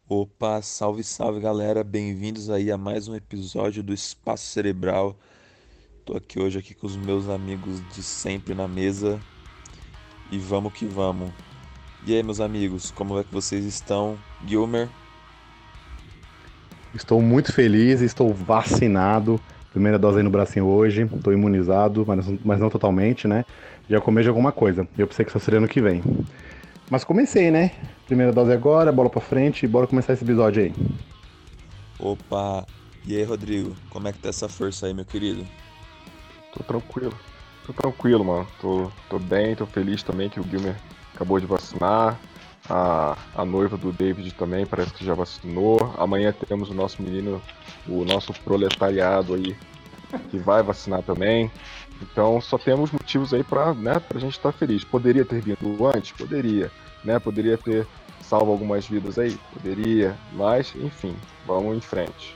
Opa, salve, salve galera, bem-vindos aí a mais um episódio do Espaço Cerebral. Tô aqui hoje aqui com os meus amigos de sempre na mesa e vamos que vamos. E aí, meus amigos, como é que vocês estão? Gilmer, Estou muito feliz, estou vacinado. Primeira dose aí no bracinho hoje, estou imunizado, mas não totalmente, né? Já comi de alguma coisa. Eu pensei que só seria ano que vem. Mas comecei, né? Primeira dose agora, bola pra frente, bora começar esse episódio aí. opa, e aí, Rodrigo, como é que tá essa força aí, meu querido? Tô tranquilo. Tô tranquilo, mano. Tô bem, tô feliz também que o Gilmer acabou de vacinar. A noiva do David também parece que já vacinou. Amanhã temos o nosso menino, o nosso proletariado aí, que vai vacinar também. Então só temos motivos aí pra gente estar feliz. Poderia ter vindo antes? Poderia. Né? Poderia ter salvo algumas vidas aí? Poderia. Mas, enfim, vamos em frente.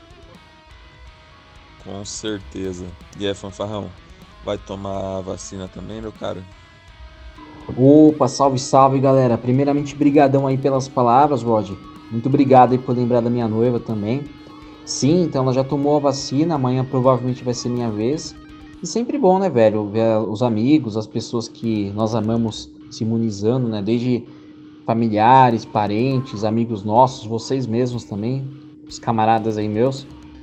Com certeza. E aí, fanfarrão, vai tomar a vacina também, meu cara? Opa, salve, salve, galera. Primeiramente, brigadão aí pelas palavras, Rod. Muito obrigado aí por lembrar da minha noiva também. Sim, então ela já tomou a vacina, amanhã provavelmente vai ser minha vez. E sempre bom, né, velho, ver os amigos, as pessoas que nós amamos se imunizando, né, desde familiares, parentes, amigos nossos, vocês mesmos também, os camaradas aí meus.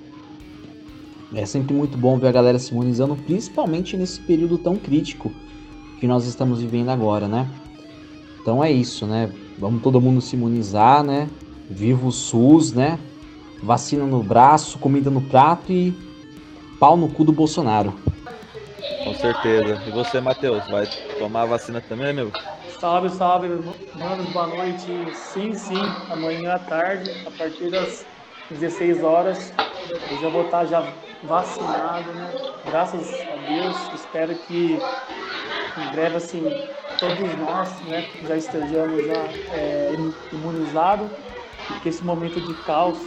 É sempre muito bom ver a galera se imunizando, principalmente nesse período tão crítico que nós estamos vivendo agora, né? Então é isso, né? Vamos todo mundo se imunizar, né? Viva o SUS, né? Vacina no braço, comida no prato e pau no cu do Bolsonaro. Com certeza. E você, Matheus, vai tomar a vacina também, meu? Salve, salve, manos, boa noite. Sim, sim, amanhã à tarde, a partir das 16 horas, eu já vou estar já vacinado, né? Graças a Deus, espero que em breve, assim, todos nós, né, já estejamos já imunizados e que esse momento de caos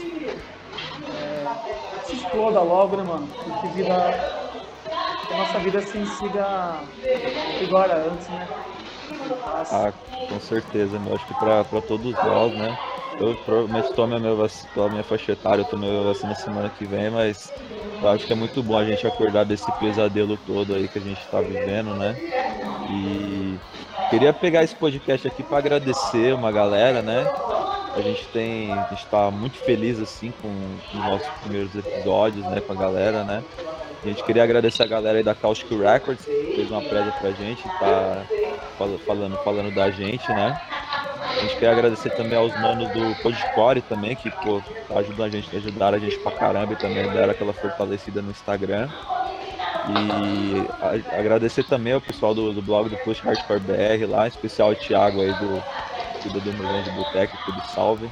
se exploda logo, né, mano? E que a nossa vida, assim, siga igual era antes, né? Em paz. Ah, com certeza, meu. Acho que pra todos nós, né? Eu provavelmente tomo pela minha faixa etária, eu tomei a minha vacina semana que vem, mas eu acho que é muito bom a gente acordar desse pesadelo todo aí que a gente tá vivendo, né? E queria pegar esse podcast aqui para agradecer uma galera, né? A gente tá muito feliz assim com os nossos primeiros episódios, né, com a galera, né? A gente queria agradecer a galera aí da Caustic Records, que fez uma presa pra gente, tá falando da gente, né? A gente quer agradecer também aos manos do Podcore também, que, pô, ajudaram a gente pra caramba e também deram aquela fortalecida no Instagram. E agradecer também ao pessoal do blog do Push Hardcore BR lá, em especial o Thiago aí que cuida do Museu de Boteco, tudo salve.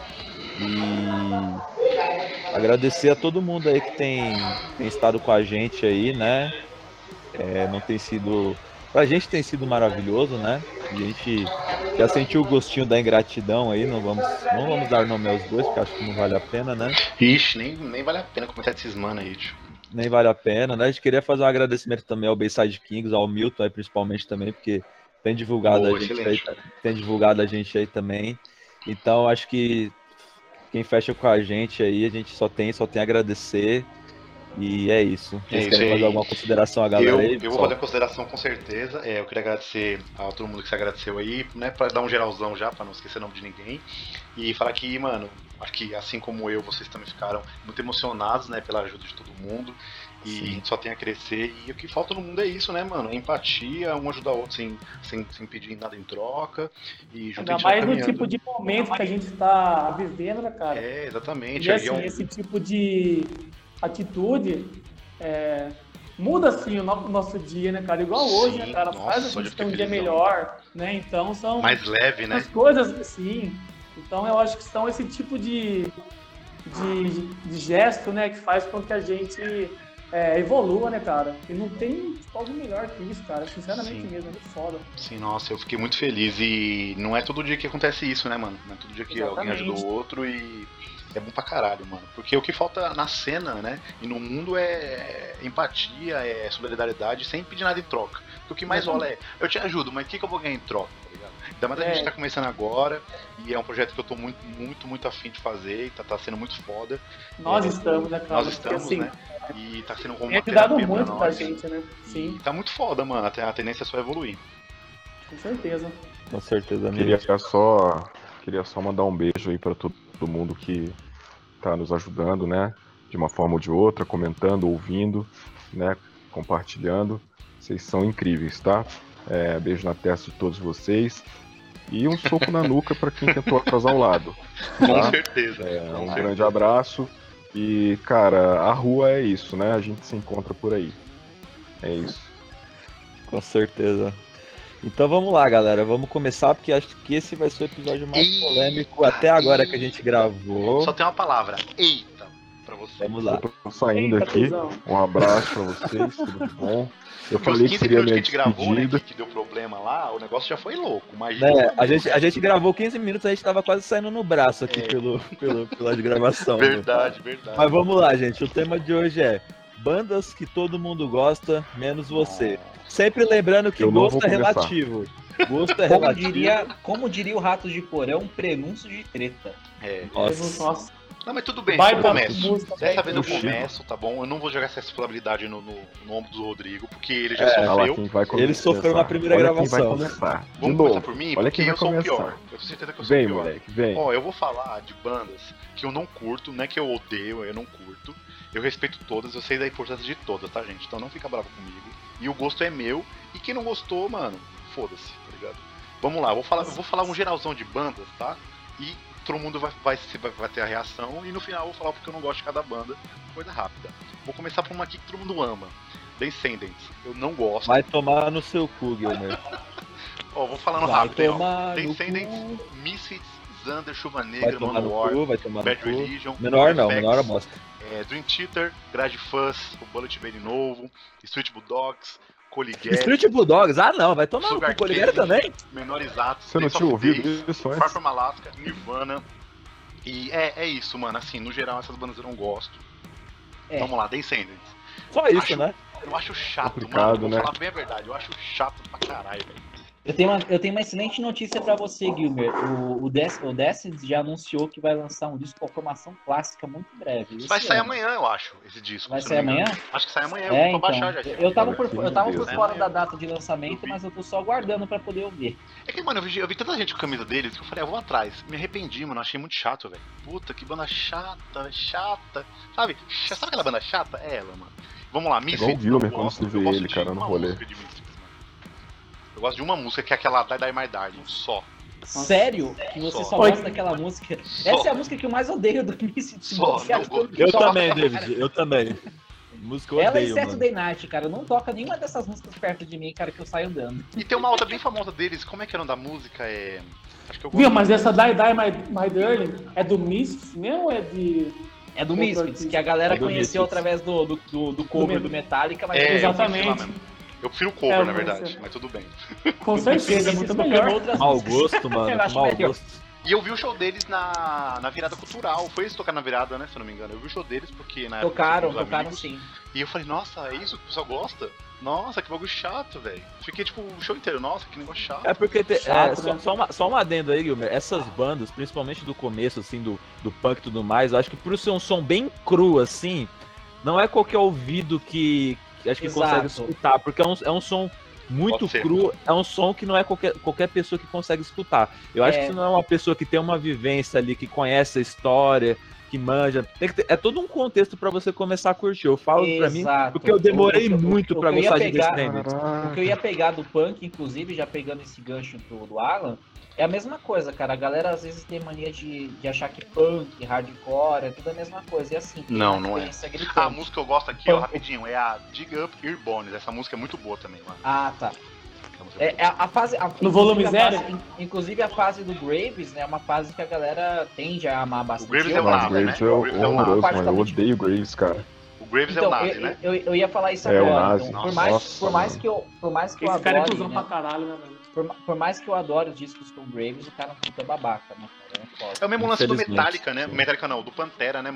E agradecer a todo mundo aí que tem estado com a gente aí, né? Não tem sido. Pra gente tem sido maravilhoso, né? A gente já sentiu o gostinho da ingratidão aí, não vamos dar nome aos dois, porque acho que não vale a pena, né? Ixi, nem vale a pena comentar desses mano aí, tio. Nem vale a pena, né? A gente queria fazer um agradecimento também ao Bayside Kings, ao Milton aí principalmente também, porque tem divulgado a Boa, gente aí, excelente, cara. tem divulgado a gente aí também. Então acho que quem fecha com a gente aí, a gente só tem a agradecer. E é isso. É Vocês isso querem fazer aí. alguma consideração à galera Eu, aí, eu vou fazer pessoal? a consideração com certeza. Eu queria agradecer a todo mundo que se agradeceu aí, né? Pra dar um geralzão já, pra não esquecer o nome de ninguém. E falar que, mano, acho que assim como eu, vocês também ficaram muito emocionados, né? Pela ajuda de todo mundo. E a Sim. gente só tem a crescer. E o que falta no mundo é isso, né, mano? É empatia, um ajudar o outro sem pedir nada em troca. E junto a Ainda gente vai mais no tipo caminhando. de momento que a gente está vivendo, né, cara? É, E exatamente. Aí é assim, um. esse tipo de atitude é, muda assim o nosso dia, né, cara? Igual hoje, né, Sim, cara? Faz nossa, a só de gente ter ficar um dia felizão. melhor, né? Então são Mais leve, né? as coisas, assim. Então eu acho que são esse tipo de gesto, né, que faz com que a gente evolua, né, cara? E não tem tipo, algo melhor que isso, cara. Sinceramente Sim. mesmo, é muito foda. Sim, nossa, eu fiquei muito feliz e não é todo dia que acontece isso, né, mano? Não é todo dia que alguém ajudou o Exatamente. outro e é bom pra caralho, mano. Porque o que falta na cena, né, e no mundo é empatia, é solidariedade, sem pedir nada em troca. Porque o que mais rola é, eu te ajudo, mas o que eu vou ganhar em troca, tá ligado? Ainda mais a gente tá começando agora, e é um projeto que eu tô muito afim de fazer, e tá sendo muito foda. Nós estamos, né, cara? Nós estamos, assim, né? E tá sendo como tem uma ajudado terapia muito pra nós. gente, né? Sim, E tá muito foda, mano. A tendência é só evoluir. com certeza. Com certeza, amigo. Queria só mandar um beijo aí pra todo mundo que tá nos ajudando, né? De uma forma ou de outra, comentando, ouvindo, né? Compartilhando. Vocês são incríveis, tá? Beijo na testa de todos vocês. E um soco na nuca pra quem tentou atrasar o lado. Com Tá? certeza. Um grande abraço. E, cara, a rua é isso, né? A gente se encontra por aí. É isso. Com certeza. Então vamos lá, galera. Vamos começar, porque acho que esse vai ser o episódio mais polêmico até agora que a gente gravou. Só tem uma palavra. Eita, pra você. Vamos lá. Eu tô saindo Eita, aqui. cuzão. Um abraço pra vocês, tudo de bom. Eu Porque os falei que 15 seria minutos que minha a gente gravou, né, despedida. que deu problema lá, o negócio já foi louco. Imagina. Né, a gente gravou 15 minutos, a gente tava quase saindo no braço aqui pela gravação. né? Verdade. Mas vamos lá, gente. O tema de hoje é bandas que todo mundo gosta, menos você. Sempre lembrando que Eu não gosto vou é começar. relativo. Gosto é Como diria o Ratos de Porão, prenúncio de treta. Nossa. Não, mas tudo bem, Vai eu pra começo. música, Dessa vez eu no começo, tá bom? Eu não vou jogar essa responsabilidade no ombro do Rodrigo, porque ele já Olha lá sofreu. quem vai começar. Ele sofreu na primeira Olha gravação. Quem vai começar. De Vamos começar novo. por mim, Olha porque quem vai eu sou o começar. pior. Eu tenho certeza que eu sou Vem, o pior. moleque, vem. Ó, eu vou falar de bandas que eu não curto, não é que eu odeio, eu não curto. Eu respeito todas, eu sei da importância de todas, tá, gente? Então não fica bravo comigo. E o gosto é meu. E quem não gostou, mano, foda-se, tá ligado? Vamos lá, eu vou falar um geralzão de bandas, tá? E todo mundo vai ter a reação. E no final eu vou falar porque eu não gosto de cada banda. Coisa rápida. Vou começar por uma aqui que todo mundo ama. Descendants. Eu não gosto. Vai tomar no seu cu, Guilherme. Ó, vou falando Vai rápido, hein, ó. tomar no Descendants, cu. Misfits, Xander, Chuva Vai Negra, tomar no Manowar, cu, vai tomar no Bad cu. Religion, Menor não, FX, menor é bosta. Dream Theater, Grade Fuzz, o Bullet Bane novo, Street Bulldogs, Coliguete, Street Bulldogs? Ah não, vai tomar no Sugar cu. Coligueira Cane, também? Menores Atos, Você não Days tinha of ouvido Days, isso Far antes? From Alaska, Nirvana. E é isso, mano. Assim, no geral, essas bandas eu não gosto. Vamos lá, Descendants. Só isso, Acho- né? Eu acho chato, Complicado, mano. Vou né? falar bem a verdade. Eu acho chato pra caralho, velho. Eu tenho uma excelente notícia pra você, Gilmer. O Descendants já anunciou que vai lançar um disco com a formação clássica muito em breve. esse Vai sair ano. amanhã, eu acho, esse disco. Vai se sair não me engano. amanhã? Acho que sai amanhã. É, Eu vou então. baixar já. Eu tava por beleza. fora da data de lançamento, mas eu tô só aguardando pra poder ouvir. É que, mano, eu vi tanta gente com a camisa deles que eu falei, eu vou atrás. Me arrependi, mano. Achei muito chato, velho. Puta, que banda chata. Sabe? Sabe aquela banda chata? É ela, mano. Vamos lá, Misfits. Igual o Gilmer eu quando gosto- você vê eu gosto ele, de cara, no uma rolê. música de Misfits, mano. Eu gosto de uma música que é aquela Die My Darling, só. Sério? Que você só Oi. gosta daquela música? Só. Essa é a música que eu mais odeio do Misfits. Só, Você acha não que eu- gosto. Eu Só- também, David, eu também. Música eu Ela e odeio, mano. Saturday Night, cara. Não toca nenhuma dessas músicas perto de mim, cara, que eu saio dando. E tem uma outra bem famosa deles, como é que era o nome da música? Acho que eu gosto. Viu, mas essa My Darling é do Misfits mesmo ou é de... É do Outro Misfits, artista. que a galera É do conheceu Misfits. através do cover do Metallica, mas É, Exatamente. eu prefiro lá mesmo. Eu prefiro o cover, É, na mas verdade, é- mas tudo bem. Com certeza, é muito melhor. outras Mau músicas. gosto, mano. Eu acho Mau melhor. gosto. E eu vi o show deles na virada cultural. Foi eles tocar na virada, né? Se eu não me engano. Eu vi o show deles porque na época Tocaram, eu tinha uns tocaram amigos. sim. E eu falei, nossa, é isso que o pessoal gosta? Nossa, que bagulho chato, velho. Fiquei tipo o show inteiro, nossa, que negócio chato. É porque Chato, né? só uma adendo aí, Guilherme. Essas bandas, principalmente do começo, assim, do punk e tudo mais, eu acho que por ser um som bem cru, assim, não é qualquer ouvido que acho que Exato. consegue escutar, porque é um som muito Pode ser. cru, é um som que não é qualquer pessoa que consegue escutar. Eu acho que se não é uma pessoa que tem uma vivência ali, que conhece a história, que manja, é todo um contexto pra você começar a curtir. Eu falo pra mim, Exato. porque eu demorei O que muito pra eu ia gostar de pegar- Descendants. O que eu ia pegar do punk, inclusive, já pegando esse gancho do Alan, é a mesma coisa, cara. A galera às vezes tem mania de achar que punk, hardcore, é tudo a mesma coisa. E assim, tem Não, uma não é. diferença A gritante. música que eu gosto aqui, ó, rapidinho, é a Dig Up Earbones. Essa música é muito boa também, mano. Ah, tá. Essa música é muito É a fase. No volume inclusive a zero? fase- Inclusive a fase do Graves, né? É uma fase que a galera tende a amar bastante. O Graves Eu é o gosto. Não, nada, Graves né? é O Graves é o horroroso, nada. mano. Eu odeio Graves, cara. O Graves é Então, o Nazi, né? eu ia falar isso É, o agora. Nazi. Então, Nossa, por mais mano. que eu Esse cara é adore, cuzão né? pra caralho, né, velho? Por mais que eu adore os discos com Graves, o cara é um puta babaca, né, cara? É foda. É o mesmo lance do Infelizmente. Metallica, né? Metallica não, do Pantera, né, mano?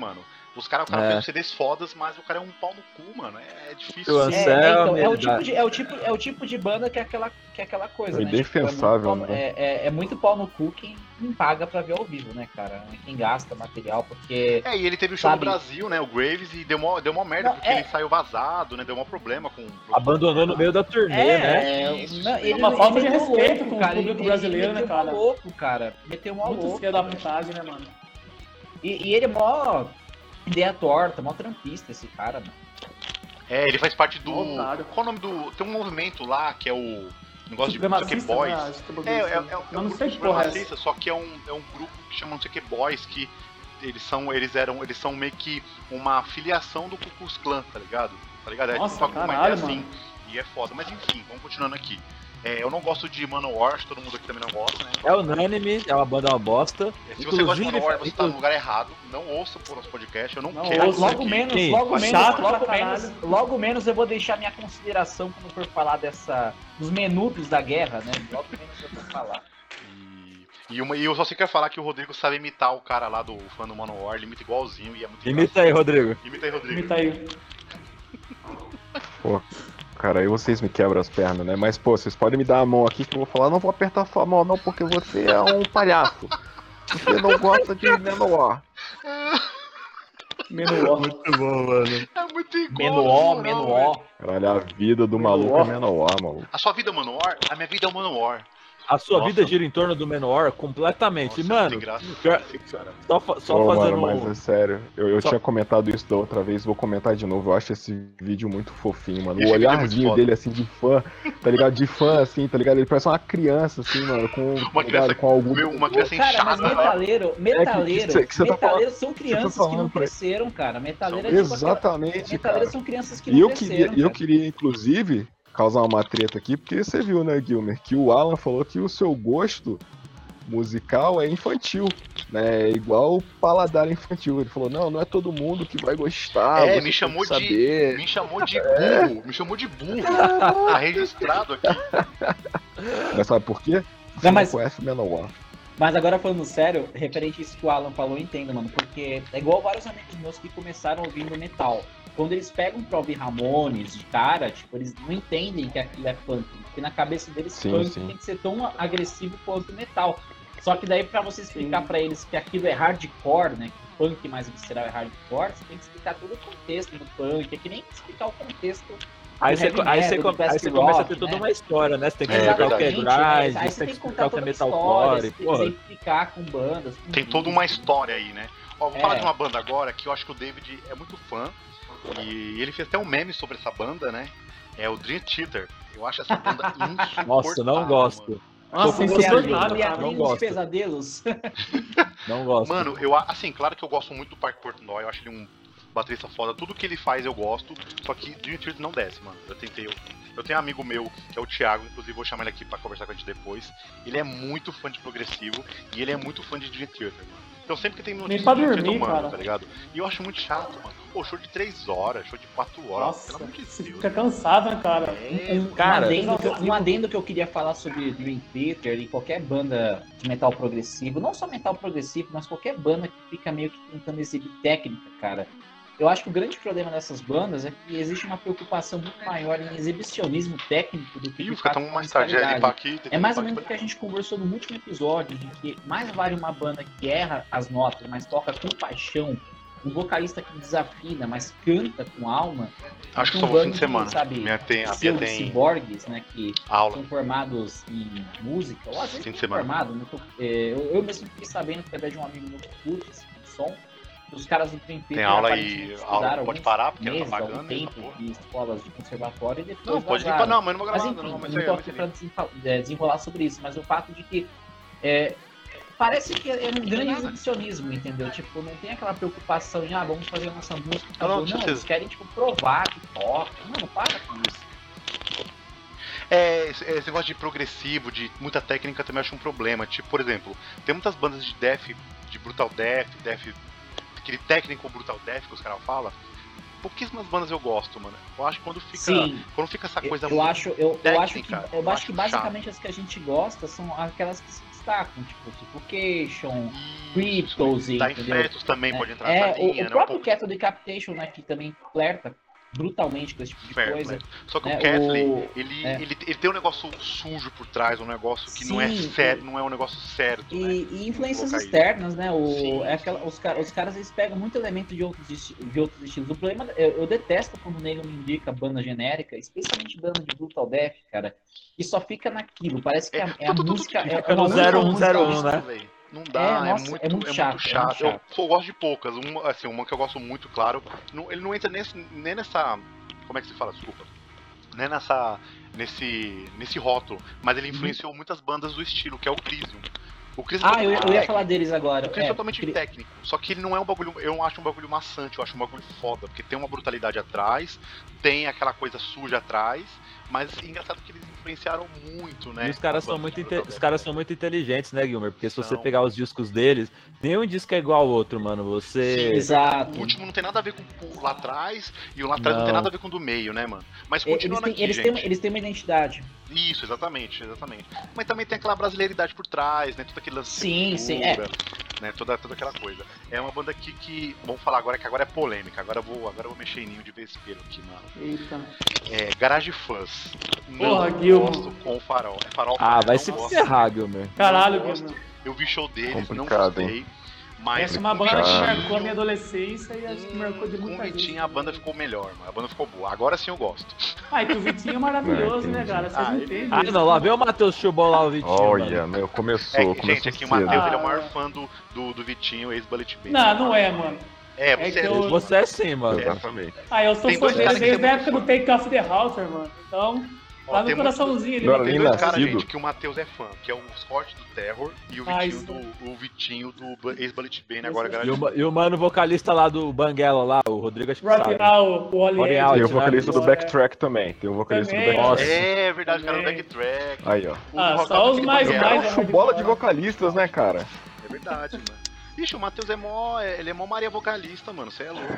O cara fez CDs fodas, mas o cara é um pau no cu, mano. É difícil. Então, é o tipo de banda que é aquela coisa, né? Indefensável, Tipo, né? É muito pau no cu quem paga pra ver ao vivo, né, cara? Quem gasta material, porque... E ele teve o show no Brasil, né, o Graves, e deu uma merda, porque ele saiu vazado, né, deu um problema com... Abandonou no meio da turnê, né? Ele uma falta de respeito com o público brasileiro, né, cara? Meteu um louco. Muito filho da putagem, né, mano? E ele é mó ideia torta, mó trampista esse cara, mano. Ele faz parte do... Qual o nome do... Tem um movimento lá, que é o... Negócio de não sei que boys. É um grupo supremacista, só que é um grupo que chama não sei que boys, que eles são meio que uma filiação do Ku Klux Klan, tá ligado? Nossa, tipo, uma ideia assim, e é foda. Mas enfim, vamos continuando aqui. Eu não gosto de Manowar, todo mundo aqui também não gosta, né? É unânime, é uma banda uma bosta. Se você gosta de Manowar, você tá no lugar errado. Não ouça por nosso podcast, eu não quero. Logo menos eu vou deixar minha consideração quando for falar dos menudos da guerra, né? Logo menos eu vou falar. E eu só sei quero falar que o Rodrigo sabe imitar o cara lá do fã do Manowar, ele imita igualzinho e é muito Imita aí, Rodrigo. Imita aí. Pô, cara, aí vocês me quebram as pernas, né? Mas, pô, vocês podem me dar a mão aqui que eu vou falar, não vou apertar a sua mão não, porque você é um palhaço. Você não gosta de Manowar. Menor. Muito bom, mano. É muito igual. Menor. Caralho, a vida do maluco é Manowar, maluco. A sua vida é Manowar? A minha vida é o Manowar. A sua vida gira em torno do Menor completamente. Nossa, mano, só fazendo... Mano, mas é sério, eu tinha comentado isso da outra vez, vou comentar de novo. Eu acho esse vídeo muito fofinho, mano. O olharzinho dele, assim, de fã, tá ligado? De fã, assim, tá ligado? Ele parece uma criança, assim, mano, com uma criança inchada. Cara, mas metaleiros são crianças que não cresceram, cara. Exatamente, metaleiros são crianças que não cresceram. E eu queria, inclusive... causar uma treta aqui, porque você viu, né, Gilmer, que o Alan falou que o seu gosto musical é infantil, né, é igual o paladar infantil. Ele falou, não é todo mundo que vai gostar. Me chamou de burro, tá registrado aqui. Mas sabe por quê? Você não conhece Manowar. Mas agora falando sério, referente a isso que o Alan falou, eu entendo, mano, porque é igual vários amigos meus que começaram ouvindo metal. Quando eles pegam pra ouvir Ramones de cara, tipo, eles não entendem que aquilo é punk. Porque na cabeça deles, punk tem que ser tão agressivo quanto metal. Só que daí pra você explicar pra eles que aquilo é hardcore, né? Que o punk mais visceral é hardcore, você tem que explicar todo o contexto do punk. É que nem explicar o contexto. Aí você começa a ter toda uma história, né? Você tem que explicar o que é grind, você tem que explicar o que é metalcore. Você tem que explicar com bandas. Tem toda uma história aí, né? Ó, vou falar de uma banda agora que eu acho que o David é muito fã. E ele fez até um meme sobre essa banda, né? É o Dream Theater. Eu acho essa banda insuportável. Nossa, não gosto. Nossa, não gosto. Pesadelos. Não gosto. Mano, assim, claro que eu gosto muito do Parque Portnoy, eu acho ele um baterista foda. Tudo que ele faz eu gosto, só que Dream Theater não desce, mano. Eu tenho um amigo meu, que é o Thiago, inclusive vou chamar ele aqui pra conversar com a gente depois. Ele é muito fã de progressivo e ele é muito fã de Dream Theater, mano. Então sempre que tem notícia pra de dormir, humano, cara. Tá ligado? E eu acho muito chato, mano. Pô, show de 3 horas, show de 4 horas, Nossa, pelo amor de você Deus. fica cansado, né, cara? Um adendo que eu queria falar sobre Dream Theater e qualquer banda de metal progressivo, não só metal progressivo, mas qualquer banda que fica meio que tentando exibir técnica, cara. Eu acho que o grande problema dessas bandas é que existe uma preocupação muito maior em exibicionismo técnico do que de fato É mais ou menos o que a gente conversou no último episódio, de que mais vale uma banda que erra as notas, mas toca com paixão, um vocalista que desafina, mas canta com alma. Acho que só vou fim de semana. Sabe, tem ciborgues, né, que aula. São formados em música, ou às vezes fim de semana. Formado, né, eu mesmo fiquei sabendo através de um amigo meu que curte esse som. Os caras do Dream Theater tem aula e aula pode parar porque meses, não tá pagando tempo de escolas de conservatório e depois não, pode ir, não, mas não vou gravar nada, não. Mas não tô aqui pra desenrolar sobre isso, mas o fato de que parece que é um grande exibicionismo, entendeu? Tipo, não tem aquela preocupação em, vamos fazer a nossa música. Não, eles querem, tipo, provar que toca. Mano, para com isso. Esse negócio de progressivo, de muita técnica também acho um problema. Tipo, por exemplo, tem muitas bandas de death, de brutal death, aquele técnico brutal death que os caras falam. Pouquíssimas bandas eu gosto, mano. Eu acho que quando fica essa coisa eu acho que basicamente chato. as que a gente gosta são aquelas que destacam, tipo Suffocation, Cryptos, Tá entendeu? Infetos também pode entrar nessa O linha, né? Um próprio pouco Cattle Decapitation, né, que também flerta brutalmente com esse tipo de fair coisa. play. Só que né, o Catley, o- ele tem um negócio sujo por trás, um negócio que não é Sim, sério, não é um negócio certo, né? E influências Colocar isso. externas, né? Sim, Os caras eles pegam muito elemento de outros estilos. O problema, eu detesto quando o nego me indica banda genérica, especialmente banda de Brutal Death, cara, que só fica naquilo. Parece que é a música. É no uma única 0101, música. né? velho. Não dá, Nossa, é muito chato, chato. é muito Eu gosto de poucas. Uma que eu gosto muito, claro. Ele não entra nem nessa. Como é que se fala? Desculpa. Nem nesse rótulo. Mas ele influenciou muitas bandas do estilo, que é o Crisium. O Crisium é Ah, eu ia totalmente falar deles agora. O Crisium é totalmente técnico. Só que ele não é um bagulho. Eu não acho um bagulho maçante, eu acho um bagulho foda. Porque tem uma brutalidade atrás, tem aquela coisa suja atrás. Mas engraçado que eles influenciaram muito, né? E os caras são muito inteligentes, né, Gilmer? Porque se você São. pegar os discos deles, nenhum disco é igual ao outro, mano. Você. Exato. O último não tem nada a ver com o lá atrás, e o lá atrás não tem Não. nada a ver com o do meio, né, mano? Mas continuando aqui, Eles gente. têm uma identidade. Isso, exatamente. Mas também tem aquela brasileiridade por trás, né? Todo aquele lance de Sim, cultura, né? Toda aquela coisa. É uma banda aqui que, vamos falar agora, que agora é polêmica. Agora eu vou mexer em ninho de vespeiro aqui, mano. Eita. É Garage Fãs. Porra, Não Gilman. gosto com o Farol. É Farol Ah, Farol, vai não se gosto. ferrar, Gilmer. Caralho, Não gosto. Guilherme. Eu vi show deles, não Complicado, gostei. Mas Essa é uma com banda que Vitinho- marcou a minha adolescência e acho que marcou de Com o muita gente. Vitinho a banda ficou melhor, mano. A banda ficou boa. Agora sim eu gosto. Ah, e que o Vitinho é maravilhoso, Não, né, entendi. cara? Vocês não entendem. Ah, não, lá vem o Matheus Chubol lá, o Vitinho. Olha, mano. meu, começou Gente, aqui o cedo. Matheus ele é o Ah. maior fã do Vitinho, ex-Bullet Band. Não é, mano. É, É você que é. eu- Você é sim, mano. Exatamente. Ah, eu sou Tem fã dois dele caras que desde tem a muito época do Take Off the Halter, mano. Então, Ó, lá no tem coraçãozinho ele Não, me nem Tem pegou. dois caras, nascido. gente, que o Matheus é fã, que é o Scott do Terror e o Ah, Vitinho, isso. o Vitinho do ex-Bullet Band, agora Esse- Garage E o mano vocalista lá do Banguela lá, o Rodrigo acho que Rock sabe. Out, o Oli Oli Ed, Out, Tem o né? vocalista do É. Backtrack também. Tem o vocalista do Também, Backtrack. Nossa. É verdade, o cara do Também. Backtrack. Aí, ó. Ah, Rock só Out os aquele mais- Banguela. mais- É um chubola de vocalistas, né, cara? É verdade, mano. Ixi, o Matheus ele é mó Maria vocalista, mano, você é louco.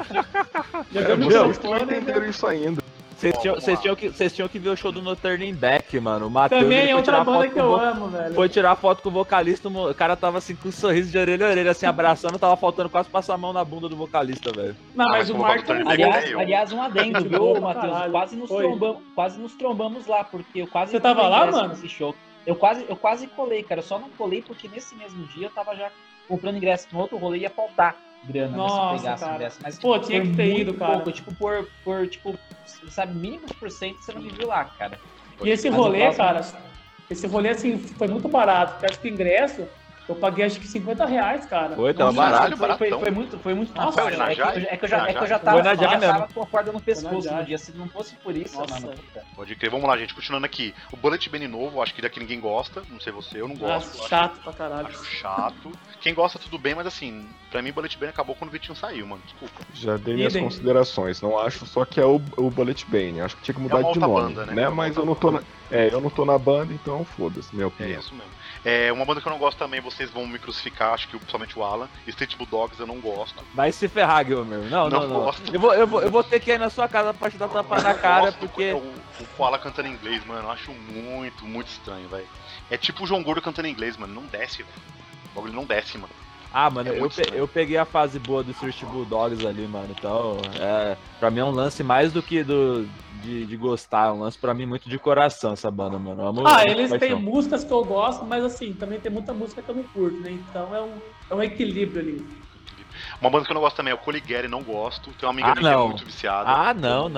Jogando Meu, no vocês não microfone, entenderam né? isso ainda. Vocês tinham que ver o show do No Turning Back, mano. O Matheus Também ele é foi outra tirar banda foto que com eu o amo, velho. Foi tirar foto com o vocalista, o cara tava assim com um sorriso de orelha a orelha, assim, abraçando, tava faltando quase passar a mão na bunda do vocalista, velho. Não, Ah, mas mas o como Marco o Dr. não Beck gosta. é eu. Aliás, um adendo, Gente viu, boa pra Matheus? caralho. Quase nos trombamos lá, porque eu quase Você tava comprei lá, ingresso mano? nesse show. Eu quase colei, cara. Eu só não colei porque nesse mesmo dia eu tava já comprando ingresso no outro rolê e ia faltar grana, né, se Nossa, eu pegasse cara. ingresso. Mas Pô, tinha foi que ter muito ido, cara. pouco, tipo, por tipo, sabe, mínimos por cento você não viveu lá, cara. E esse Mas o rolê, próximo- cara, esse rolê, assim, foi muito barato. Porque acho que o ingresso, eu paguei acho que R$50, cara. Foi, tava Nossa, barato. baratão. Foi muito Nossa, fácil. foi na Jai? É que eu já Foi tava, na Jai já tava mesmo. com a corda no pescoço Jai. no dia. Se não fosse por isso, Nossa. mano. Puta. Pode crer, vamos lá, gente, continuando aqui. O Bullet Band novo, acho que daqui ninguém gosta, não sei você, eu não gosto. Nossa, chato pra caralho. Acho chato. Quem gosta, tudo bem, mas assim, pra mim, Bullet Band acabou quando o Vitinho saiu, mano, desculpa. Já dei minhas Idem. considerações. Não acho só que é o Bullet Bane. Acho que tinha que mudar uma de outra nome. banda, né? Né? É uma Mas outra eu não tô na. Eu não tô na banda, então foda-se, minha É opinião. isso mesmo. É, uma banda que eu não gosto também, vocês vão me crucificar, acho que principalmente o Alan. Street Bulldogs eu não gosto. Vai se ferrar, Gilmer. Não. gosto. Eu vou ter que ir na sua casa pra te dar tapa na cara, Gosto porque. o Koala cantando em inglês, mano, eu acho muito estranho, velho. É tipo o João Gordo cantando em inglês, mano, não desce, velho. O bagulho não desce, mano. Ah, mano, É muito estranho. eu peguei a fase boa do Street Bulldogs ali, mano. Então, pra mim é um lance mais do que de gostar. É um lance pra mim muito de coração essa banda, mano. Eu amo Ah, muito eles de têm paixão. músicas que eu gosto, mas assim, também tem muita música que eu não curto, né? Então é um equilíbrio ali. Uma banda que eu não gosto também é o Coligere, não gosto. Tem uma amiga Ah, minha que é não. muito viciada. Ah, não.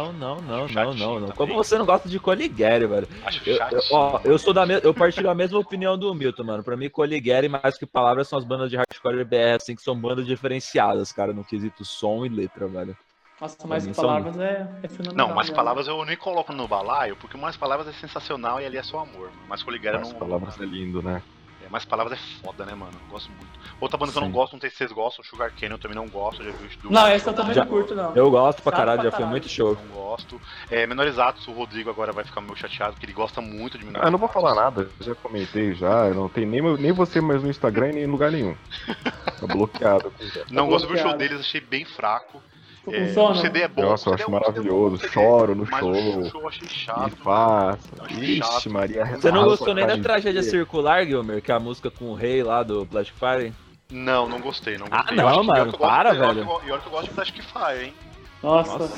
Como você não gosta de Coligere, velho? Acho Eu, chatinho. ó, eu partilho a mesma opinião do Milton, mano. Pra mim, Coligere, mais que palavras, são as bandas de hardcore BR, assim, que são bandas diferenciadas, cara, no quesito som e letra, velho. Nossa, mais mim palavras é fenomenal. Não, Mais né? Palavras eu nem coloco no balaio, porque Mais Palavras é sensacional e ali é só amor. Mano. Mais Coligere eu As não. palavras é lindo, né? Mais Palavras é foda, né, mano? Eu gosto muito. Outra banda que eu não Sim. gosto, não sei se vocês gostam, Sugar Cane eu também não gosto, já vi o do. Não, essa eu também Já- não curto, não. Eu gosto pra Chato caralho, pra já foi caralho. muito show. Não gosto. Menorizados, o Rodrigo agora vai ficar meio chateado, porque ele gosta muito de Menorizados. Eu não vou falar nada, já comentei já. Eu não tenho nem você mais no Instagram e nem em lugar nenhum. Tá bloqueado. Não Tá gosto do show bloqueado. deles, achei bem fraco. Tô com O sono. CD é bom. Nossa, o eu CD acho é um CD maravilhoso. bom, Choro no mas show. o show eu achei chato. E faça. Achei Ixi, chato. Maria. Você não arrasa gostou nem a da cara tragédia inteira. circular, Gilmer? Que é a música com o rei lá do Plastic Fire? Não gostei, não Ah, gostei. não, Eu acho que- mano, eu gosto para, de- velho. E olha que eu gosto de Plastic Fire, hein? Nossa.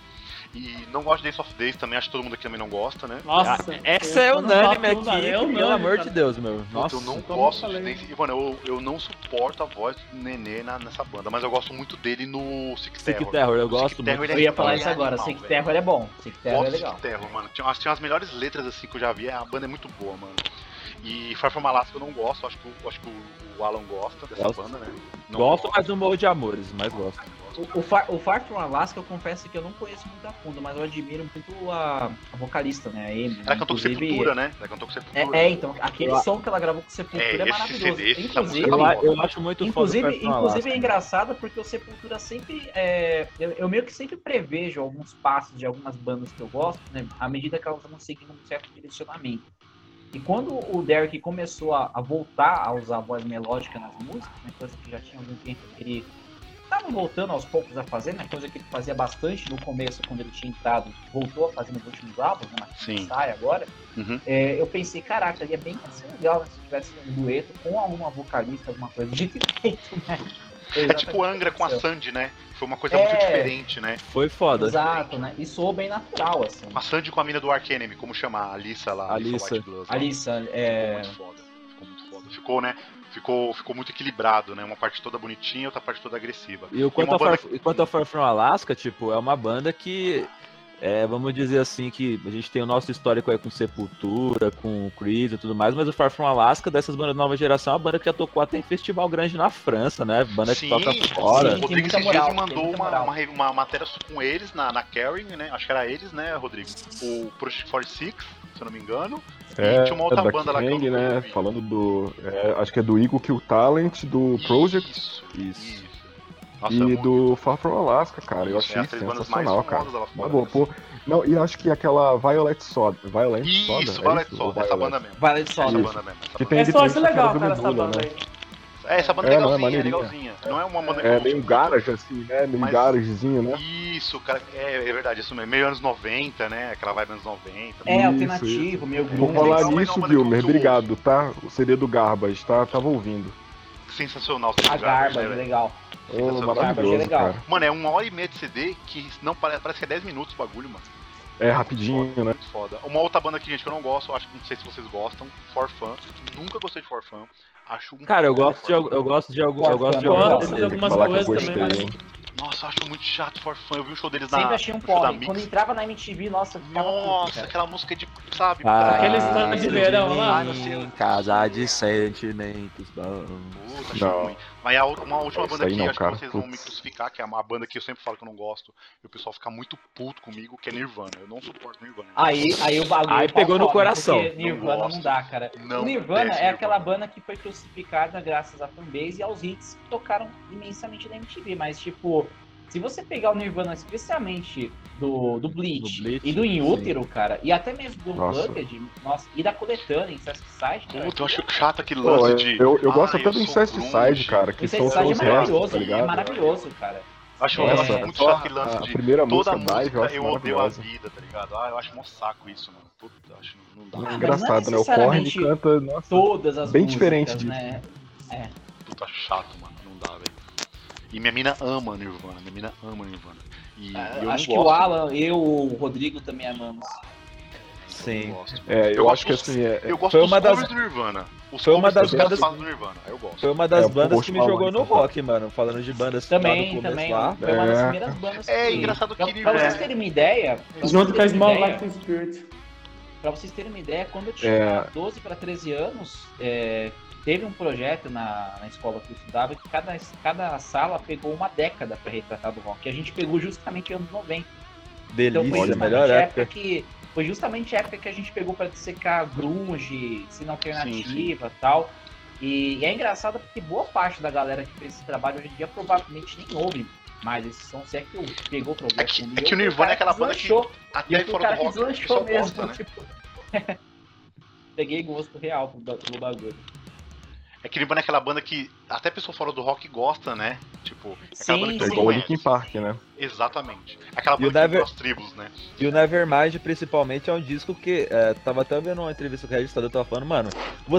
E não gosto de Days of Days também, acho que todo mundo aqui também não gosta, né? Nossa. Essa é eu não unânime faço, não aqui, dá, é que, pelo unânime, amor cara. de Deus, meu. Nossa. Eu não como gosto eu de falei. Days... Mano, eu não suporto a voz do Nenê nessa banda, mas eu gosto muito dele no Sick Sick Terror. Terror, eu O gosto Sick Terror, muito. ele Eu é ia falar isso animal, agora, velho. Sick Terror é bom. Sick Terror é Gosto de legal. Sick Terror, mano. Tinha umas melhores letras assim que eu já vi, a banda é muito boa, mano. E Far From Alaska eu não gosto, acho que o Alan gosta dessa Gosto. banda, né? Não Gosto, mas não morro de amores, mas gosto. O Far From Alaska, eu confesso que eu não conheço muito a fundo, mas eu admiro muito a vocalista, né? A Amy. Ela cantou com Inclusive, Sepultura, né? Ela cantou com Sepultura. Então, aquele som que ela gravou com Sepultura é esse maravilhoso. CD, essa Inclusive, música Eu acho muito foda. Inclusive é engraçado porque o Sepultura sempre. Eu meio que sempre prevejo alguns passos de algumas bandas que eu gosto, né? À medida que elas vão seguindo um certo direcionamento. E quando o Derek começou a voltar a usar a voz melódica nas músicas, né, coisa que já tinha algum tempo que ele estava voltando aos poucos a fazer, né, coisa que ele fazia bastante no começo, quando ele tinha entrado, voltou a fazer nos últimos álbuns, né, Sim. mas sai agora. Uhum. Eu pensei, caraca, ia bem ser legal, né, se tivesse um dueto com alguma vocalista, alguma coisa de feito, né? É tipo Angra com a Sandy, né? Foi uma coisa muito diferente, né? Foi foda. Exato, né? E soou bem natural, assim. A Sandy com a mina do Ark Enemy, como chamar? A Alissa lá. Alissa. White Gloves, lá. Alissa, Ficou muito foda. Ficou, né? Ficou muito equilibrado, né? Uma parte toda bonitinha, outra parte toda agressiva. E quanto ao Far From Alaska, tipo, é uma banda que, vamos dizer assim, que a gente tem o nosso histórico aí com Sepultura, com Creed e tudo mais, mas o Far From Alaska, dessas bandas da nova geração, é uma banda que já tocou até em festival grande na França, né? Banda que toca fora. O Rodrigo esses dias me mandou moral. uma matéria com eles na Caring, né? Acho que era eles, né, Rodrigo? O Project 46, se eu não me engano. E tinha uma outra da banda lá que eu Kang, não né? ouvi. Falando do. acho que é do Eagle Kill Talent, do Project Isso. Nossa, e muito do Far From Alaska, cara. Eu achei as três bandas mais sensacional, cara. famosas lá Uma fora. boa, pô. Não, e acho que aquela Violet Soda. Violet Soda? Isso, Violet Ou Soda, essa banda mesmo. Violet Essa Soda. banda mesmo. Essa Que banda. tem Eu acho legal, do cara, essa Medula, banda né? aí. Essa banda É, é não, é legalzinha, maneirinha. legalzinha. Não é uma banda que É eu meio gosto garage, assim, né? Meio Mas- garagezinho, né? Isso, cara, é verdade, isso mesmo. Meio anos 90, né? Aquela vibe anos 90. Isso, Alternativo, meio Vou grunge. falar legal, mas nisso, não, Gilmer. mas eu Obrigado, tá? O CD do Garbage, tá? Tava ouvindo. Sensacional. A Garba, é legal. Ô, Sensacional. maravilhoso, É legal. cara. Mano, é 1h30 de CD que não parece que é 10 minutos o bagulho, mano. É rapidinho, Foda, né? muito foda. Uma outra banda aqui, gente, que eu não gosto, acho que não sei se vocês gostam, For Fun. Nunca gostei de For Fun. Acho um Cara, eu porra gosto de algumas Gosto de algumas Falar que eu coisas gostei, também. hein? Nossa, eu acho muito chato For Fun. Eu vi o show deles Sempre achei um no show da porre. Quando Mix. entrava na MTV, nossa, ficava puto, Nossa, cara. aquela música de, sabe? Aquele stand de verão lá. não sei. Casa de sentimentos. Puta, acho Não. ruim. Mas uma última Esse banda aí aqui, não, acho cara. que vocês vão me Putz. crucificar, que é uma banda que eu sempre falo que eu não gosto, e o pessoal fica muito puto comigo, que é Nirvana. Eu não suporto Nirvana. Aí o bagulho. Aí tá pegou no foda, coração. porque Nirvana Não não dá, cara. Não O Nirvana desce é aquela Nirvana. banda que foi crucificada graças à fanbase e aos hits que tocaram imensamente na MTV. Mas, tipo, se você pegar o Nirvana, especialmente do Bleach, Do Bleach, e do In Útero, cara, e até mesmo do Nossa. Unplugged, nossa, e da coletânea em Side, cara. Puta, eu acho chato aquele Pô, lance de. eu gosto até do sou Incest grunge. Side, cara, que O são Incest Side é os restos, maravilhoso, tá ligado? é maravilhoso, cara. Acho Nossa, muito chato aquele lance a de. primeira Toda música música Dive eu acho eu odeio a maravilhosa. vida, tá ligado? Ah, eu acho mó saco isso, mano. Puta, acho que não dá. mas Engraçado, não né? O Korn necessariamente canta, nossa, Todas as bem músicas, diferente disso. né? Puta chato, mano. Não dá, velho. E minha mina ama Nirvana. Minha mina ama Nirvana. E eu não Acho que gosto. o Alan, o Rodrigo também amamos. Sim. eu acho que gosto assim, Eu gosto Foi dos uma das- covers do Nirvana. Os foi uma covers das das bandas- fases do Nirvana. Aí eu gosto. Foi uma das É, o bandas que me Post jogou no Malone, rock, mano. Falando de bandas lá Também, do começo também. lá. Foi uma das É. primeiras bandas É engraçado que pra vocês terem uma ideia. Junto com a Small ideia, Life Spirit. Pra vocês terem uma ideia, quando eu tinha 12 para 13 anos, teve um projeto na escola que eu estudava que cada sala pegou uma década para retratar do rock. E a gente pegou justamente anos 90. Então Delícia, foi justamente melhor a época. foi justamente a época que a gente pegou para dissecar grunge, cena alternativa e tal. E é engraçado porque boa parte da galera que fez esse trabalho hoje em dia provavelmente nem ouve mais esse som, se é que pegou problema. É que o Nirvana é aquela banda que até o fora cara do que rock o deslanchou pessoal mesmo, gosta, né? tipo... Peguei gosto real pelo bagulho. É que Nirvana é aquela banda que até pessoa fora do rock gosta, né? Tipo, é aquela banda que É todo igual o mundo Linkin conhece. Park, né? Exatamente. Aquela E o banda que Never- tem as tribos, né? E o Nevermind, principalmente, é um disco que. Tava até vendo uma entrevista com o Registador, tava falando, mano,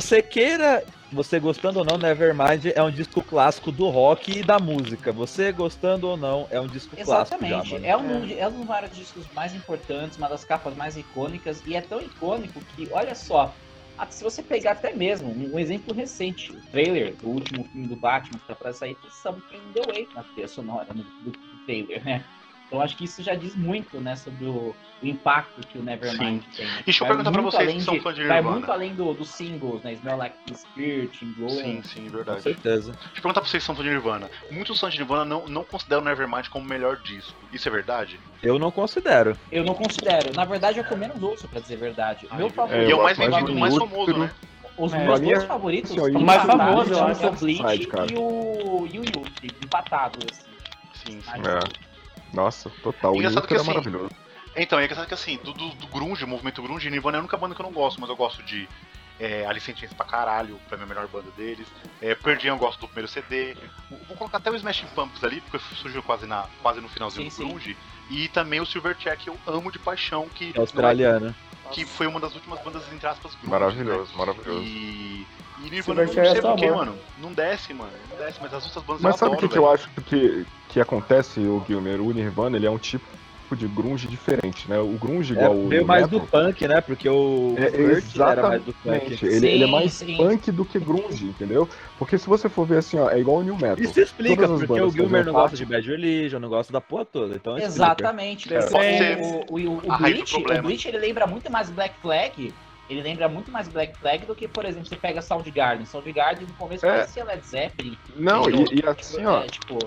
você gostando ou não, Nevermind é um disco clássico do rock e da música. Você gostando ou não, é um disco clássico já, Exatamente. mano. É um dos vários discos mais importantes, uma das capas mais icônicas, e é tão icônico que, olha só, se você pegar até mesmo um exemplo recente, o trailer do último filme do Batman, que tá pra sair, tem Something in the Way na trilha sonora do trailer, né? Então acho que isso já diz muito, né, sobre o impacto que o Nevermind tem. Né? Deixa eu Vai perguntar pra muito vocês além que são fãs de Vai Nirvana. muito além dos singles, né? Smell Like Teen Spirit, In Bloom. Sim, Com verdade. certeza. Deixa eu perguntar pra vocês que são fãs de Nirvana. Muitos fãs de Nirvana não consideram o Nevermind como o melhor disco. Isso é verdade? Eu não considero. Eu não considero. Na verdade, é o que eu menos ouço, pra dizer a verdade. Meu E favorito. é o eu mais acho vendido, o mais bonito, famoso, né? Os É, meus pra mim dois é- favoritos assim, ó, estão o mais empatados, famoso, eu são acho. o Bleach Side, cara. e o Yuki, empatados, assim. Sim. Mas- É. Nossa, total. O Engraçado Newton que, é assim, maravilhoso. Então, é engraçado que assim, do grunge, o movimento grunge, Nirvana é a única banda que eu não gosto, mas eu gosto de Alice in Chains pra caralho, pra mim é a melhor banda deles. Pearl Jam eu gosto do primeiro CD. Vou colocar até o Smashing Pumpkins ali, porque surgiu quase no finalzinho Sim, do grunge. E também o Silverchair, que eu amo de paixão, que, É australiano. que foi uma das últimas bandas, entre aspas, grunge. Maravilhoso, né? maravilhoso. E Nirvana, não Silverchair é sei só porquê, amor. mano. Não desce, mas as outras bandas Mas eu sabe o adoro, que eu velho. acho que acontece, o Gilmer? O Nirvana, ele é um tipo de grunge diferente, né? O grunge igual o Veio mais metal, do punk, né? Porque o Kurt era mais do punk. exatamente. Ele é mais Sim. punk do que grunge, entendeu? Porque se você for ver assim, ó, é igual o New Metal. Isso explica, Todas as porque o bandas Gilmer faziam não gosta parte- de Bad Religion, não gosta da porra toda. Então explica. Exatamente. Pode ser O a raiz do Bleach, problema. o Bleach, ele lembra muito mais Black Flag. Ele lembra muito mais Black Flag do que, por exemplo, você pega Soundgarden. Soundgarden no começo parecia Led Zeppelin. Não, e assim, ó, tipo,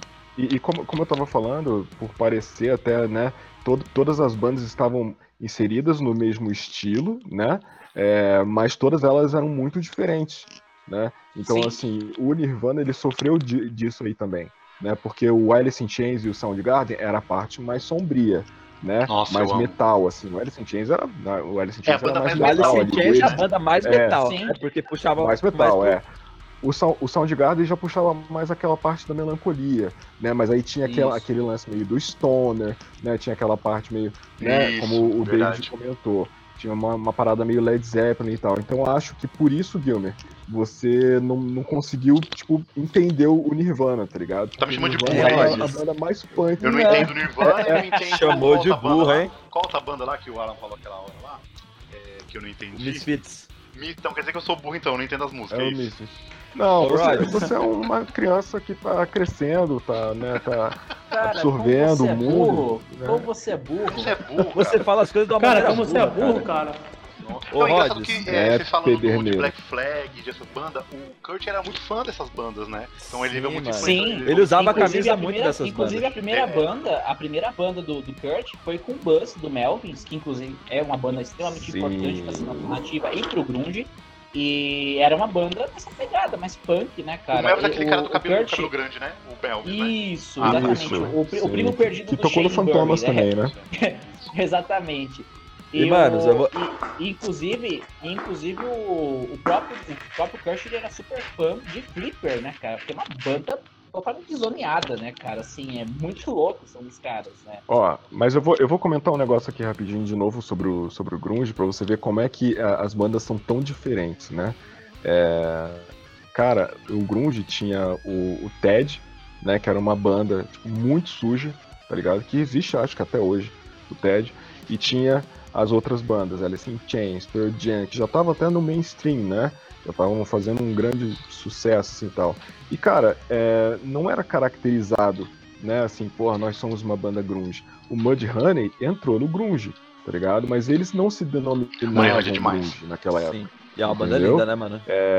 E como eu tava falando, por parecer até, né, todas as bandas estavam inseridas no mesmo estilo, né, mas todas elas eram muito diferentes, né, então Sim. assim, o Nirvana ele sofreu disso aí também, né, porque o Alice in Chains e o Soundgarden era a parte mais sombria, né, Nossa, mais eu amo. metal, assim, o Alice in Chains era, o Alice in É a Chains banda era mais mais O metal, Alice in ali, Chains é a eles- banda mais É. metal, Sim. né? Porque puxava mais metal, pro- O Soundgarden já puxava mais aquela parte da melancolia, né? Mas aí tinha Isso. aquele lance meio do stoner, né? Tinha aquela parte meio, né? Isso, Como o verdade. David comentou, tinha uma parada meio Led Zeppelin e tal. Então eu acho que por isso, Gilmer, você não conseguiu, tipo, entender o Nirvana, tá ligado? Tá me chamando de Nirvana burro, é hein? a banda mais punk. Eu não né? entendo Nirvana, eu não entendo. Chamou qual de outra banda burro, lá? hein? Qual outra banda lá que o Alan falou aquela hora lá? Que eu não entendi. Misfits. Então quer dizer que eu sou burro então, eu não entendo as músicas, É é o isso? Misfits. Não, Ô, Rod. você é uma criança que tá crescendo, tá, né, tá cara, absorvendo como você o é mundo. burro, né? como você é burro. Você é burro, Você cara. fala as coisas de uma Cara, maneira como você é burra, burro, cara. Ô, Não, é engraçado Rhodes, que vocês falando de pederneiro. Black Flag, de essa banda, o Kurt era muito fã dessas bandas, né? Então ele Sim, levou muito mano. influência. Sim. Ele usava a Inclusive, camisa a muito primeira- dessas Inclusive bandas. a primeira banda do Kurt foi com o Buzz, do Melvins, que inclusive é uma banda extremamente Sim. importante pra cena alternativa e pro grunge. E era uma banda nessa pegada, mais punk, né, cara? O Melvin é aquele cara do o cabelo, Kurt- cabelo grande, né? O Melvin, né? Isso, Ah, exatamente. isso, o sim. primo perdido Que do tocou no Shane Fantomas Burry, também, né? Exatamente. E, mano, eu vou- Inclusive o próprio Kurt ele era super fã de Flipper, né, cara? Porque é uma banda totalmente desoneada, né, cara? Assim, é muito louco são os caras, né? Ó, mas eu vou comentar um negócio aqui rapidinho de novo sobre o grunge, pra você ver como é que as bandas são tão diferentes, né? Cara, o grunge tinha o Ted, né, que era uma banda tipo, muito suja, tá ligado? Que existe, acho que até hoje, o Ted, e tinha as outras bandas, Alice in Chains, Pearl Jam, que já tava até no mainstream, né? Já estavam fazendo um grande sucesso assim, e tal. E, cara, não era caracterizado, né, assim, porra, nós somos uma banda grunge. O Mudhoney entrou no grunge, tá ligado? Mas eles não se denominavam Mudhoney é demais. grunge naquela época. Sim. E é uma banda Entendeu? linda, né, mano?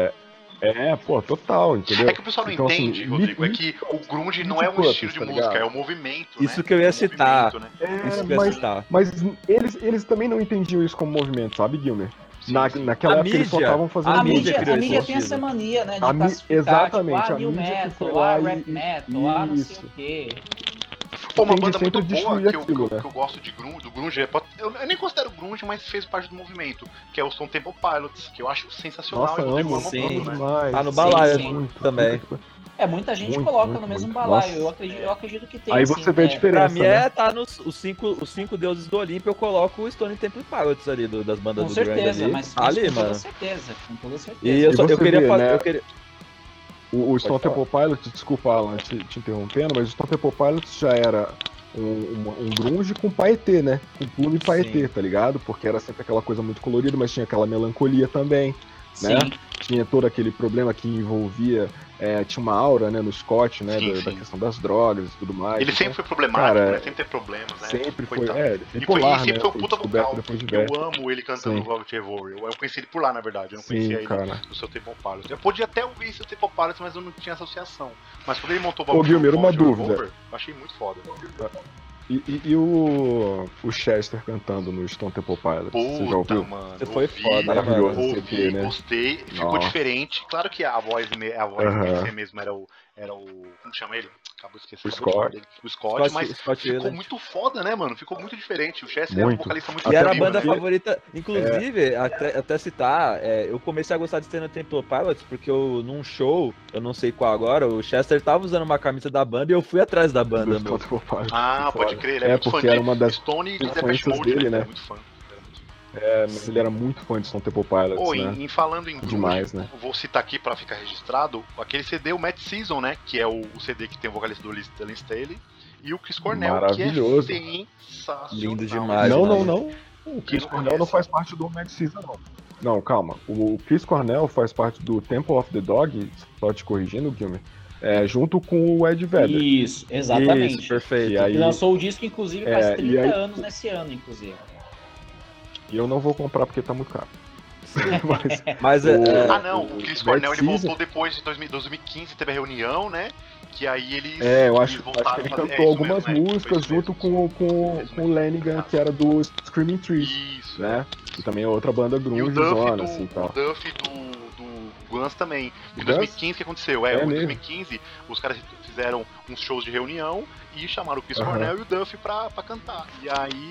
Pô, total, entendeu? É que o pessoal não Então, assim, entende, Rodrigo, é que o grunge não é um Puppets, estilo de tá música, ligado? é um movimento, Isso né? que eu ia É um citar. movimento, né? Isso que eu ia mas, citar. mas eles também não entendiam isso como movimento, sabe, Gilmer? Sim, sim. Naquela A época eles só mídia- estavam fazendo a A mídia mídia, criou a esse mídia tem estilo. essa mania, né, de A mi- classificar, exatamente, tipo, a new mídia que foi metal, lá rap e- metal, não sei isso. o quê. Pô, uma tende banda muito sempre a boa destruir que aquilo, né? eu gosto de grunge, do grunge, eu nem considero grunge, mas fez parte do movimento, que é o Stone Temple Pilots, que eu acho sensacional Nossa, e o Rodrigo amo, ama sim. muito, né? demais. Tá no Sim, balaio sim. também. Muita gente Muito, coloca muito, no mesmo muito. balaio. Nossa. Eu acredito que tem. Aí assim, você vê a Pra diferença, mim né? tá nos os cinco deuses do Olimpo, eu coloco o Stone Temple Pilots ali, das bandas Com do grande certeza, ali. mas Ali, com toda mano. certeza. Com toda certeza. E eu você queria vê, fazer. né? Eu queria... O Stone Pode Temple Pilots, desculpa, Alan, te interrompendo, mas o Stone Temple Pilots já era um grunge com paetê, né? Com plume e paetê, Sim. tá ligado? Porque era sempre aquela coisa muito colorida, mas tinha aquela melancolia também, né? Sim. Tinha todo aquele problema que envolvia, tinha uma aura, né, no Scott, né, Sim, da sim. questão das drogas e tudo mais. Ele Então, sempre foi problemático, cara, né? Sempre teve problemas, né? sempre foi, Coitado. bipolar, sempre né? foi um puta descoberto vocal. depois de Eu velho. amo ele cantando Sim. no Velvet Revolver. Eu conheci ele por lá, na verdade. Eu não Sim, conhecia ele cara. no seu Temple Pilots. Eu podia até ouvir seu Temple Pilots, mas eu não tinha associação. Mas quando ele montou o Ô, Guilherme, uma dúvida. Revolver, eu achei muito foda. E o Chester cantando no Stone Temple Pilots? Você já Puta, ouviu? mano. Você foi ouvi, foda, né, Maravilhoso mano? esse ouvi, EP, né? gostei, ficou Nossa. diferente. Claro que a voz em Aham. si mesmo era o. Como chama ele? Acabou de esquecer. O acabou de falar Scott. dele. O Scott, mas Scott ficou Weiland. muito foda, né, mano? Ficou muito diferente. O Chester é um Muito. vocalista muito E era a Até banda porque- favorita, inclusive, até citar, eu comecei a gostar de Stone Temple Pilots porque num show, eu não sei qual agora, o Chester tava usando uma camisa da banda e eu fui atrás da Do banda, Stone meu. Temple Pilots. Ah, Que pode foda. crer, ele é muito fã porque de era uma das Stone e Depeche influências Mode, dele, né? né? Ele é muito fã. Mas ele era muito fã de Stone Temple Pilots, Pô, né? em falando em grunge, Demais, né? vou citar aqui pra ficar registrado, aquele CD, o Mad Season, né? Que é o CD que tem o vocalista do Lynn Staley e o Chris Cornell, Maravilhoso. que é sensacional. Lindo demais, Não, mano. não. O Chris não Cornell não conhece? faz parte do Mad Season, não. Não, calma. O Chris Cornell faz parte do Temple of the Dog, só te corrigindo, Guilherme, junto com o Ed Vedder. Isso, exatamente. Isso, perfeito. E aí- Ele lançou o disco, inclusive, faz É, 30 e aí- anos nesse ano, inclusive. E eu não vou comprar porque tá muito caro. Mas Mas Ah, não, o Chris Cornell ele Mad Season- voltou depois de 2015, teve a reunião, né? Que aí eles. eu acho eles que voltaram ele a fazer- cantou isso algumas mesmo, foi músicas isso junto mesmo. com o Lanigan, que era do Screaming Trees, Isso, né? Que também é outra banda E o grunge Duff zona, do, assim, tal. o Duff do Guns também. Em O 2015, o que aconteceu? É Em mesmo. 2015, os caras fizeram uns shows de reunião e chamaram o Chris Aham. Cornell e o Duff pra cantar. E aí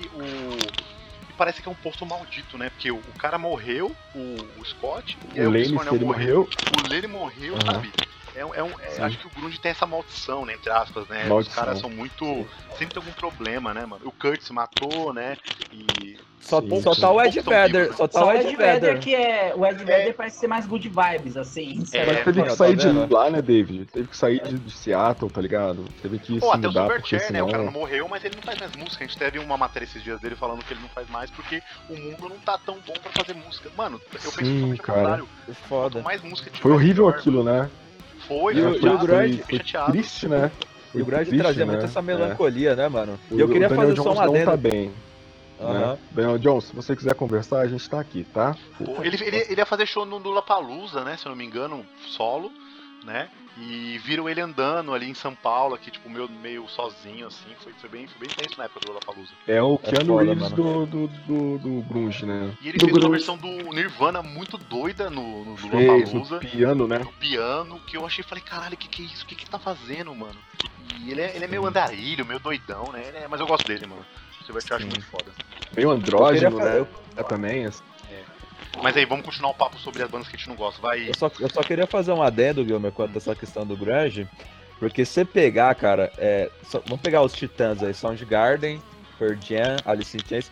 e parece que é um posto maldito, né? Porque o cara morreu, o Scott, e aí O o Chris Lane, Cornell ele morreu. morreu. O Lane morreu, Aham. sabe? Acho que o grunge tem essa maldição, né? Entre aspas, né? Os Maldição. caras são muito. Sempre tem algum problema, né, mano? O Kurt se matou, né? E. só, Sim, só sim. tá o Ed Poucos tão Vedder, vivos, só tá Só o o Ed Ed Vedder, Vedder. que o Ed Vedder parece ser mais good vibes, assim. Mas É, teve tá que sair de vendo? lá, né, David? Teve que sair de Seattle, tá ligado? Teve que Pô, se até o mudar, porque Silverchair, né? O cara não senão... morreu, mas ele não faz mais música. A gente teve uma matéria esses dias dele falando que ele não faz mais porque o mundo não tá tão bom pra fazer música. Mano, eu penso Sim, totalmente ao cara. contrário. Foda. Quanto mais música tiver, Foi horrível melhor. aquilo, né? Foi, E o- foi e o chato, grunge fiquei foi chateado. triste, né? E o grande triste, trazia né? muito essa melancolia, né, mano? É. E eu queria o Daniel fazer só Jones um não adendo. tá bem, Aham. né? Daniel Jones, se você quiser conversar, a gente tá aqui, tá? Pô, ele ia fazer show no Lollapalooza, né? Se eu não me engano, solo, né? E viram ele andando ali em São Paulo, aqui, tipo, meio sozinho, assim. Foi bem tenso na época do Lollapalooza. É o É Keanu foda, Reeves mano. do grunge, né? E ele Do fez uma grunge. versão do Nirvana muito doida no Fez no Lollapalooza. piano, né? No piano, que eu achei, falei, caralho, que é isso? O que tá fazendo, mano? E ele é meio andarilho, meio doidão, né? Mas eu gosto dele, mano. Você vai achar Sim. muito foda. Meio andrógeno, Eu queria né? Também, assim. Mas aí, vamos continuar o papo sobre as bandas que a gente não gosta. Vai. Eu só queria fazer um adendo, Guilherme, quanto a essa questão do grunge, porque se você pegar, cara, vamos pegar os titãs aí, Soundgarden, Pearl Jam, Alice in Chains,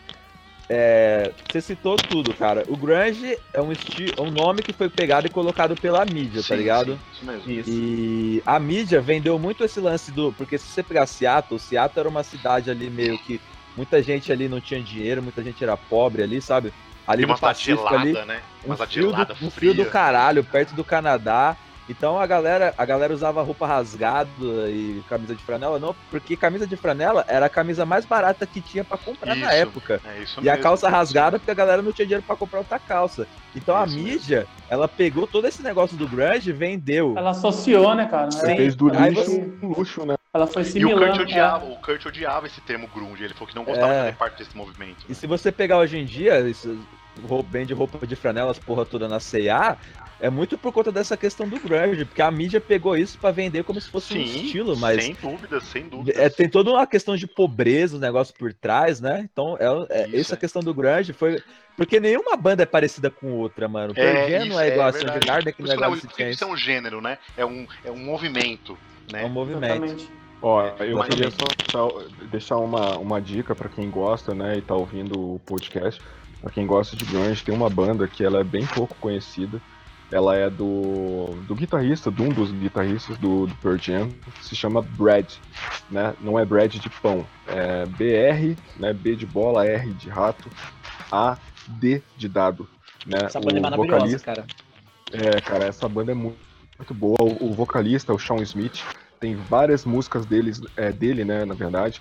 você citou tudo, cara. O grunge é um nome que foi pegado e colocado pela mídia, tá Sim, ligado? sim, isso mesmo. Isso. E a mídia vendeu muito esse lance porque se você pegar Seattle era uma cidade ali meio que muita gente ali não tinha dinheiro, muita gente era pobre ali, sabe? Ali Tem no uma cidade Pacífico gelada, ali, né? um Uma cidade frio, gelada, um frio do fria. caralho, perto do Canadá. Então a galera usava roupa rasgada e camisa de franela, não, porque camisa de franela era a camisa mais barata que tinha pra comprar na Isso, época. É isso E a mesmo. calça rasgada porque a galera não tinha dinheiro pra comprar outra calça. Então a Isso mídia, ela pegou todo esse negócio do grunge e vendeu. Ela associou, né, cara? Você fez do Aí lixo você- um luxo, né? Ela foi E similando. o Kurt odiava esse termo grunge. Ele falou que não gostava de fazer parte desse movimento. E se você pegar hoje em dia, vende roupa de franela, as porra toda na C&A, é muito por conta dessa questão do grunge, porque a mídia pegou isso pra vender como se fosse um estilo, mas sem dúvidas. tem toda uma questão de pobreza, um negócio por trás, né? Então, essa questão do grunge foi... Porque nenhuma banda é parecida com outra, mano. Pearl Jam não é igual a Soundgarden, que não é igual a Alice in Chains. Isso é um gênero, né? É um movimento, né? É um movimento. Exatamente. Ó, eu queria só deixar uma dica pra quem gosta, né, e tá ouvindo o podcast. Pra quem gosta de grunge, tem uma banda que ela é bem pouco conhecida. Ela é do guitarrista, de um dos guitarristas do Pearl Jam, que se chama Brad, né? Não é Brad de pão, é BR, né? B de bola, R de rato, A, D de dado, né? Essa banda é maravilhosa, cara. Cara, essa banda é muito boa. O vocalista, o Sean Smith, tem várias músicas dele, né, na verdade,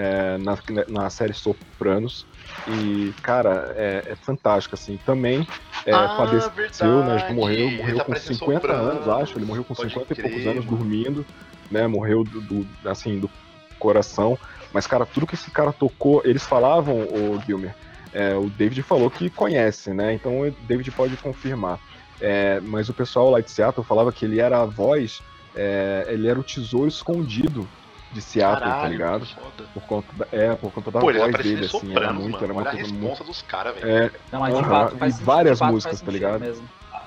na série Sopranos. E, cara, é fantástico, assim. Também faleceu, né? Morreu com 50 anos, acho. Ele morreu com 50 e poucos anos dormindo, né? Morreu do coração. Mas, cara, tudo que esse cara tocou, eles falavam, o Gilmer, o David falou que conhece, né? Então o David pode confirmar. Mas o pessoal lá de Seattle falava que ele era a voz, ele era o tesouro escondido de Seattle, tá ligado? Por conta da voz dele, assim, Sopranos, era muito, mano. Olha a responsa dos caras, velho. Não, mas de fato faz e várias de fato músicas, tá ligado? Mesmo.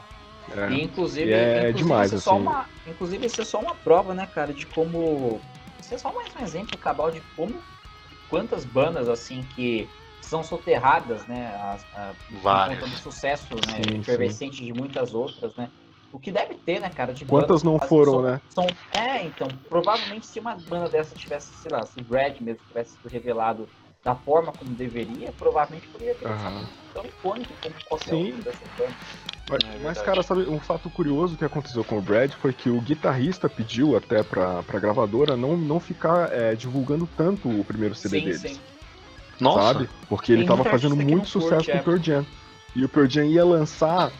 E inclusive, demais, isso assim. Inclusive, isso é só uma prova, né, cara, de como... Isso é só mais um exemplo cabal de quantas bandas, assim, que são soterradas, né, Várias. contando o sucesso, né, Sim, efervescente de muitas outras, né. O que deve ter, né, cara, de quantas não foram, né? Então, provavelmente se uma banda dessa tivesse, sei lá, se o Brad mesmo tivesse sido revelado da forma como deveria, provavelmente poderia ter sido tão icônico como qualquer outra dessas bandas. Mas, cara, sabe, um fato curioso que aconteceu com o Brad foi que o guitarrista pediu até pra gravadora não ficar divulgando tanto o primeiro CD deles. Sim. Nossa. Sabe? Porque ele tava fazendo muito sucesso com o Pearl Jam. E o Pearl Jam ia lançar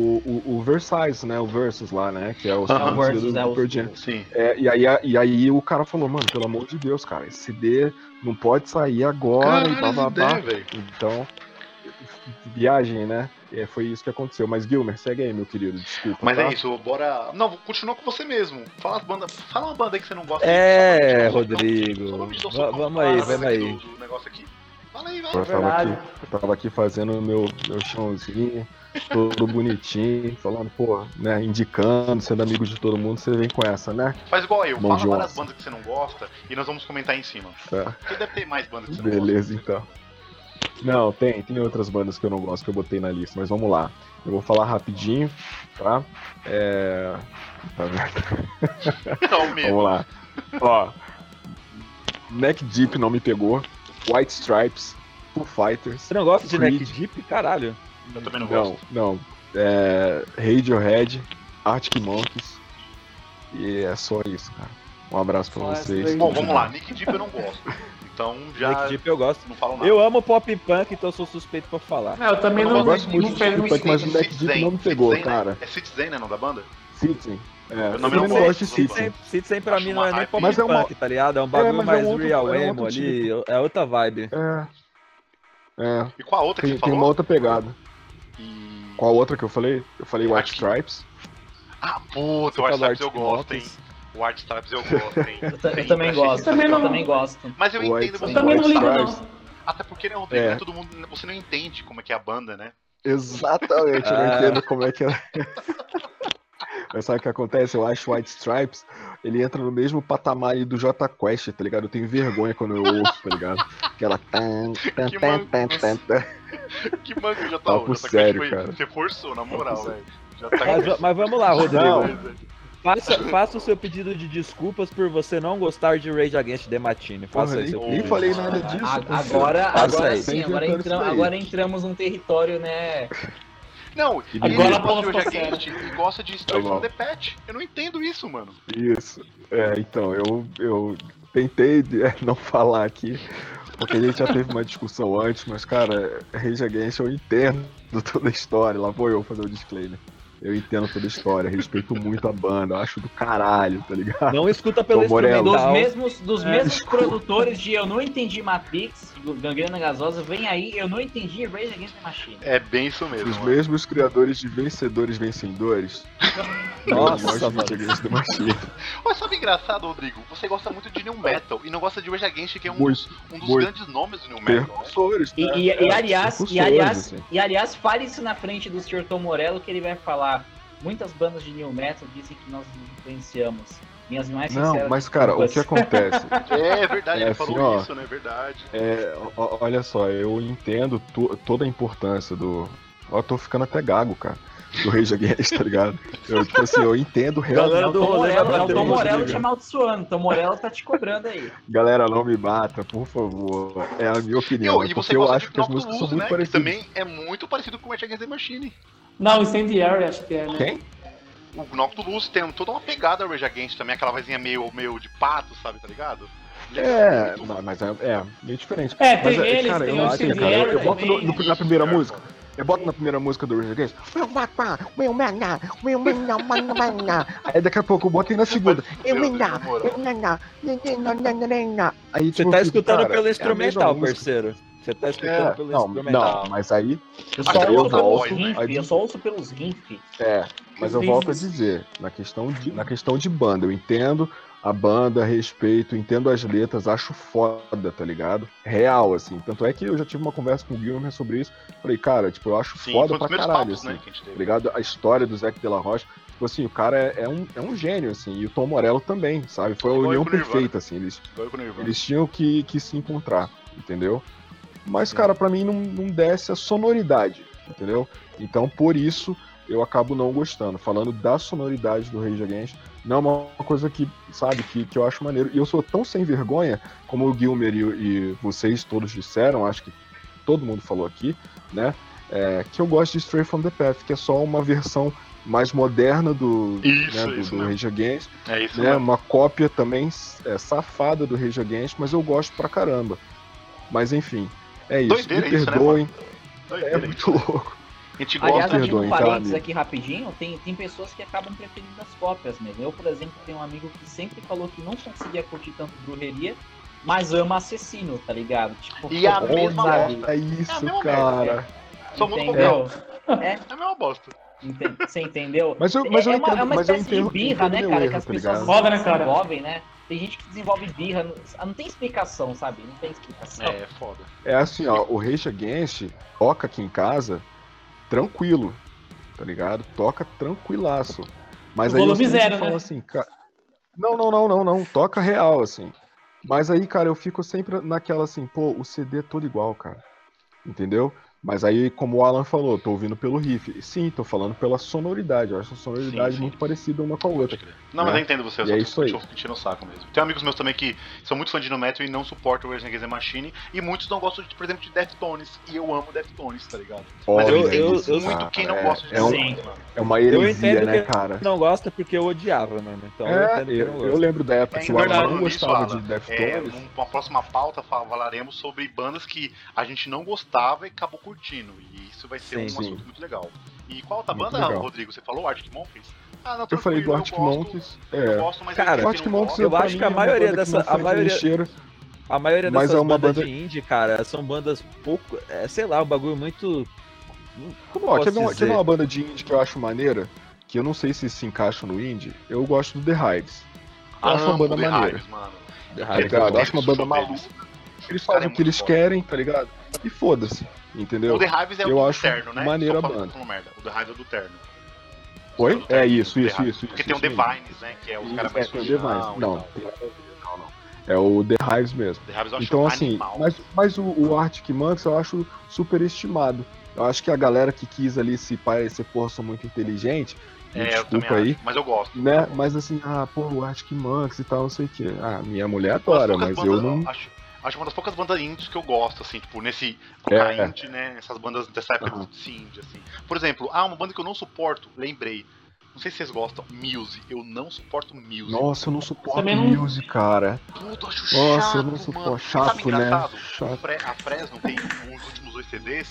o Versailles, né? O Versus lá, né? Que é o Versus, do Pearl Jam. Sim. E aí o cara falou, mano, pelo amor de Deus, cara, esse CD não pode sair agora. Caralho, e bababá. velho. Então, viagem, né? Foi isso que aconteceu. Mas, Gilmer, segue aí, meu querido, desculpa. Mas tá? é isso, bora... Não, continua com você mesmo. Fala uma banda aí que você não gosta. Rodrigo. Vamos aí. Do negócio aqui. Fala aí, Eu velho. tava aqui fazendo meu chãozinho, todo bonitinho, falando, pô, né, indicando, sendo amigo de todo mundo, você vem com essa, né? Faz igual eu, Mão de fala várias onça. bandas que você não gosta e nós vamos comentar em cima. Tá. Porque deve ter mais bandas que você não gosta. Beleza, então. Não, tem outras bandas que eu não gosto que eu botei na lista, mas vamos lá. Eu vou falar rapidinho, tá? Tá vendo? Não, mesmo. Vamos lá. Ó, Neck Deep não me pegou. White Stripes, Foo Fighters. Você não gosta de Creed. Neck Deep? Caralho. Eu também não gosto. Não. Radiohead, Arctic Monkeys. E é só isso, cara. Um abraço pra vocês. Bom, vamos lá. Nick Deep eu não gosto. Então já Neck Deep eu gosto. não falo nada. Eu amo pop punk, então eu sou suspeito pra falar. Eu também Eu não, Eu gosto muito não de pego Pop Punk, mas o Neck Deep não me pegou, Citizen, cara. Né? É Citizen, né? Não da banda? Citizen. Eu Eu também também não não gosto de gosto. Citizen. Citizen pra mim não é nem pop Mas é uma- punk, tá ligado? É um bagulho mas é mais um outro- real é um emo outro ali, é outra vibe. E qual a outra que Tem você falou? uma outra pegada. E... Qual outra que eu falei? Eu falei White Arctic- Stripes. Ah, puta, o Você White falou Stripes eu Arctic gosto, hein? Monkeys. O White Stripes eu gosto, hein? Eu também gosto. também não- Eu também gosto. Mas eu White entendo Stripes. Eu também não ligo, Stripes. não. Até porque, né, Rodrigo, né, todo mundo, você não entende como é que é a banda, né? Exatamente, eu não entendo como é que é. Mas sabe o que acontece? Eu acho White Stripes, ele entra no mesmo patamar ali do Jota Quest, tá ligado? Eu tenho vergonha quando eu ouço, tá ligado? Aquela Que manco. Que manco já tá Papo hoje. sério, cara. Você forçou, na moral, Papo velho. Já tá Mas vamos lá, Rodrigo. Não. Faça o seu pedido de desculpas por você não gostar de Rage Against the Machine. Faça Porra, aí seu nem pedido. falei nada disso. Agora Passa aí. sim, Tá inventando agora entramos num território, né? Não, ele Agora gosta de posso Rage passar. Against e gosta de Story Tá from bom. the Patch. Eu não entendo isso, mano. Isso. Então, eu tentei não falar aqui, porque a gente já teve uma discussão antes, mas, cara, Rage Against eu entendo toda a história. Lá vou eu fazer o disclaimer. Eu entendo toda a história, respeito muito a banda, eu acho do caralho, tá ligado? Não escuta pelo Ô, Morello. instrumental. Dos mesmos produtores de Eu Não Entendi Matrix, Gangrena Gasosa, vem aí, eu não entendi Rage Against the Machine. É bem isso mesmo. Os mano. mesmos criadores de Vencedores Vencedores. Nossa, Eu gosto de mano. Rage Against the Machine. Mas sabe engraçado, Rodrigo? Você gosta muito de New Metal e não gosta de Rage Against, que é um Muito, dos muito. grandes nomes do New Metal, né? Percussores. E aliás, fale isso na frente do Sr. Tom Morello, que ele vai falar. Muitas bandas de New Metal dizem que nós nos influenciamos. Minhas mais Não, sinceras mas cara, o desculpas. que acontece? É verdade, É ele assim, falou ó. isso, né? Verdade. Olha só, eu entendo toda a importância do. Ó, eu tô ficando até gago, cara. Do Rage Against, tá ligado? Tipo assim, eu entendo Galera realmente. do Tom rolê vai Morello, é o bater Tom em Morello você, te cara. amaldiçoando. Tom Morello tá te cobrando aí. Galera, não me mata, por favor. É a minha opinião. E É você porque eu gosta acho de que as músicas são Noctulus, muito né? Que parecidas. também é muito parecido com Rage Against the Machine. Não, Incendiary acho que é, né? Quem? O Noctulus tem toda uma pegada Rage Against também, aquela vozinha meio de pato, sabe, tá ligado? É, mas é meio diferente. É, Mas, tem eles, cara, tem eu o não sei, cara. Incendiary Eu boto também. na primeira Isso, música. Eu boto na primeira música do Rage Against. Aí daqui a pouco eu boto aí na segunda. Aí, Você tipo, tá eu fico, escutando cara, pelo é a instrumental, mesma música. parceiro. Você tá escutando pelo Não, instrumental. não, mas aí. Eu Mas só aí eu ouço pelos volto, né? riffs, Aí eu só ouço pelos riffs. Mas eu volto a dizer, na questão de banda, eu entendo a banda, respeito, entendo as letras, acho foda, tá ligado? Real, assim. Tanto é que eu já tive uma conversa com o Guilherme sobre isso. Falei, cara, tipo, eu acho Sim, foda foi um pra dos primeiros caralho, papos, assim. né, que a gente Tá teve. ligado? A história do Zac de la Rocha. Tipo assim, o cara é um gênio, assim. E o Tom Morello também, sabe? Foi a Igual união eu com o Nirvana. perfeita, assim. Igual com o Nirvana. Eles tinham que se encontrar, entendeu? Mas, cara, pra mim não desce a sonoridade, entendeu? Então, por isso, eu acabo não gostando. Falando da sonoridade do Rage Against, não é uma coisa que, sabe, que eu acho maneiro. E eu sou tão sem vergonha, como o Gilmer e vocês todos disseram, acho que todo mundo falou aqui, né? Que eu gosto de Stray from the Path, que é só uma versão mais moderna do Isso Rage Against, É isso né? mesmo. Uma cópia também safada do Rage Against, mas eu gosto pra caramba. Mas enfim, é isso. Doideira Me isso, né, perdoem, Doideira é muito louco. A gente Aliás, gosta de... perdoem, abrindo um tá, parênteses amigo? aqui rapidinho, tem pessoas que acabam preferindo as cópias mesmo. Eu, por exemplo, tenho um amigo que sempre falou que não conseguia curtir tanto brujeria, mas ama assassino, tá ligado? Tipo, E a mesma sabe? bosta. É É a isso, mesma cara. Só muda o Entendeu? vocal. É a mesma bosta. Você entendeu? Mas eu é uma entendo, mas eu espécie de entendo birra, né, meu cara? erro, Que as tá pessoas ligado? Foda, né, cara? desenvolvem, né? Tem gente que desenvolve birra, não tem explicação, sabe? Não tem explicação. É, foda. É assim, ó, o Rage Against toca aqui em casa tranquilo, tá ligado? Toca tranquilaço. Mas O aí eu volume sempre zero, falo né? assim, cara. Não, toca real, assim. Mas aí, cara, eu fico sempre naquela assim, pô, o CD é todo igual, cara. Entendeu? Mas aí, como o Alan falou, tô ouvindo pelo riff. Sim, tô falando pela sonoridade. Eu acho a sonoridade Sim. muito parecida uma com a outra. Não, mas né? eu entendo você, eu E só é tô isso aí. enchendo o saco mesmo. Tem amigos meus também que são muito fãs de No Metal e não suportam o Rage Against the Machine, e muitos não gostam, por exemplo, de Deftones, e eu amo Deftones, tá ligado? Mas eu Olha entendo isso, muito cara, quem não gosta de é um- Deftones, mano. É uma Eu heresia, entendo né, que cara? não gosta porque eu odiava, mano. Então eu entendo que não Eu gosta. lembro da época que o Alan verdade. não gostava de Deftones. Numa próxima pauta falaremos sobre bandas que a gente não gostava e acabou curtindo. E isso vai ser Sim, um sim. assunto muito legal. E qual outra Muito banda, legal. Rodrigo? Você falou Arctic Monkeys? Ah, não, Eu falei do tranquilo, Arctic gosto, Monkeys. Eu gosto, mas Cara, eu o Arctic Monkeys eu pra acho mim, que a é uma maioria banda que dessa- não faz a maioria- lixeira. A maioria Mas dessas é uma bandas banda- de indie, cara, são bandas pouco. Sei lá, um bagulho muito. Como Ó, posso quer ver dizer? uma banda de indie que eu acho maneira? Que eu não sei se se encaixa no indie. Eu gosto do The Hives. Eu acho uma Amo banda The maneira. Hives, mano. The Tá Hives, ligado? Eu eu acho uma banda maluca. Eles fazem Cara, é o que eles muito foda. querem, tá ligado? E foda-se. Entendeu? O The Hives é o Eu do acho Terno, né? maneira Só a falando banda. merda. O The Hives é o do Terno. Oi? Do terno, Isso. The Hives. Porque tem o The isso mesmo. Vines, né? Que é os Isso, caras mais tem o The sujão Vines. e Não, tal. tem nada a ver, não. É o The Hives mesmo. The Hives eu acho Então, assim, animal. mas o Arctic Monkeys eu acho super estimado. Eu acho que a galera que quis ali se parecer, porra, sou muito inteligente, me eu desculpa também aí, acho, mas eu gosto. né? Mas assim, o Arctic Monkeys e tal, não sei o quê. Minha mulher adora, Uma das mas poucas eu bandas- não... Acho uma das poucas bandas indies que eu gosto, assim, tipo, nesse colocar É. indie, né? Essas bandas dessa época Aham. de indie, assim. Por exemplo, uma banda que eu não suporto, lembrei. Não sei se vocês gostam, Muse. Eu não suporto Muse. Nossa, eu não suporto Também não- music, cara. Puta, eu acho Nossa, chato, eu não suporto. mano. Chato, Sabe né? engraçado? Chato. A Fresno tem uns últimos 2 CDs.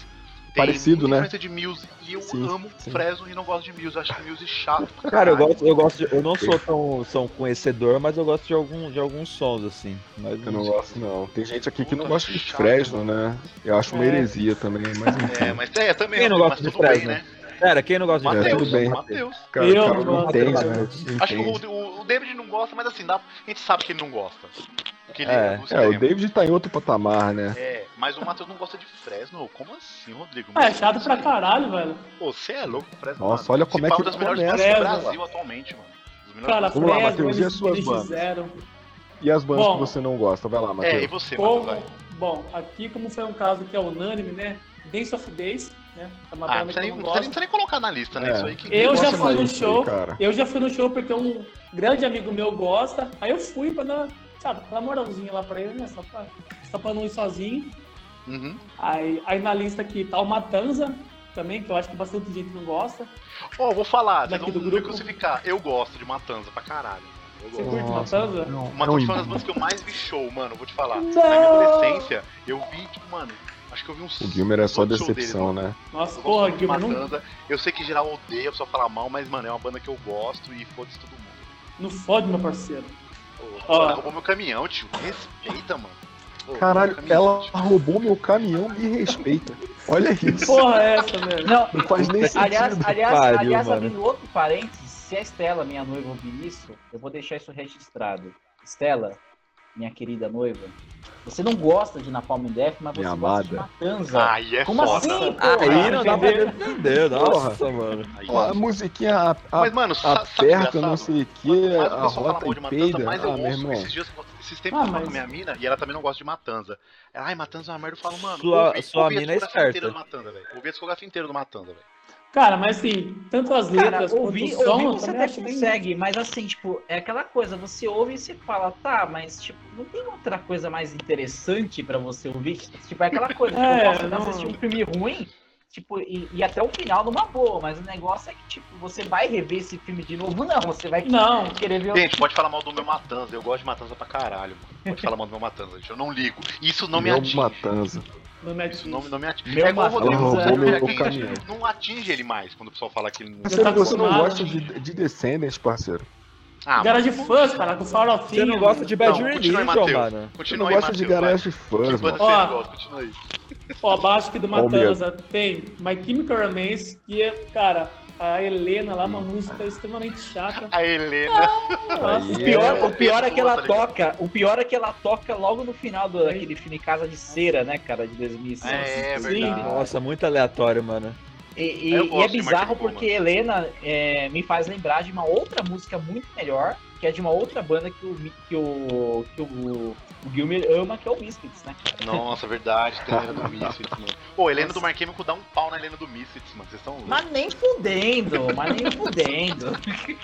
parecido, muita né? influência de Muse. E eu Sim, amo sim. Fresno e não gosto de Muse. Eu acho Muse chato pra Cara, caralho. eu não sou tão conhecedor, mas eu gosto de alguns sons, assim. Mas Eu não gosto, não. Tem gente aqui que não Puta, gosta de chato, Fresno, né? Eu acho uma heresia também, mas enfim. É, mas também, Quem não Rodrigo, gosta mas de tudo bem, Fresno? né? Pera, quem não gosta de É, Matheus, tudo bem. Matheus. Cara, Eu o cara não não gosto, entende, cara. né? Não Acho que entende. o David não gosta, mas assim, a gente sabe que ele não gosta. Porque ele É. do O extremo. David tá em outro patamar, né? É, mas o Matheus não gosta de Fresno. Como assim, Rodrigo? É chato pra caralho, velho. Pô, você é louco com Fresno, Nossa, mano. olha como Esse é pau que das melhores começa, bandas do Fresno. Brasil atualmente, mano. Das melhores Cara, bandas Vamos lá, Fresno, Matheus, e as suas eles bandas? fizeram. E as bandas Bom. que você não gosta? Vai lá, É, e Matheus. você, Matheus, vai. Bom, aqui como foi um caso que é unânime, né? Dance of Days, né? É uma Ah, não banda precisa que nem, eu não não precisa gosto. nem colocar na lista, né? É. Isso aí que. Eu já Gosta fui no mais disso aí, show, cara. eu já fui no show porque um grande amigo meu gosta, aí eu fui pra dar, sabe, aquela moralzinha lá pra ele, né? Só pra não ir sozinho. Uhum. Aí na lista aqui tá o Matanza também, que eu acho que bastante gente não gosta. Ó, vou falar, vocês Daqui vão do me grupo. crucificar. Eu gosto de Matanza pra caralho. Eu Você gosto. curte Nossa, Matanza? não, O Matanza não, foi uma das bandas que eu mais vi show, mano, vou te falar. Não. Na minha adolescência, eu vi, tipo, mano, acho que eu vi uns. O Gilmer é só dois shows decepção, deles, mano. né? Nossa, Eu porra, gosto muito de Gilmer, não, Matanza. Eu sei que geral odeia, a pessoa fala mal, mas, mano, é uma banda que eu gosto e foda-se todo mundo. não fode, meu parceiro. Pô, Ó. ela roubou meu caminhão, tio. Respeita, mano. Pô, Caralho, roubou meu ela caminhão, tio. roubou meu caminhão, me respeita. Olha isso. Porra é essa, velho? Não, Não faz nem sentido. aliás, mano. abrindo outro parênteses, se a Estela, minha noiva, ouvir isso, eu vou deixar isso registrado. Estela, minha querida noiva, você não gosta de Napalm Death, mas você Minha gosta de amada. Matanza. Aí é Como foda. assim, Aí porra? não dá pra entendeu? defender, nossa, mano. Aí, Ó, a musiquinha Mas, mano, sabe aperta, engraçado? não sei o que, Quanto mais o a pessoal fala rota mal e de Matanza, peida. mais eu Ah, meu ouço. irmão. Esses tempos Ah, eu tava mas- com minha mina e ela também não gosta de Matanza. Ela, ai, Matanza é uma merda. Eu falo, mano, Sua ouvi a mina é discografia inteira esperta. do Matanza, velho. Ouvi a discografia inteira do Matanza, velho. Cara, mas assim, tanto as Cara, letras ouvir quanto o som, eu você também até acho bem... consegue, mas assim, tipo, é aquela coisa, você ouve e você fala, tá, mas tipo, não tem outra coisa mais interessante pra você ouvir? Tipo, é aquela coisa, tipo, É, você não- assistir um filme ruim, tipo, e até o final numa boa, mas o negócio é que, tipo, você vai rever esse filme de novo? Não, você vai Não, querer ver Gente, pode falar mal do meu Matanza. Eu gosto de Matanza pra caralho, mano. Pode falar mal do meu Matanza, gente. Eu não ligo. Isso não me Meu atinge. Matanza. não me Isso atinge. não me atinge. Meu É igual o Matanza. Rodrigo. Ela roubou que meu aqui caminhão. não atinge ele mais quando o pessoal fala que ele não. Você, tá você não acostumado, gosta de Descendants, parceiro? Ah, Garage mano, Fãs, cara, com farofinha. Você não gosta de Bad Não, Religion, continua aí, Matheus. mano? Você não Continua aí, gosta de Matheus, vai. Garage Que Fãs, banda mano. Ó. você gosta? Continua aí. Ó, abaixo aqui do Ó o Matanza tem My Chemical Romance, que é, cara, a Helena lá, uma música extremamente chata. A Helena. Nossa, O pior é que ela Tá ligado? toca, o pior é que ela toca logo no final daquele filme Casa de Cera, né, cara, de 2005. É Sim. verdade. Nossa, muito aleatório, mano. E Eu é gosto de bizarro Martin porque Helena me faz lembrar de uma outra música muito melhor, que é de uma outra banda que o Gilmer ama, que é o Misfits, né? Nossa, verdade, tem a Helena do Misfits, mano. Pô, a Helena do Mark Chemical dá um pau na Helena do Misfits, mano. Vocês estão loucos. Mas nem fudendo, mas nem fudendo.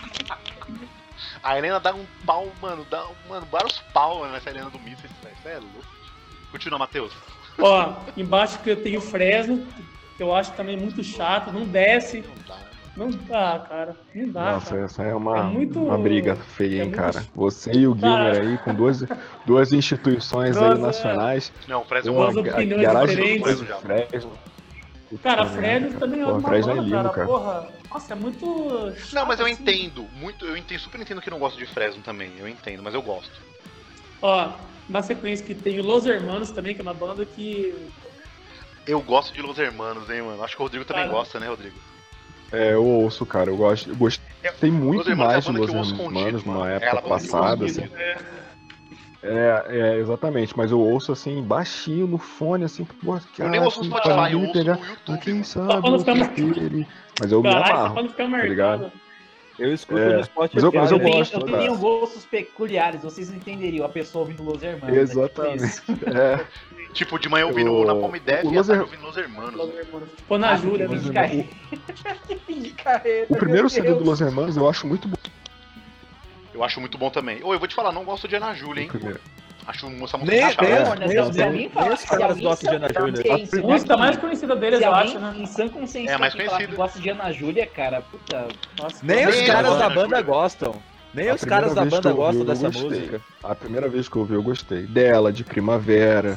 A Helena dá um pau, mano. Vários pau nessa Helena do Misfits, velho. Isso é louco. Continua, Matheus. Ó, embaixo que eu tenho Fresno, que eu acho também muito chato, não desce. Não dá, né? Não dá, cara. Não dá, Nossa, cara. essa é uma, É muito- uma briga feia, é hein, muito- cara. Você e o Gilmer Cara. aí, com duas instituições aí Nossa, nacionais. Não, o Fresno Uma Duas opiniões garagem diferentes. do Fresno. Cara, Puta Fresno merda, também é Porra, uma Fresno é banda, lindo, cara. cara. Porra, nossa, é muito Não, chato, mas eu assim. entendo. Super entendo que não gosto de Fresno também. Eu entendo, mas eu gosto. Ó, na sequência que tem o Los Hermanos também, que é uma banda que... Eu gosto de Los Hermanos, hein, mano. Acho que o Rodrigo também Cara. gosta, né, Rodrigo? É, eu ouço, cara. Eu gostei muito Los Hermanos mais é a de banda Los que eu ouço Hermanos contigo, numa mano. época Ela é a banda que eu ouço passada, contigo. assim. Exatamente, mas eu ouço assim, baixinho no fone, assim, pô, que Eu nem ouço no Spotify, eu ouço no YouTube, Quem mano. sabe Só quando o fica que dele. Mas eu me Caralho, só amarro. pra não ficar ligado? marcado. Eu escuto É, no Spotify. mas eu Eu gosto, tenho cara. gostos peculiares, vocês entenderiam a pessoa ouvindo Los Hermanos. Exatamente. Né? Tipo isso. É, Tipo, de manhã ouvindo O- na Palme Death o e à Los tarde Her- ouvindo Los Hermanos. Los Hermanos. Tipo, na Júlia, fim né? de carreira. Fim de carreira, o primeiro meu CD do Deus. Los Hermanos eu acho muito bom. Eu acho muito bom também. Ô, eu vou te falar, não gosto de Ana Júlia, O hein? primeiro. Acho essa música Nem- chata. nem- Não, né? nem- Se alguém falar- nem os se caras alguém gostam de Ana sabe- Júlia. quem- se A música alguém- mais conhecida deles, Se eu alguém acho, né? em sã consciência É, mais aqui falar que conhecido. gosta de Ana Júlia, cara, puta. Nossa, Nem pelo os amor de eu caras Deus. da gosto, banda Ana Júlia. gostam. Nem A os caras da primeira vez que banda eu ouvi, gostam eu dessa gostei. música. A primeira vez que eu ouvi, eu gostei. Dela, de Primavera.